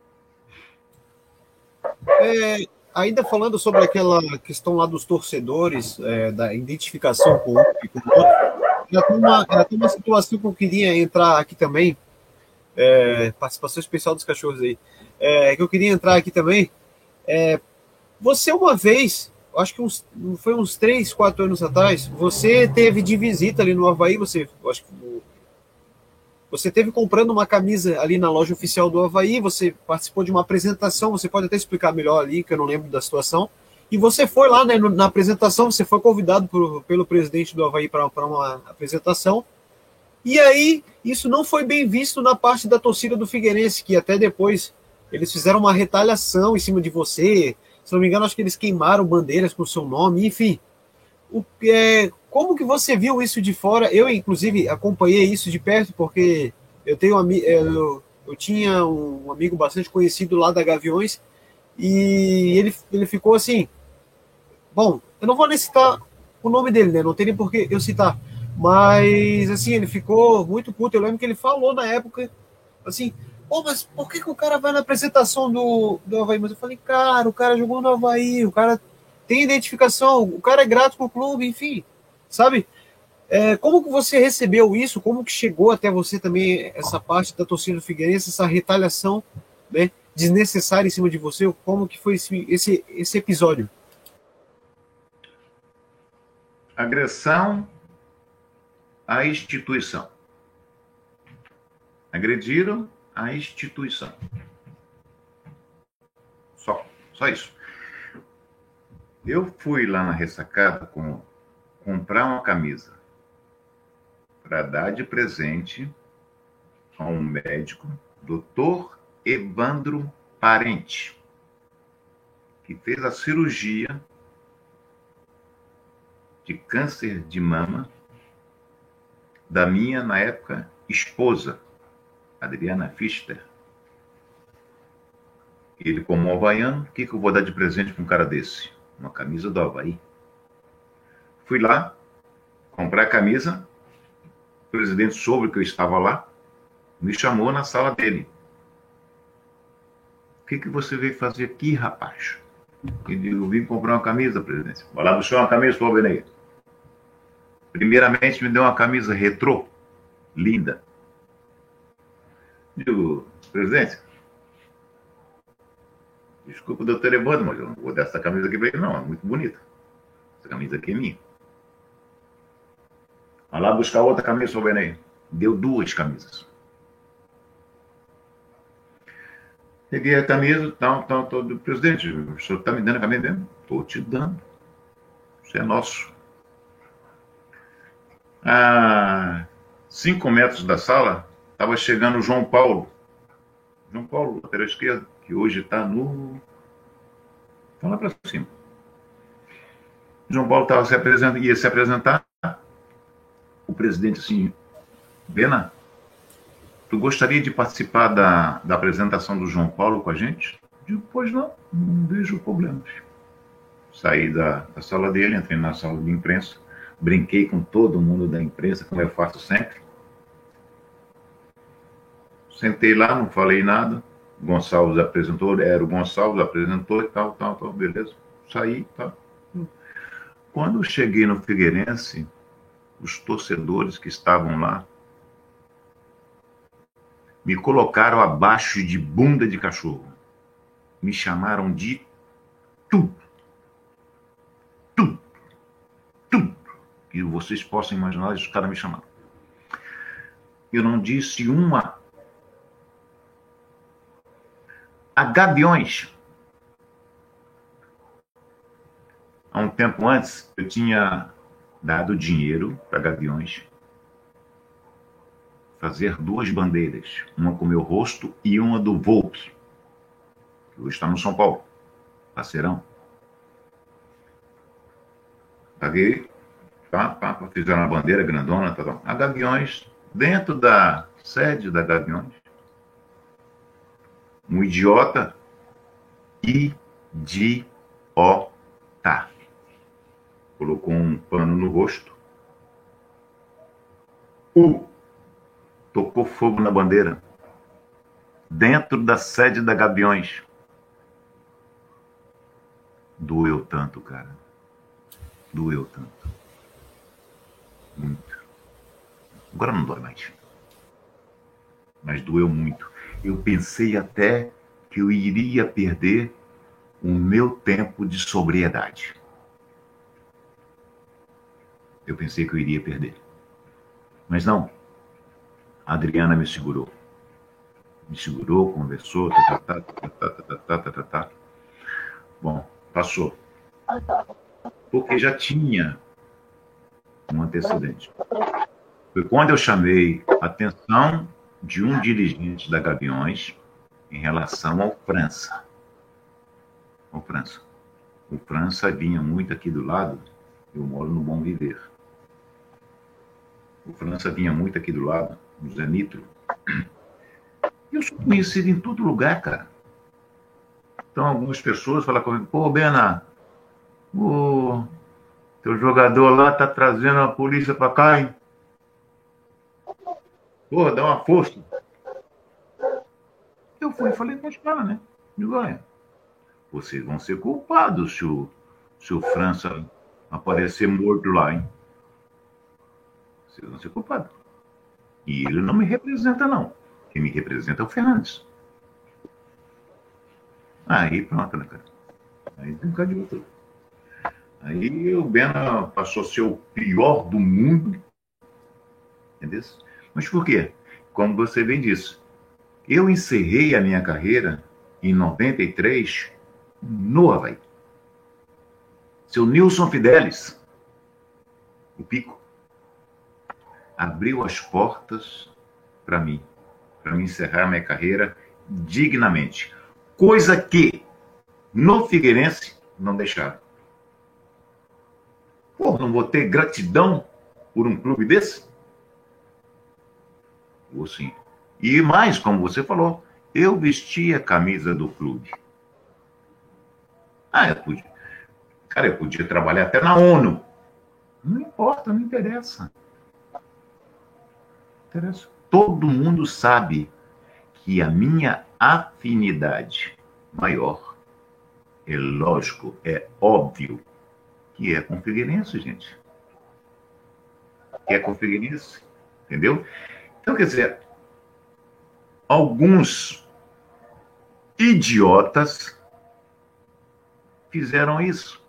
É, ainda falando sobre aquela questão lá dos torcedores, é, da identificação com um e com o outro, já tem uma, já tem uma situação que eu queria entrar aqui também, é, participação especial dos cachorros aí, é, que eu queria entrar aqui também. É, você uma vez, acho que uns, foi uns três, quatro anos atrás, você teve de visita ali no Avaí, você, acho que você teve comprando uma camisa ali na loja oficial do Avaí, você participou de uma apresentação, você pode até explicar melhor ali, que eu não lembro da situação, e você foi lá, né, na apresentação, você foi convidado por, pelo presidente do Avaí para uma apresentação, e aí isso não foi bem visto na parte da torcida do Figueirense, que até depois eles fizeram uma retaliação em cima de você, se não me engano, acho que eles queimaram bandeiras com o seu nome, enfim. O, é, como que você viu isso de fora? Eu, inclusive, acompanhei isso de perto, porque eu tenho eu, eu tinha um amigo bastante conhecido lá da Gaviões, e ele, ele ficou assim, bom, eu não vou nem citar o nome dele, né? Não tem nem por que eu citar, mas assim, ele ficou muito puto. Eu lembro que ele falou na época, assim, pô, mas por que, que o cara vai na apresentação do, do Avaí? Mas eu falei, cara, o cara jogou no Avaí, o cara tem identificação, o cara é grato com o clube, enfim, sabe? É, como que você recebeu isso? Como que chegou até você também essa parte da torcida do Figueirense, essa retaliação, né, desnecessária em cima de você? Como que foi esse, esse, esse episódio? Agressão à instituição. Agrediram a instituição. Só, só isso. Eu fui lá na ressacada com, comprar uma camisa para dar de presente a um médico, doutor Evandro Parente, que fez a cirurgia de câncer de mama da minha, na época, esposa, Adriana Fister. Ele, como havaiano, o que, que eu vou dar de presente para um cara desse? Uma camisa do Havaí. Fui lá, comprar a camisa, o presidente soube que eu estava lá, me chamou na sala dele. O que, que você veio fazer aqui, rapaz? Ele, eu vim comprar uma camisa, presidente. Vai lá buscar uma camisa para o Benê. Primeiramente, me deu uma camisa retrô, linda. Digo, presidente, desculpa, doutor Evandro, mas eu não vou dar essa camisa aqui para ele, não. É muito bonita. Essa camisa aqui é minha. Vai lá buscar outra camisa para o Benê. Deu duas camisas. Peguei a camisa, tal, tal, tal, do presidente. O senhor está me dando a camisa mesmo? Estou te dando. Isso é nosso. A cinco metros da sala, estava chegando o João Paulo. João Paulo, lateral esquerdo, que hoje está no... Está lá para cima. João Paulo tava se apresentando, ia se apresentar. O presidente assim, Bena, tu gostaria de participar da, da apresentação do João Paulo com a gente? Eu digo, pois não, não vejo problemas. Saí da, da sala dele, entrei na sala de imprensa, brinquei com todo mundo da imprensa, como eu faço sempre. Sentei lá, não falei nada. Gonçalves apresentou, era o Gonçalves, apresentou e tal, tal, tal, beleza. Saí, tal. Quando eu cheguei no Figueirense, os torcedores que estavam lá me colocaram abaixo de bunda de cachorro. Me chamaram de tudo. Tudo. Tudo. Que vocês possam imaginar, os caras me chamaram. Eu não disse uma. A Gaviões. Há um tempo antes, eu tinha dado dinheiro para Gaviões fazer duas bandeiras, uma com meu rosto e uma do Volpe, que hoje está no São Paulo, parceirão. Paguei, pá, pá, pá, fizeram uma bandeira grandona, tá, tá. A Gaviões, dentro da sede da Gaviões, um idiota, idiota, colocou um pano no rosto, uh, tocou fogo na bandeira, dentro da sede da Gaviões. Doeu tanto, cara. Doeu tanto. Muito. Agora não dói mais. Mas doeu muito. Eu pensei até que eu iria perder o meu tempo de sobriedade. Eu pensei que eu iria perder. Mas não. A Adriana me segurou. Me segurou, conversou, tá, tá, tá, tá, tá, tá, tá, tá, tá. Bom, passou. Porque já tinha um antecedente. Foi quando eu chamei a atenção de um dirigente da Gaviões em relação ao França. Ao França. O França vinha muito aqui do lado, eu moro no Bom Viver. O França vinha muito aqui do lado, no Zé Nitro. Eu sou conhecido em todo lugar, cara. Então, algumas pessoas falam comigo, pô, Bena, o teu jogador lá tá trazendo a polícia pra cá, hein? Pô, dá uma força. Eu fui e falei com os caras, né? Digo, olha, vocês vão ser culpados se o, se o França aparecer morto lá, hein? Vocês vão ser culpados. E ele não me representa, não. Quem me representa é o Fernandes. Aí pronto, né, cara? Aí tem um bocado de outro. Aí o Bena passou a ser o pior do mundo. Entendeu? Mas por quê? Como você bem disse, eu encerrei a minha carreira em noventa e três no Havaí. Seu Nilson Fidelis, o Pico, abriu as portas para mim, para me encerrar minha carreira dignamente. Coisa que no Figueirense não deixaram. Pô, não vou ter gratidão por um clube desse? Ou sim. E mais, como você falou, eu vesti a camisa do clube. Ah, eu podia. Cara, eu podia trabalhar até na ONU. Não importa, não interessa. Não interessa. Todo mundo sabe que a minha afinidade maior, é lógico, é óbvio, que é com o Figueirense, gente. Que é com o Figueirense, entendeu? Então, quer dizer, alguns idiotas fizeram isso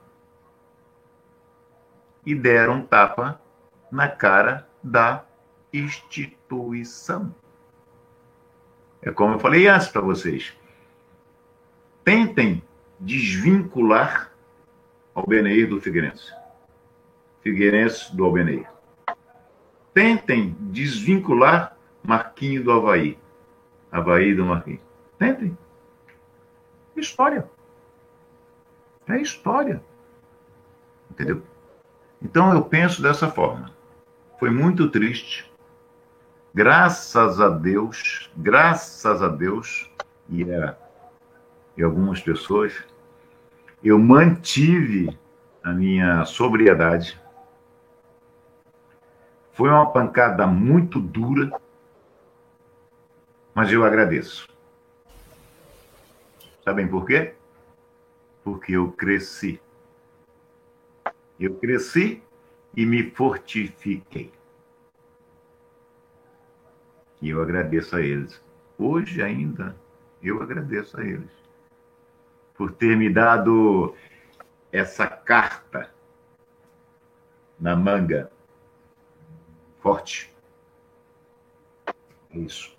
e deram um tapa na cara da instituição. É como eu falei antes para vocês. Tentem desvincular Albeneir do Figueirense. Figueirense do Albeneir. Tentem desvincular Marquinho do Avaí. Avaí do Marquinho. Tentem. História. É história. Entendeu? Então eu penso dessa forma. Foi muito triste. Graças a Deus, graças a Deus, e, a, e algumas pessoas, eu mantive a minha sobriedade. Foi uma pancada muito dura, mas eu agradeço. Sabem por quê? Porque eu cresci. Eu cresci e me fortifiquei. E eu agradeço a eles. Hoje ainda, eu agradeço a eles. Por ter me dado essa carta na manga forte. É isso.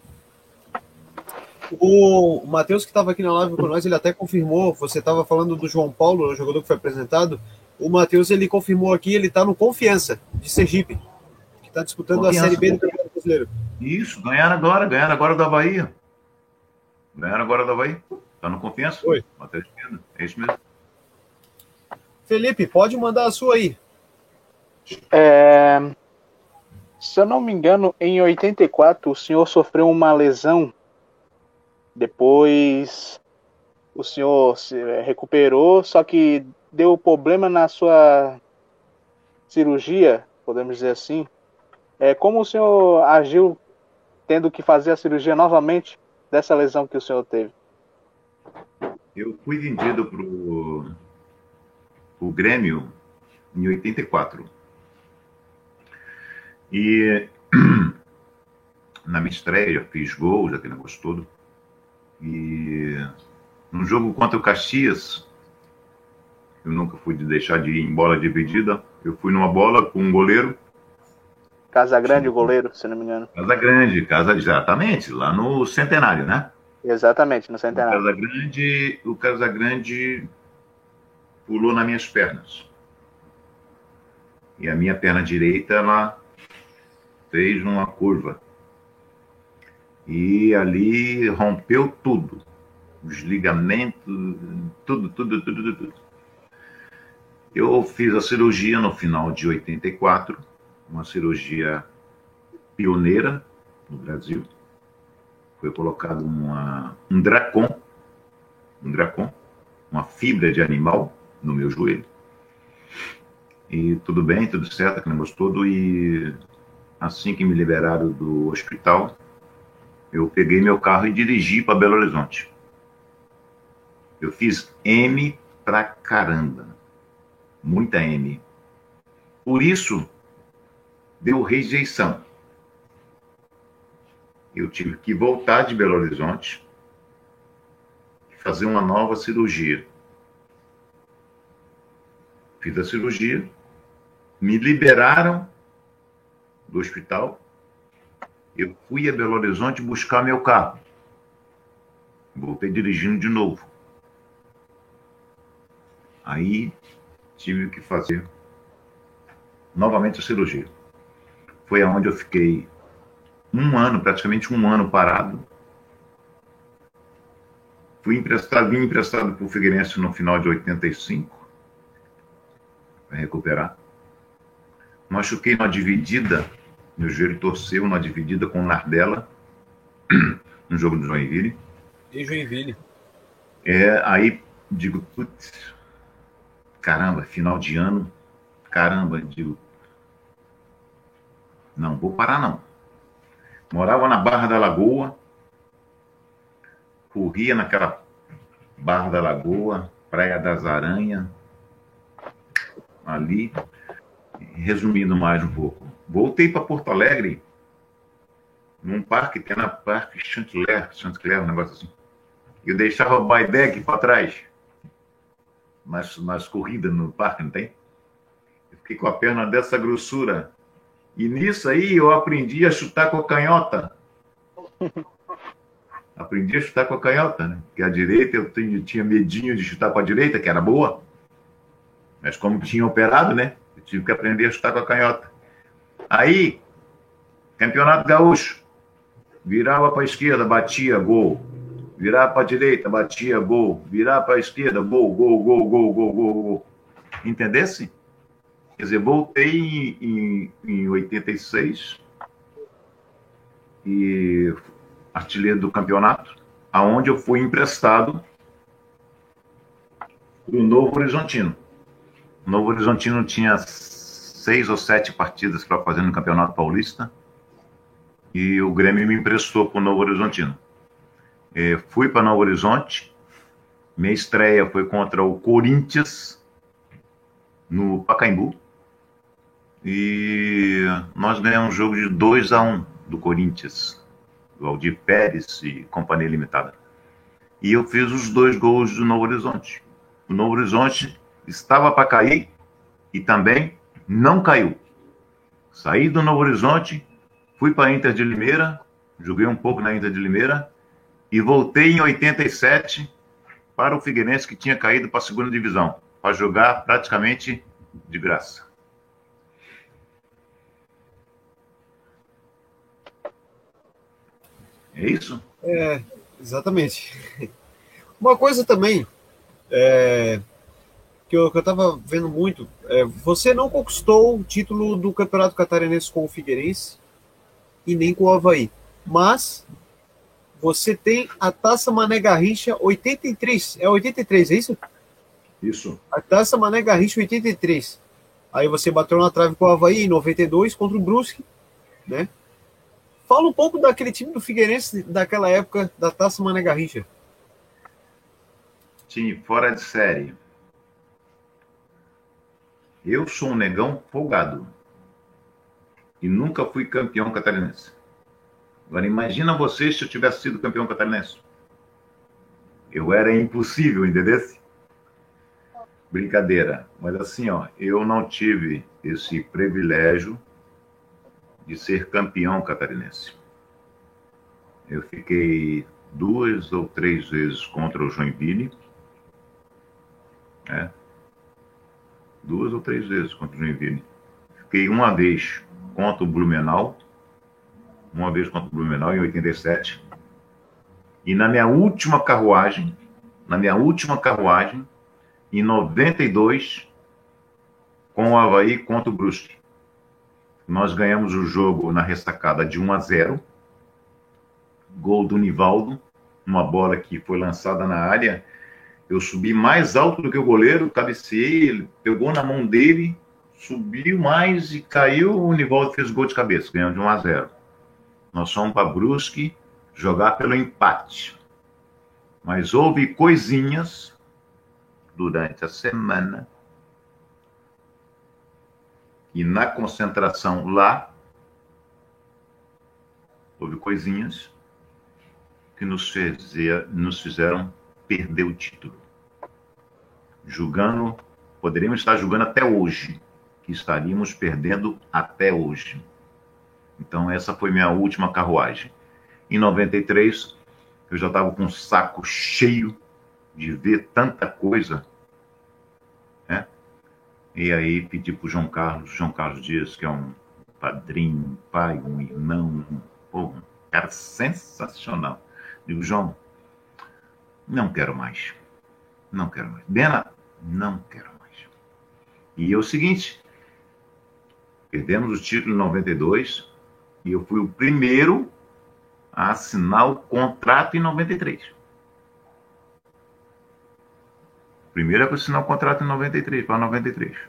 O Matheus, que estava aqui na live com nós, ele até confirmou, você estava falando do João Paulo, o jogador que foi apresentado, o Matheus, ele confirmou aqui, ele está no Confiança, de Sergipe, que está disputando Confiança, a Série B do Campeonato Brasileiro. Isso, ganharam agora, ganharam agora do Avaí. Ganharam agora do Avaí. Está no Confiança? Oi. Matheus Pena, é isso mesmo. Felipe, pode mandar a sua aí. É... Se eu não me engano, em oitenta e quatro, o senhor sofreu uma lesão. Depois o senhor se recuperou, só que deu problema na sua cirurgia, podemos dizer assim. É, como o senhor agiu tendo que fazer a cirurgia novamente dessa lesão que o senhor teve? Eu fui vendido para o Grêmio em oitenta e quatro. E na minha estreia, fiz gols, aquele negócio todo. E no jogo contra o Caxias, eu nunca fui de deixar de ir em bola dividida. Eu fui numa bola com um goleiro. Casagrande, o goleiro, se não me engano. Casagrande, casa, exatamente, lá no Centenário, né? Exatamente, no Centenário. O Casagrande, o Casagrande pulou nas minhas pernas. E a minha perna direita, ela fez uma curva. E ali rompeu tudo. Os ligamentos, tudo, tudo, tudo, tudo. Eu fiz a cirurgia no final de oitenta e quatro, uma cirurgia pioneira no Brasil. Foi colocado uma, um Dracon, um Dracon, uma fibra de animal no meu joelho. E tudo bem, tudo certo, aquele negócio todo. E assim que me liberaram do hospital, eu peguei meu carro e dirigi para Belo Horizonte. Eu fiz M pra caramba. Muita M. Por isso, deu rejeição. Eu tive que voltar de Belo Horizonte e fazer uma nova cirurgia. Fiz a cirurgia, me liberaram do hospital. Eu fui a Belo Horizonte buscar meu carro. Voltei dirigindo de novo. Aí tive que fazer novamente a cirurgia. Foi aonde eu fiquei um ano, praticamente um ano parado. Fui emprestado, vim emprestado para o Figueirense no final de oitenta e cinco, para recuperar. Machuquei numa dividida, meu joelho torceu numa dividida com o Nardella, no jogo do Joinville. E Joinville. É, aí digo, putz, caramba, final de ano, caramba, digo, não vou parar não. Morava na Barra da Lagoa, corria naquela Barra da Lagoa, Praia das Aranhas, ali, resumindo mais um pouco. Voltei para Porto Alegre, num parque, que é na Parque Chanticleer, Chanticleer, um negócio assim. Eu deixava o bike para trás, nas, nas corridas no parque, não tem? Eu fiquei com a perna dessa grossura. E nisso aí eu aprendi a chutar com a canhota. Aprendi a chutar com a canhota, né? Porque a direita eu tinha, tinha medinho de chutar com a direita, que era boa. Mas como tinha operado, né? Eu tive que aprender a chutar com a canhota. Aí, Campeonato Gaúcho. Virava para a esquerda, batia, gol. Virava para a direita, batia, gol. Virava para a esquerda, gol, gol, gol, gol, gol, gol, gol. Entendesse? Quer dizer, voltei em, em, em oitenta e seis e artilheiro do campeonato, aonde eu fui emprestado para o Novo Horizontino. O Novo Horizontino tinha seis ou sete partidas para fazer no Campeonato Paulista e o Grêmio me emprestou para o Novo Horizontino. É, fui para Novo Horizonte, minha estreia foi contra o Corinthians, no Pacaembu, e nós ganhamos um jogo de dois a um do Corinthians, do Aldir Pérez e Companhia Limitada. E eu fiz os dois gols do Novo Horizonte. O Novo Horizonte estava para cair e também não caiu. Saí do Novo Horizonte, fui para a Inter de Limeira, joguei um pouco na Inter de Limeira e voltei em oitenta e sete para o Figueirense, que tinha caído para a segunda divisão, para jogar praticamente de graça. É isso? É, exatamente. Uma coisa também é, que eu estava vendo muito, é, você não conquistou o título do Campeonato Catarinense com o Figueirense e nem com o Avaí, mas você tem a Taça Mané Garrincha oitenta e três, é oitenta e três, é isso? Isso. A Taça Mané Garrincha oitenta e três. Aí você bateu na trave com o Avaí em noventa e dois contra o Brusque, né? Fala um pouco daquele time do Figueirense daquela época da Taça Mané Garrincha. Time fora de série. Eu sou um negão folgado e nunca fui campeão catarinense. Agora imagina você se eu tivesse sido campeão catarinense. Eu era impossível, entendeu? Brincadeira. Mas assim, ó, eu não tive esse privilégio de ser campeão catarinense. Eu fiquei duas ou três vezes contra o Joinville, né? Duas ou três vezes contra o Joinville. Fiquei uma vez contra o Blumenau, uma vez contra o Blumenau em oitenta e sete. E na minha última carruagem, na minha última carruagem, em noventa e dois, com o Avaí contra o Brusque. Nós ganhamos o jogo na ressacada de um a zero. Gol do Nivaldo, uma bola que foi lançada na área. Eu subi mais alto do que o goleiro, cabeceei, ele pegou na mão dele, subiu mais e caiu. O Nivaldo fez gol de cabeça, ganhando de um a zero. Nós fomos para Brusque jogar pelo empate. Mas houve coisinhas durante a semana e na concentração lá houve coisinhas que nos, fezia, nos fizeram perder o título. Julgando, poderíamos estar julgando até hoje, que estaríamos perdendo até hoje. Então essa foi minha última carruagem. Em noventa e três, eu já estava com um saco cheio de ver tanta coisa, né? E aí pedi para o João Carlos, João Carlos Dias, que é um padrinho, um pai, um irmão, um, pô, um cara sensacional. Digo, João, não quero mais. Não quero mais. Bena, não quero mais. E é o seguinte, perdemos o título em noventa e dois e eu fui o primeiro a assinar o contrato em noventa e três. Primeiro a assinar o contrato em noventa e três, para noventa e três.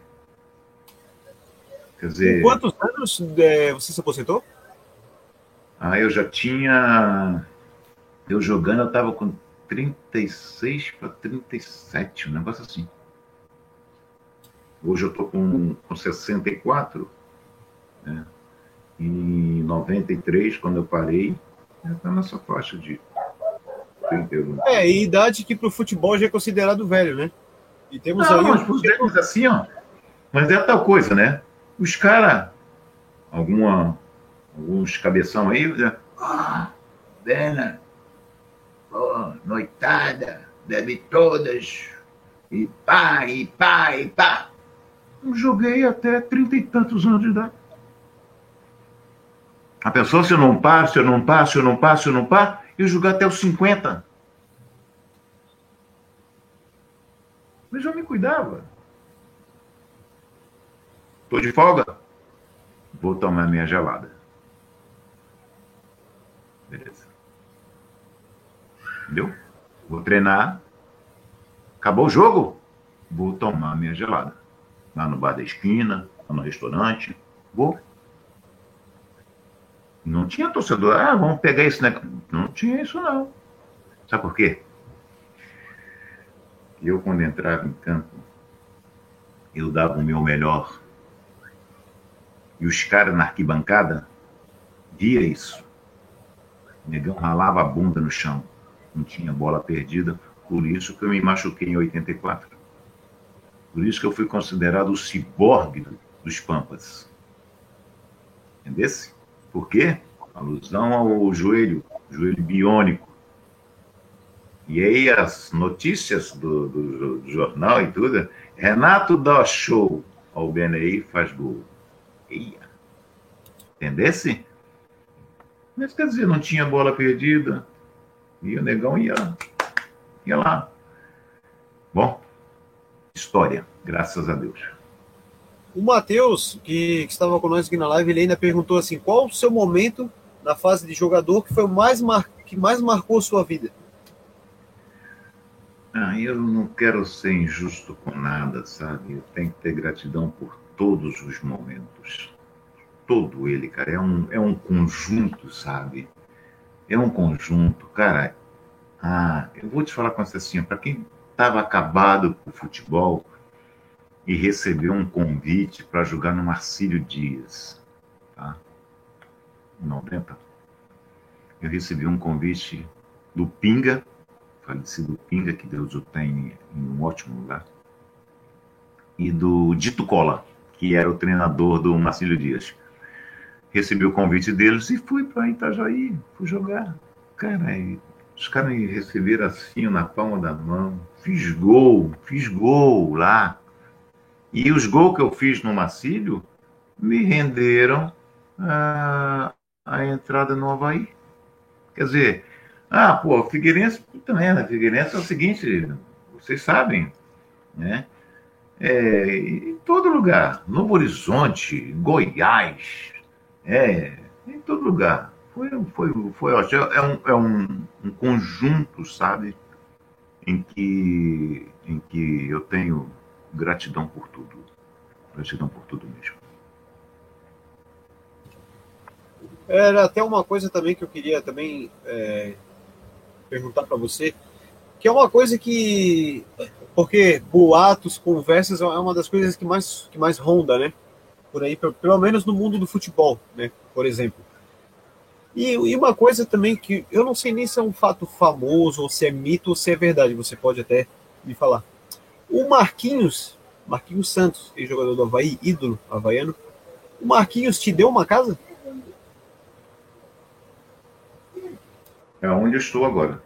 Quer dizer... Com quantos anos é, você se aposentou? Ah, eu já tinha... Eu jogando, eu estava com trinta e seis para trinta e sete, um negócio assim. Hoje eu estou com, com sessenta e quatro, né? Em noventa e três, quando eu parei, eu estava nessa faixa de trinta e um. É, e idade que para o futebol já é considerado velho, né? E temos Não, aí... mas os velhos assim, ó. Mas é tal coisa, né? Os caras, alguma, alguns cabeção aí, ah, Bena, oh, noitada, bebe todas, e pá, e pá, e pá. Eu joguei até trinta e tantos anos de idade. A pessoa, se eu não paro, se eu não paro, se eu não paro, se eu não paro, eu joguei até os cinquenta. Mas eu me cuidava. Tô de folga? Vou tomar minha gelada. Beleza. Entendeu? Vou treinar. Acabou o jogo? Vou tomar minha gelada. Lá no bar da esquina, lá no restaurante. Vou. Não tinha torcedor. Ah, vamos pegar esse negócio. Não tinha isso, não. Sabe por quê? Eu, quando entrava em campo, eu dava o meu melhor. E os caras na arquibancada via isso. O negão ralava a bunda no chão. Não tinha bola perdida. Por isso que eu me machuquei em oitenta e quatro. Por isso que eu fui considerado o ciborgue dos Pampas. Entendesse? Por quê? Alusão ao joelho, joelho biônico. E aí as notícias do, do, do jornal e tudo, Renato dá show ao Benei faz gol. Eia. Entendesse? Mas quer dizer, não tinha bola perdida. E o negão ia, ia lá. Bom, história, graças a Deus. O Matheus, que, que estava com nós aqui na live, ele ainda perguntou assim, qual o seu momento na fase de jogador que foi o mais mar... que mais marcou a sua vida? Ah, eu não quero ser injusto com nada, sabe? Eu tenho que ter gratidão por todos os momentos. Todo ele, cara. É um, é um conjunto, sabe? É um conjunto. Cara, ah, eu vou te falar com você assim, para quem estava acabado com o futebol e recebeu um convite para jogar no Marcílio Dias, tá? Em noventa. Eu recebi um convite do Pinga, falecido Pinga, que Deus o tem em um ótimo lugar, e do Dito Cola, que era o treinador do Marcílio Dias. Recebi o convite deles e fui para Itajaí, fui jogar. Cara, os caras me receberam assim, na palma da mão. Fiz gol, fiz gol lá. E os gols que eu fiz no Marcílio me renderam a, a entrada no Avaí. Quer dizer, ah, pô, Figueirense, puta merda, Figueirense é o seguinte, vocês sabem, né? É, em todo lugar, Novo Horizonte, Goiás, é, em todo lugar. Foi, foi, foi ótimo. É, um, é um, um conjunto, sabe, em que, em que eu tenho gratidão por tudo. Gratidão por tudo mesmo. Era até uma coisa também que eu queria também é, perguntar para você, que é uma coisa que, porque boatos, conversas é uma das coisas que mais, que mais ronda, né? Por aí, pelo menos no mundo do futebol, né? Por exemplo. E, e uma coisa também que eu não sei nem se é um fato famoso, ou se é mito, ou se é verdade, você pode até me falar. O Marquinhos, Marquinhos Santos, ex-jogador do Avaí, ídolo havaiano, o Marquinhos te deu uma casa? É onde eu estou agora.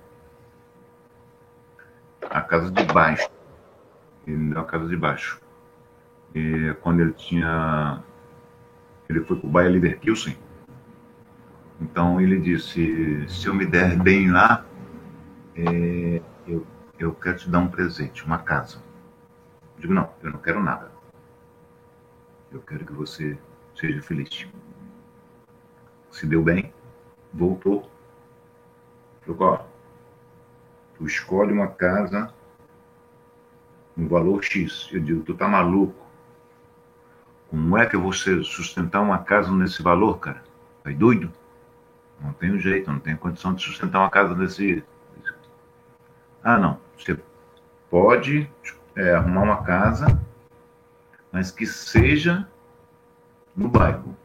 A casa de baixo. Ele me deu a casa de baixo. E quando ele tinha... Ele foi para o Bayer Leverkusen. Então ele disse, se eu me der bem lá, é, eu, eu quero te dar um presente, uma casa. Eu digo, não, eu não quero nada. Eu quero que você seja feliz. Se deu bem, voltou. Falou, ó, tu escolhe uma casa no valor X. Eu digo, tu tá maluco? Como é que eu vou sustentar uma casa nesse valor, cara? Tá doido? Não tenho jeito, não tenho condição de sustentar uma casa desse... Ah, não. Você pode é, arrumar uma casa, mas que seja no bairro.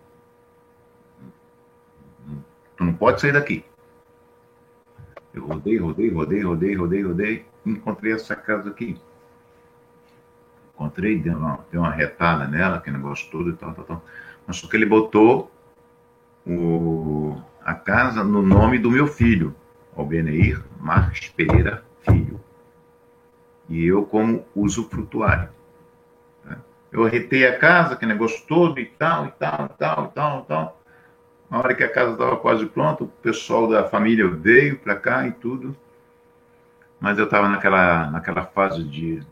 Tu não pode sair daqui. Eu rodei, rodei, rodei, rodei, rodei, rodei, e encontrei essa casa aqui. Encontrei, deu uma, deu uma retada nela, aquele negócio todo e tal, tal, tal. Mas só que ele botou o, a casa no nome do meu filho, Albeneir Marques Pereira Filho. E eu como usufrutuário. Né? Eu arretei a casa, aquele negócio todo e tal, e tal, e tal, e tal, e tal. Na hora que a casa estava quase pronta, o pessoal da família veio para cá e tudo. Mas eu estava naquela, naquela fase de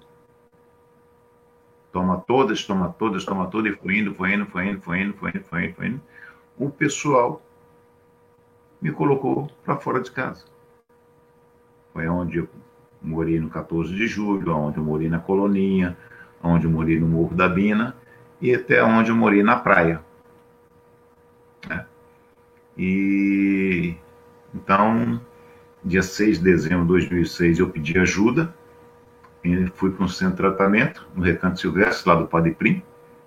toma todas, toma todas, toma todas, e foi indo, foi indo, foi indo, foi indo, foi indo, foi indo, foi indo. O pessoal me colocou para fora de casa. Foi onde eu morei no quatorze de julho, onde eu morei na Coloninha, onde eu morei no Morro da Bina e até onde eu morei na praia. É. E então, dia seis de dezembro de dois mil e seis, eu pedi ajuda e fui para um centro de tratamento no Recanto Silvestre, lá do Padre Prim,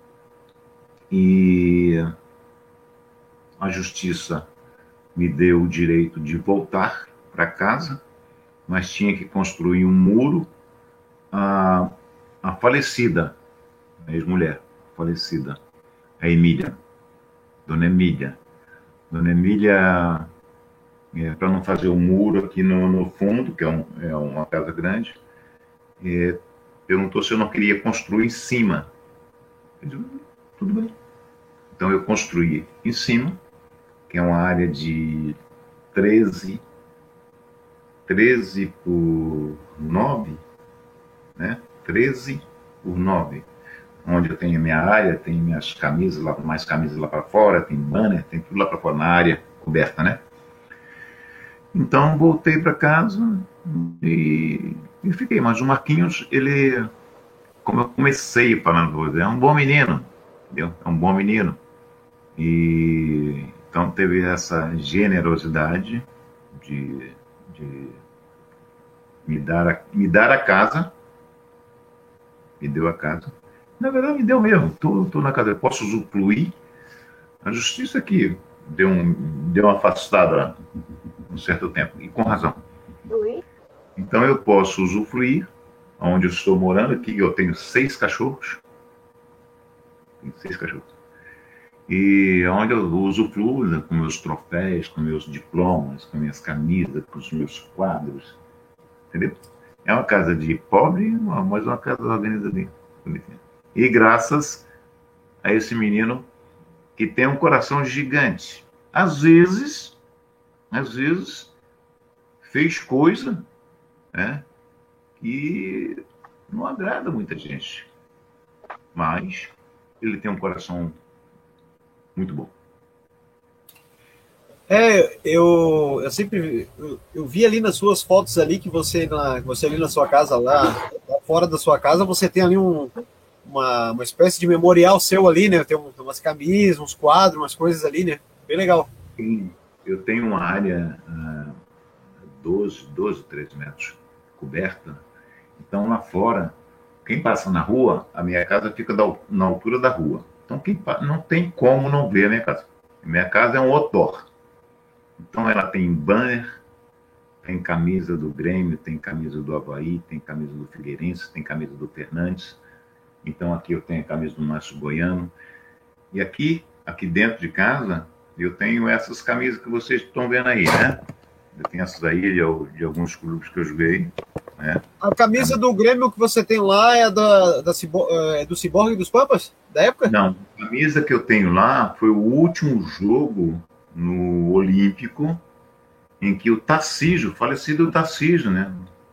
e a justiça me deu o direito de voltar para casa, mas tinha que construir um muro. A, a falecida, a ex-mulher falecida, a Emília, Dona Emília, Dona Emília, é, para não fazer o muro aqui no, no fundo, que é, um, é uma casa grande, é, perguntou se eu não queria construir em cima. Eu disse, tudo bem. Então eu construí em cima, que é uma área de treze, treze por nove, né? treze por nove. Onde eu tenho a minha área, tem minhas camisas, lá, mais camisas lá para fora, tem banner, tem tudo lá para fora, na área coberta, né? Então, voltei para casa e, e fiquei. Mas o Marquinhos, ele, como eu comecei falando, é um bom menino, entendeu? É um bom menino. E então teve essa generosidade de, de me, dar a, me dar a casa, me deu a casa. Na verdade, me deu mesmo. Estou na casa, eu posso usufruir. A justiça aqui deu, um, deu uma afastada um certo tempo, e com razão. Oi? Então, eu posso usufruir, onde eu estou morando aqui, eu tenho seis cachorros. Tenho seis cachorros. E onde eu usufruo, né, com meus troféus, com meus diplomas, com minhas camisas, com os meus quadros. Entendeu? É uma casa de pobre, mas uma casa organizadinha. E graças a esse menino que tem um coração gigante. Às vezes, às vezes, fez coisa, né, que não agrada muita gente. Mas ele tem um coração muito bom. É, eu, eu sempre eu, eu vi ali nas suas fotos ali que você, na, você ali na sua casa, lá, lá fora da sua casa, você tem ali um, uma, uma espécie de memorial seu ali, né? Tem, um, tem umas camisas, uns quadros, umas coisas ali, né? Bem legal. Sim, eu tenho uma área uh, doze, doze, treze metros coberta. Então lá fora, quem passa na rua, a minha casa fica da, na altura da rua. Então quem, não tem como não ver a minha casa. A minha casa é um outdoor. Então ela tem banner, tem camisa do Grêmio, tem camisa do Avaí, tem camisa do Figueirense, tem camisa do Fernandes. Então aqui eu tenho a camisa do Márcio Goiano. E aqui, aqui dentro de casa, eu tenho essas camisas que vocês estão vendo aí, né? Eu tenho essas aí de, de alguns clubes que eu joguei. Né? A camisa é. do Grêmio que você tem lá é, da, da, é do Ciborgue dos Pampas? Da época? Não, a camisa que eu tenho lá foi o último jogo no Olímpico em que o Tarcísio, falecido Tarcísio, né?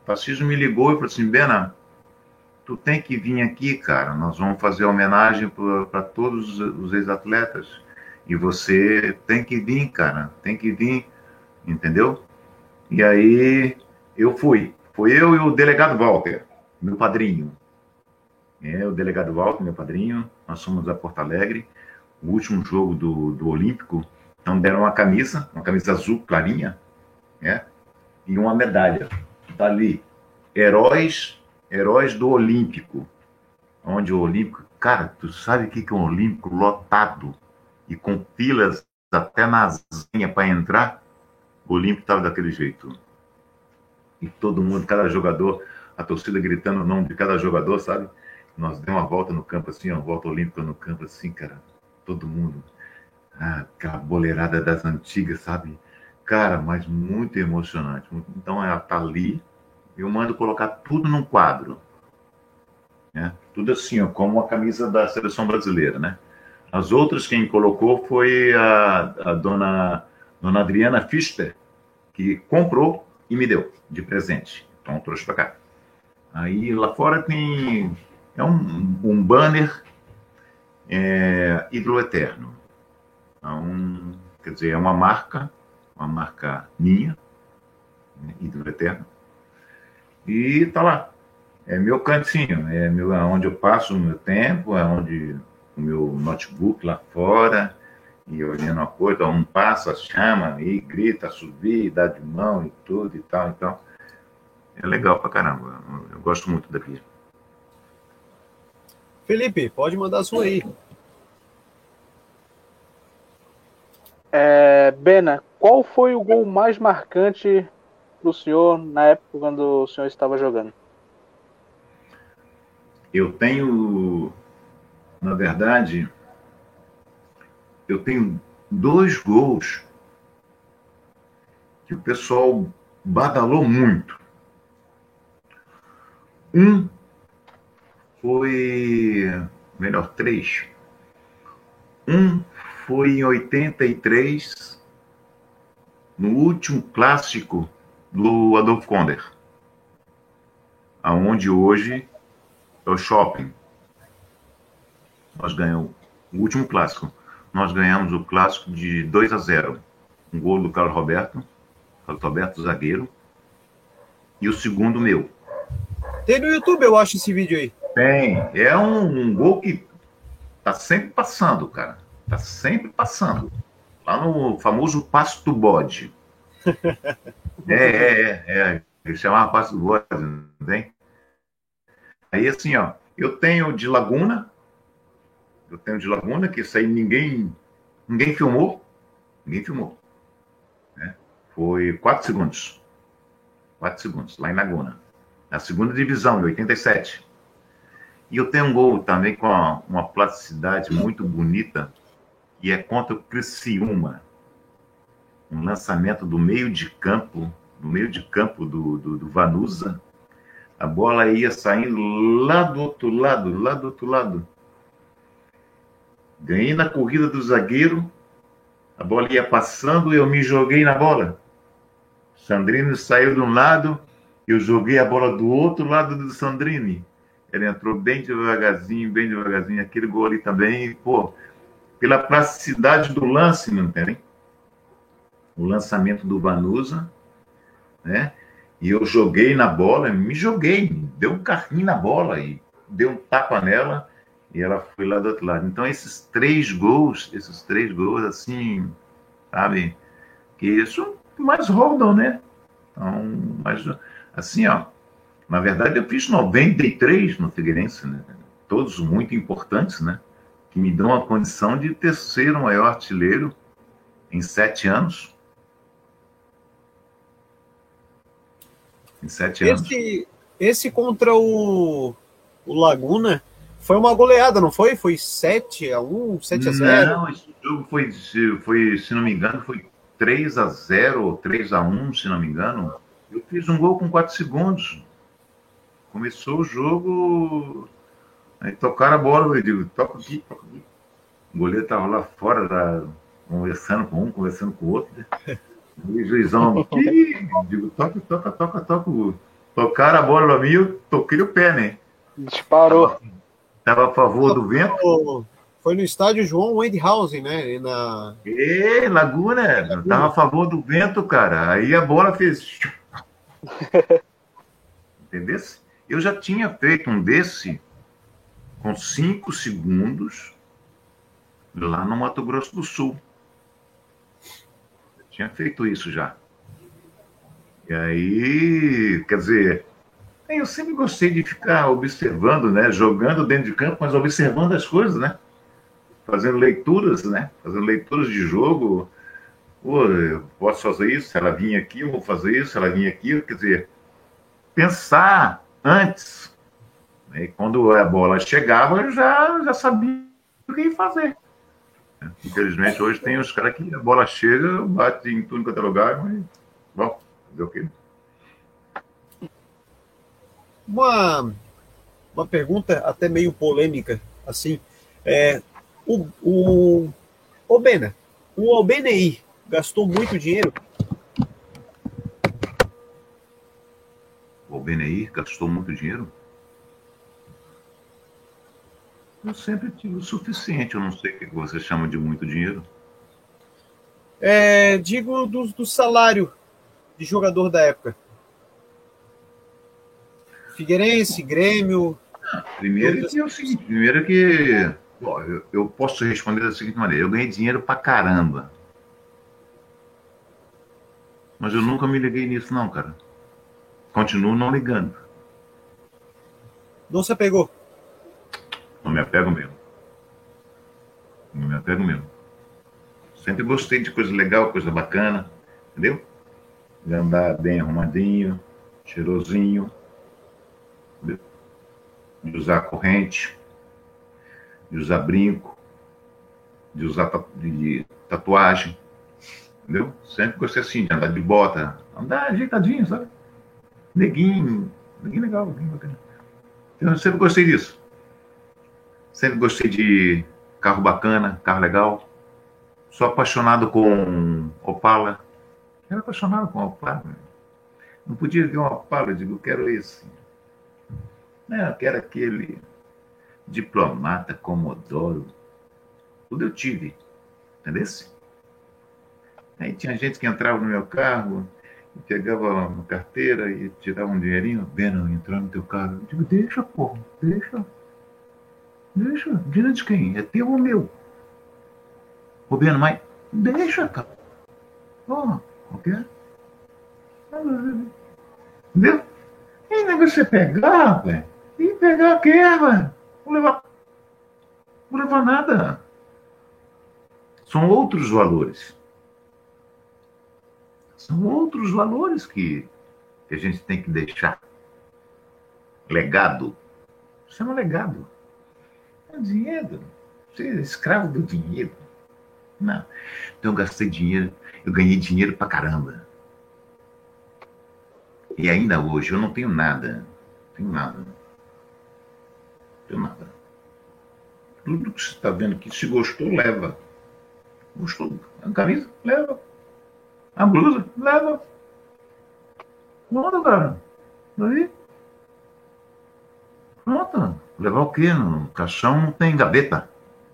Tarcísio me ligou e falou assim, Bena, tu tem que vir aqui, cara, nós vamos fazer homenagem para todos os ex-atletas, e você tem que vir, cara, tem que vir, entendeu? E aí eu fui, foi eu e o delegado Walter, meu padrinho, é, o delegado Walter, meu padrinho, nós fomos a Porto Alegre, o último jogo do, do Olímpico, então deram uma camisa, uma camisa azul clarinha, né, e uma medalha, tá ali, heróis Heróis do Olímpico, onde o Olímpico... Cara, tu sabe o que é um Olímpico lotado e com filas até na zinha para entrar? O Olímpico estava daquele jeito. E todo mundo, cada jogador, a torcida gritando o nome de cada jogador, sabe? Nós demos uma volta no campo assim, uma volta olímpica no campo assim, cara. Todo mundo. Ah, aquela boleirada das antigas, sabe? Cara, mas muito emocionante. Então ela tá ali. Eu mando colocar tudo num quadro, né? Tudo assim, ó, como a camisa da seleção brasileira, né? As outras quem colocou foi a, a dona, dona Adriana Fister, que comprou e me deu de presente. Então eu trouxe para cá. Aí lá fora tem é um, um banner é, Ídolo Eterno. Então, quer dizer, é uma marca, uma marca minha, né? Ídolo Eterno. E tá lá. É meu cantinho, é meu, é onde eu passo o meu tempo, é onde o meu notebook lá fora, e olhando a coisa, um passa, chama, e grita, subir, dá de mão e tudo e tal. Então, é legal pra caramba. Eu gosto muito daqui. Felipe, pode mandar a sua aí. É, Bena, qual foi o gol mais marcante pro senhor na época quando o senhor estava jogando? Eu tenho, na verdade, eu tenho dois gols que o pessoal badalou muito. Um foi, melhor, três. Um foi em oitenta e três, no último clássico do Adolfo Konder, aonde hoje é o shopping. Nós ganhamos o último clássico. Nós ganhamos o clássico de dois a zero. Um gol do Carlos Roberto, Carlos Roberto, zagueiro, e o segundo meu. Tem no YouTube, eu acho, esse vídeo aí. Tem. É um, um gol que tá sempre passando, cara. Tá sempre passando. Lá no famoso Passo do Bode. É, é, é, é. Ele chamava Passo do Bode, não tem? Aí, assim, ó, eu tenho de Laguna, eu tenho de Laguna, que isso aí ninguém, ninguém filmou, ninguém filmou, né? Foi quatro segundos, quatro segundos, lá em Laguna, na segunda divisão, em oitenta e sete. E eu tenho um gol também com uma, uma plasticidade muito bonita, e é contra o Criciúma, um lançamento do meio de campo, do meio de campo do, do, do Vanusa. A bola ia saindo lá do outro lado, lá do outro lado. Ganhei na corrida do zagueiro, a bola ia passando e eu me joguei na bola. Sandrini saiu de um lado, eu joguei a bola do outro lado do Sandrini. Ele entrou bem devagarzinho, bem devagarzinho. Aquele gol ali também, pô, pela plasticidade do lance, não tem? O lançamento do Vanusa, né? E eu joguei na bola, me joguei, deu um carrinho na bola e deu um tapa nela e ela foi lá do outro lado. Então esses três gols, esses três gols assim, sabe, que isso mais rodam, né? Então, mas assim, ó, na verdade eu fiz noventa e três no Figueirense, né? Todos muito importantes, né? Que me dão a condição de terceiro maior artilheiro em sete anos. Em sete anos. Esse, esse contra o, o Laguna foi uma goleada, não foi? Foi sete a um, sete a zero? Não, esse jogo foi, foi, se não me engano, foi três a zero ou três a um, se não me engano. Eu fiz um gol com quatro segundos. Começou o jogo, aí tocaram a bola, eu digo, toca aqui, toca aqui. O goleiro estava lá fora, lá, conversando com um, conversando com o outro, né? E o juizão, eu digo, toca, toca, toca, toca. Tocaram a bola no mim, eu toquei o pé, né? Disparou. Tava a favor do vento. Foi no estádio João Wendhausen, né? Na... Ê, Laguna, Laguna, tava a favor do vento, cara. Aí a bola fez. Entendeu? Eu já tinha feito um desse com cinco segundos lá no Mato Grosso do Sul. Eu tinha feito isso já. E aí, quer dizer, eu sempre gostei de ficar observando, né? Jogando dentro de campo, mas observando as coisas, né? Fazendo leituras, né? Fazendo leituras de jogo. Pô, eu posso fazer isso, se ela vir aqui, eu vou fazer isso, se ela vir aqui, quer dizer, pensar antes. Né? E quando a bola chegava, eu já, já sabia o que ia fazer. Infelizmente, hoje tem os caras que a bola chega, bate em tudo quanto é lugar, mas, bom, fazer o quê? Uma, uma pergunta até meio polêmica, assim, é, o, o, o Bena, o Albeneir gastou muito dinheiro? O Albeneir gastou muito dinheiro? Eu sempre tive o suficiente, eu não sei o que você chama de muito dinheiro. É, digo do, do salário de jogador da época. Figueirense, Grêmio... Primeiro que é o seguinte, primeiro que bom, eu, eu posso responder da seguinte maneira, eu ganhei dinheiro pra caramba. Mas eu nunca me liguei nisso não, cara. Continuo não ligando. Não se apegou? Não me apego mesmo. Não me apego mesmo. Sempre gostei de coisa legal, coisa bacana, entendeu? De andar bem arrumadinho, cheirosinho, entendeu? De usar corrente, de usar brinco, de usar de tatuagem, entendeu? Sempre gostei assim, de andar de bota, andar ajeitadinho, sabe? Neguinho, neguinho legal, neguinho bacana. Então, eu sempre gostei disso. Sempre gostei de carro bacana, carro legal. Sou apaixonado com Opala. Era apaixonado com Opala. Não podia ver um Opala, eu digo, eu quero esse. Não, eu quero aquele Diplomata, Comodoro. Tudo eu tive. Entendeu? Aí tinha gente que entrava no meu carro, e pegava uma carteira e tirava um dinheirinho. Bena, entrar no teu carro. Eu digo, deixa, pô, deixa. Deixa. Dinheiro de quem? É teu ou meu? Ô, Bena, mas deixa, cara. Ó, qualquer. Entendeu? E não você pegar, velho. E pegar o quê, velho? Não levar. Não levar nada. São outros valores. São outros valores que, que a gente tem que deixar. Legado. Isso é um legado. É dinheiro. Você é escravo do dinheiro. Não. Então eu gastei dinheiro, eu ganhei dinheiro pra caramba. E ainda hoje eu não tenho nada. Não tenho nada. Não tenho nada. Tudo que você está vendo aqui, se gostou, leva. Gostou? A camisa? Leva. A blusa? Leva. Pronto, cara. Daí. Pronto. Levar o quê? No caixão não tem gaveta.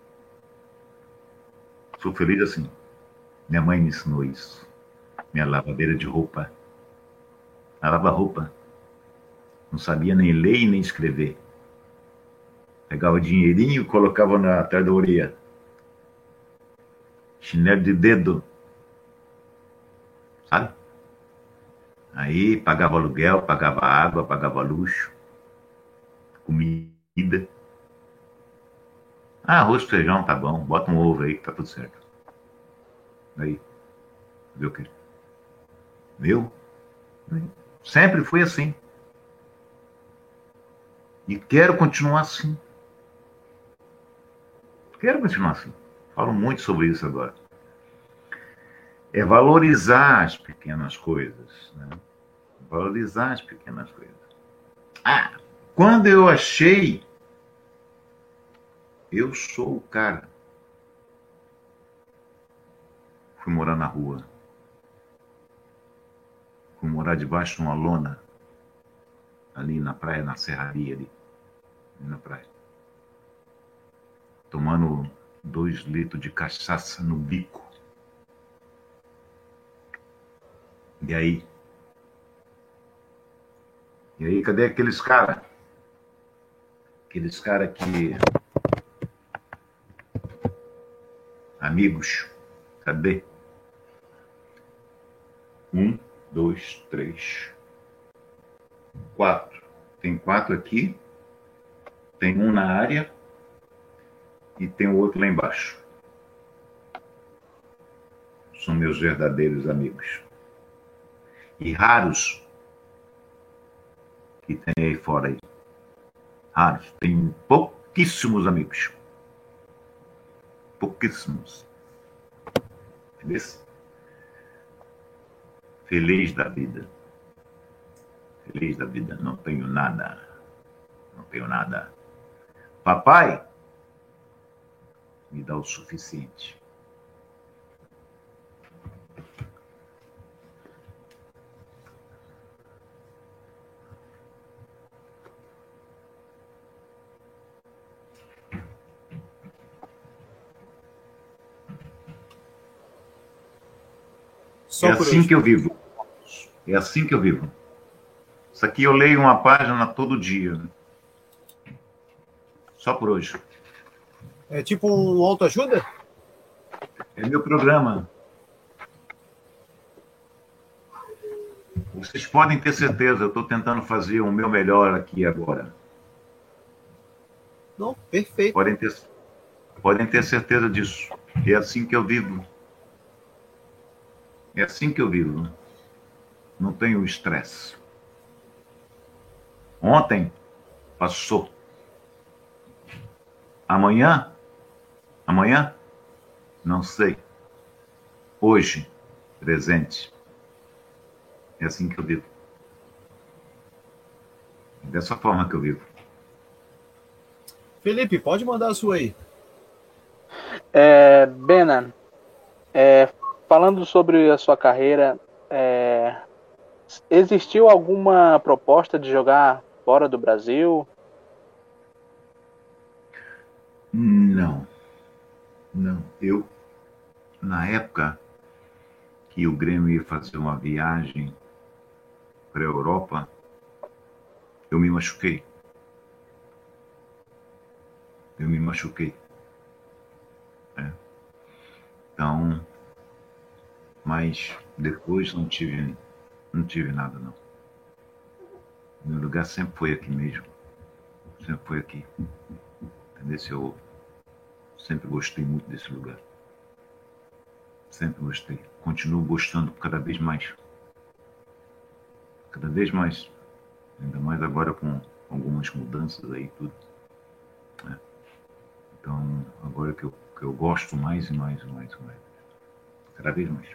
Sou feliz assim. Minha mãe me ensinou isso. Minha lavadeira de roupa. Ela lava roupa. Não sabia nem ler e nem escrever. Pegava o dinheirinho e colocava na atrás da orelha. Chinelo de dedo. Sabe? Aí pagava aluguel, pagava água, pagava luxo. Comida. Ah, arroz e feijão, tá bom. Bota um ovo aí que tá tudo certo. Aí. Viu o quê? Viu? Sempre fui assim. E quero continuar assim. Quero continuar assim. Falo muito sobre isso agora. É valorizar as pequenas coisas. Né? Valorizar as pequenas coisas. Ah, quando eu achei, eu sou o cara. Fui morar na rua. Fui morar debaixo de uma lona. ali na praia, na serraria ali, ali na praia. Tomando dois litros de cachaça no bico. E aí? E aí, cadê aqueles caras? Aqueles caras que... Amigos, cadê? Um, dois, três, quatro. Tem quatro aqui. Tem um na área. E tem o outro lá embaixo. São meus verdadeiros amigos. E raros que tem aí fora aí. Raros. Tem pouquíssimos amigos. Pouquíssimos. Entendeu? Feliz da vida. Feliz da vida. Não tenho nada. Não tenho nada. Papai me dá o suficiente. Só é assim hoje. que eu vivo. É assim que eu vivo. Isso aqui eu leio uma página todo dia. Só por hoje. É tipo um autoajuda? É meu programa. Vocês podem ter certeza, eu estou tentando fazer o meu melhor aqui agora. Não, perfeito. Podem ter, podem ter certeza disso. É assim que eu vivo. É assim que eu vivo. Não tenho estresse. Ontem passou. Amanhã? Amanhã? Não sei. Hoje, presente. É assim que eu vivo. É dessa forma que eu vivo. Felipe, pode mandar a sua aí. É, Bena, é, falando sobre a sua carreira, é, existiu alguma proposta de jogar fora do Brasil? Não. Não. Eu, na época que o Grêmio ia fazer uma viagem para a Europa, eu me machuquei. Eu me machuquei. É. Então, mas depois não tive, não tive nada, não. Meu lugar sempre foi aqui mesmo. Sempre foi aqui. Entendeu? Eu sempre gostei muito desse lugar. Sempre gostei. Continuo gostando cada vez mais. Cada vez mais. Ainda mais agora com algumas mudanças aí tudo. É. Então, agora que eu, que eu gosto mais e mais e mais e mais. Cada vez mais.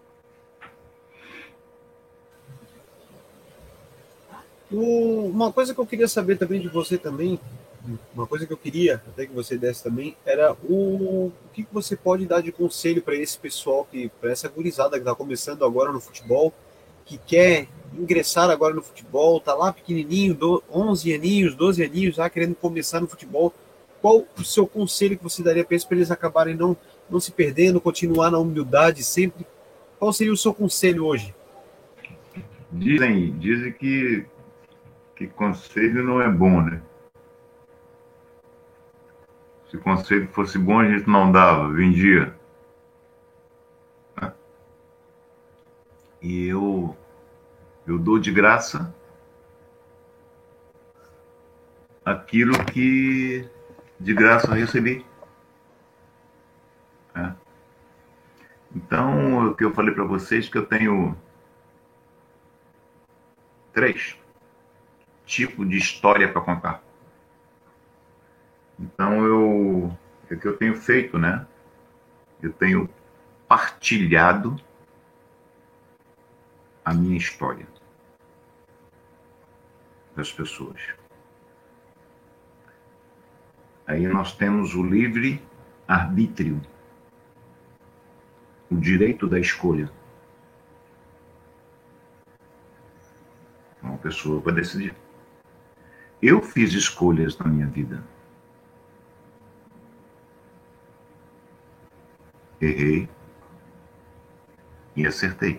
Uma coisa que eu queria saber também de você também, uma coisa que eu queria até que você desse também, era o, o que você pode dar de conselho para esse pessoal, que para essa gurizada que está começando agora no futebol, que quer ingressar agora no futebol, tá lá pequenininho, do, onze aninhos, doze aninhos, já querendo começar no futebol. Qual o seu conselho que você daria para eles, para eles acabarem não, não se perdendo, continuar na humildade sempre? Qual seria o seu conselho hoje? Dizem, dizem que, que conselho não é bom, né? Se conselho fosse bom, a gente não dava, vendia. E eu, eu dou de graça aquilo que de graça eu recebi. É. Então, o que eu falei para vocês, que eu tenho três tipos de história para contar. Então, eu, é o que eu tenho feito, né? Eu tenho partilhado a minha história das pessoas. Aí nós temos o livre arbítrio, o direito da escolha. Uma pessoa vai decidir. Eu fiz escolhas na minha vida. Errei e acertei.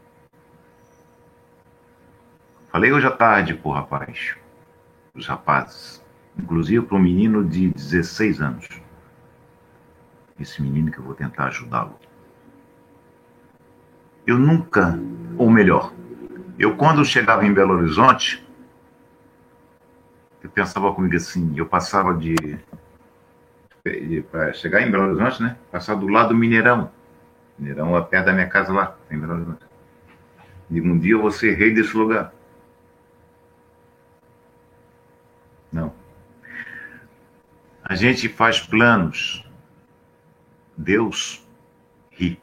Falei hoje à tarde pro rapaz, os rapazes, inclusive para um menino de dezesseis anos. Esse menino que eu vou tentar ajudá-lo. Eu nunca, ou melhor, eu quando chegava em Belo Horizonte, eu pensava comigo assim, eu passava de, de para chegar em Belo Horizonte, né? Passar do lado do Mineirão. Mineirão é perto da minha casa lá, em Belo Horizonte. E um dia eu vou ser rei desse lugar. Não. A gente faz planos. Deus ri.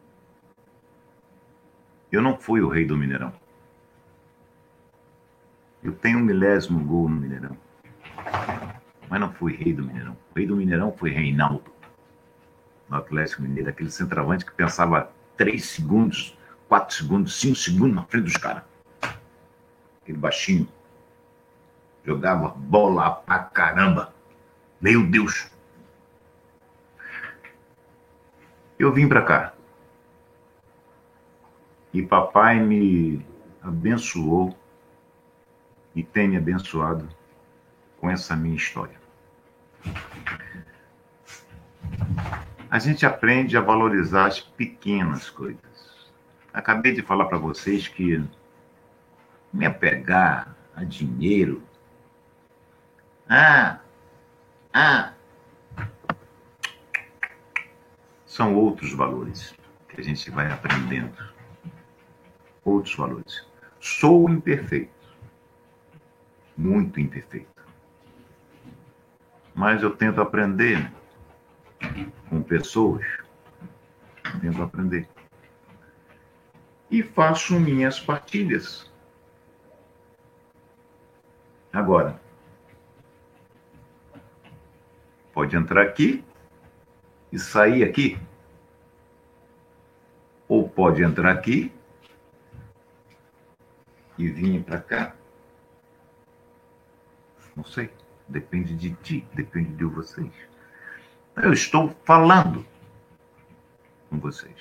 Eu não fui o rei do Mineirão. Eu tenho um milésimo gol no Mineirão. Mas não fui rei do Mineirão. O rei do Mineirão foi Reinaldo, no Atlético Mineiro. Aquele centroavante que pensava três segundos, quatro segundos, cinco segundos na frente dos caras. Aquele baixinho. Jogava bola pra caramba. Meu Deus. Eu vim pra cá. E papai me abençoou e tem me abençoado com essa minha história. A gente aprende a valorizar as pequenas coisas. Acabei de falar para vocês que me apegar a dinheiro. Ah, ah, são outros valores que a gente vai aprendendo. Outros valores. Sou imperfeito. Muito imperfeito. Mas eu tento aprender com pessoas. Tento aprender. E faço minhas partilhas. Agora, pode entrar aqui e sair aqui. Ou pode entrar aqui e vir para cá. Não sei. Depende de ti, depende de vocês. Eu estou falando com vocês.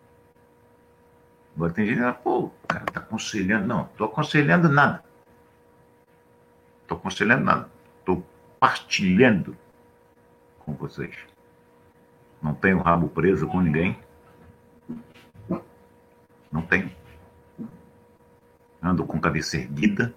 Agora tem gente que fala, pô, o cara está aconselhando. Não, estou aconselhando nada. Estou aconselhando nada. Estou partilhando com vocês. Não tenho rabo preso com ninguém. Não tenho. Ando com cabeça erguida.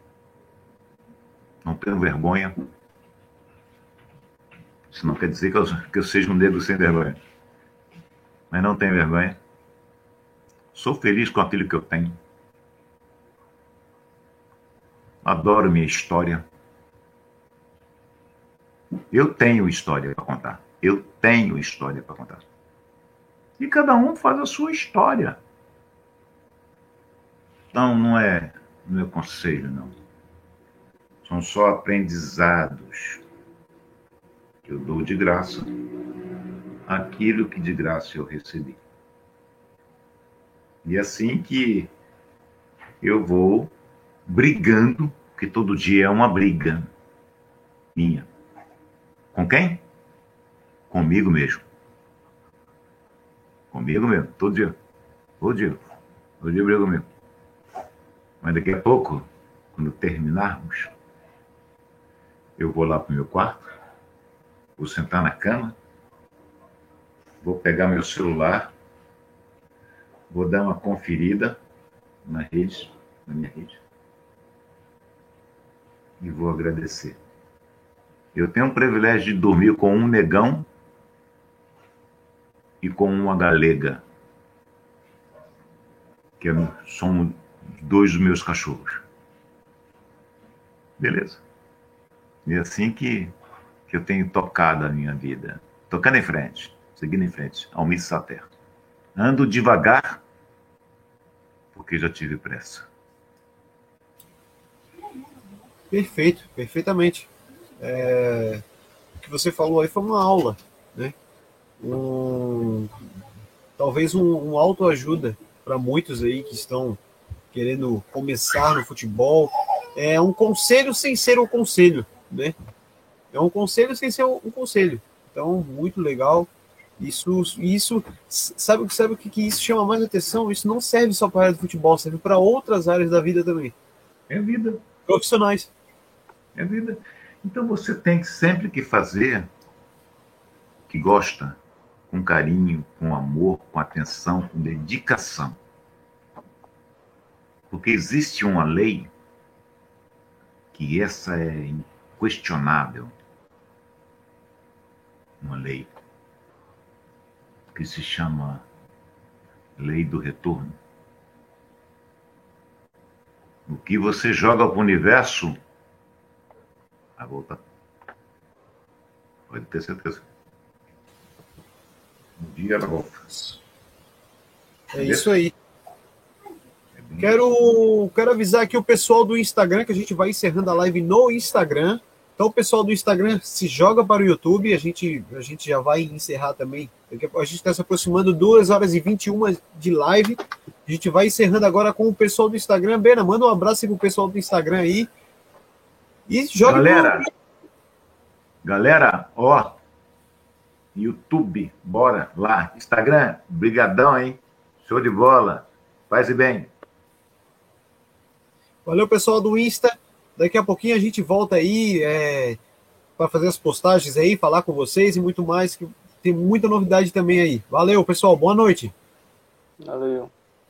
Não tenho vergonha. Isso não quer dizer que eu, que eu seja um negro sem vergonha. Mas não tenho vergonha. Sou feliz com aquilo que eu tenho. Adoro minha história. Eu tenho história para contar. Eu tenho história para contar. E cada um faz a sua história. Então, não é meu conselho, não. São só aprendizados que eu dou de graça aquilo que de graça eu recebi. E assim que eu vou brigando, porque todo dia é uma briga minha. Com quem? Comigo mesmo. Comigo mesmo, todo dia. Todo dia. Todo dia eu brigo comigo. Mas daqui a pouco, quando terminarmos, eu vou lá para o meu quarto, vou sentar na cama, vou pegar meu celular, vou dar uma conferida na rede, na minha rede, e vou agradecer. Eu tenho o privilégio de dormir com um negão e com uma galega, que são dois dos meus cachorros. Beleza? E é assim que, que eu tenho tocado a minha vida. Tocando em frente, seguindo em frente, ao Miss Sater. Ando devagar, porque já tive pressa. Perfeito, perfeitamente. É, o que você falou aí foi uma aula, né? Um, talvez um, um autoajuda para muitos aí que estão querendo começar no futebol, é um conselho sem ser um conselho, né? É um conselho sem ser um conselho. Então, muito legal. Isso, isso sabe, sabe o que, que isso chama mais atenção? Isso não serve só para a área do futebol, serve para outras áreas da vida também. É vida. Profissionais. É vida. Então você tem sempre que fazer o que gosta, com carinho, com amor, com atenção, com dedicação. Porque existe uma lei que essa é inquestionável. Uma lei que se chama Lei do Retorno. O que você joga para o universo, vai voltar. Pode ter certeza. Um dia ela volta. É isso aí. Quero, quero avisar aqui o pessoal do Instagram, que a gente vai encerrando a live no Instagram. Então, o pessoal do Instagram se joga para o YouTube, a gente, a gente já vai encerrar também. A gente está se aproximando duas horas e vinte e uma de live. A gente vai encerrando agora com o pessoal do Instagram. Bena, manda um abraço para o pessoal do Instagram aí. E joga. Galera, pro... galera, ó, YouTube, bora lá. Instagram, brigadão, hein? Show de bola. Paz e bem. Valeu, pessoal do Insta. Daqui a pouquinho a gente volta aí é, para fazer as postagens aí, falar com vocês e muito mais, que tem muita novidade também aí. Valeu, pessoal. Boa noite. Valeu.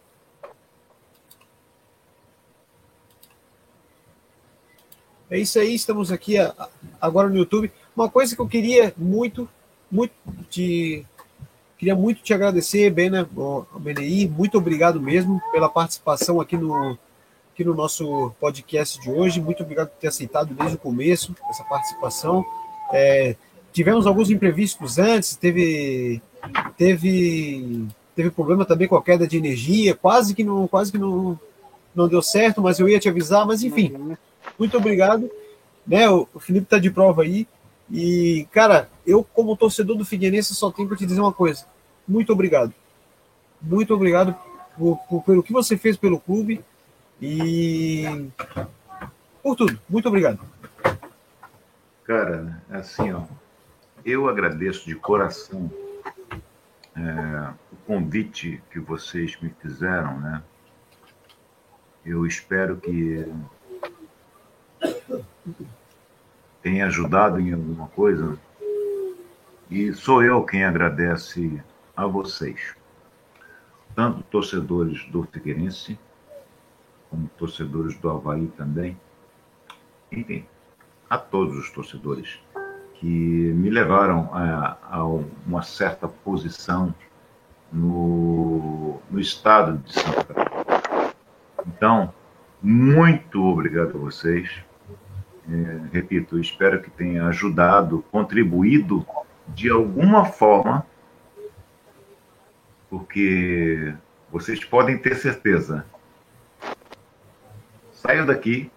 É isso aí, estamos aqui agora no YouTube. Uma coisa que eu queria muito, muito te, queria muito te agradecer, Bena, Beneir, muito obrigado mesmo pela participação aqui no aqui no nosso podcast de hoje. Muito obrigado por ter aceitado desde o começo essa participação. É, tivemos alguns imprevistos antes, teve, teve, teve problema também com a queda de energia, quase que não, quase que não, não deu certo, mas eu ia te avisar, mas enfim, muito obrigado. Né, o Felipe está de prova aí. E, cara, eu como torcedor do Figueirense só tenho para te dizer uma coisa. Muito obrigado. Muito obrigado por, por, pelo que você fez pelo clube. E por tudo, muito obrigado. Cara, assim, ó, eu agradeço de coração é, o convite que vocês me fizeram, né? Eu espero que tenha ajudado em alguma coisa, e sou eu quem agradece a vocês, tanto torcedores do Figueirense, como torcedores do Avaí também, enfim, a todos os torcedores que me levaram a, a uma certa posição no, no estado de Santa Catarina. Então, muito obrigado a vocês. É, repito, espero que tenha ajudado, contribuído de alguma forma, porque vocês podem ter certeza. Saio daqui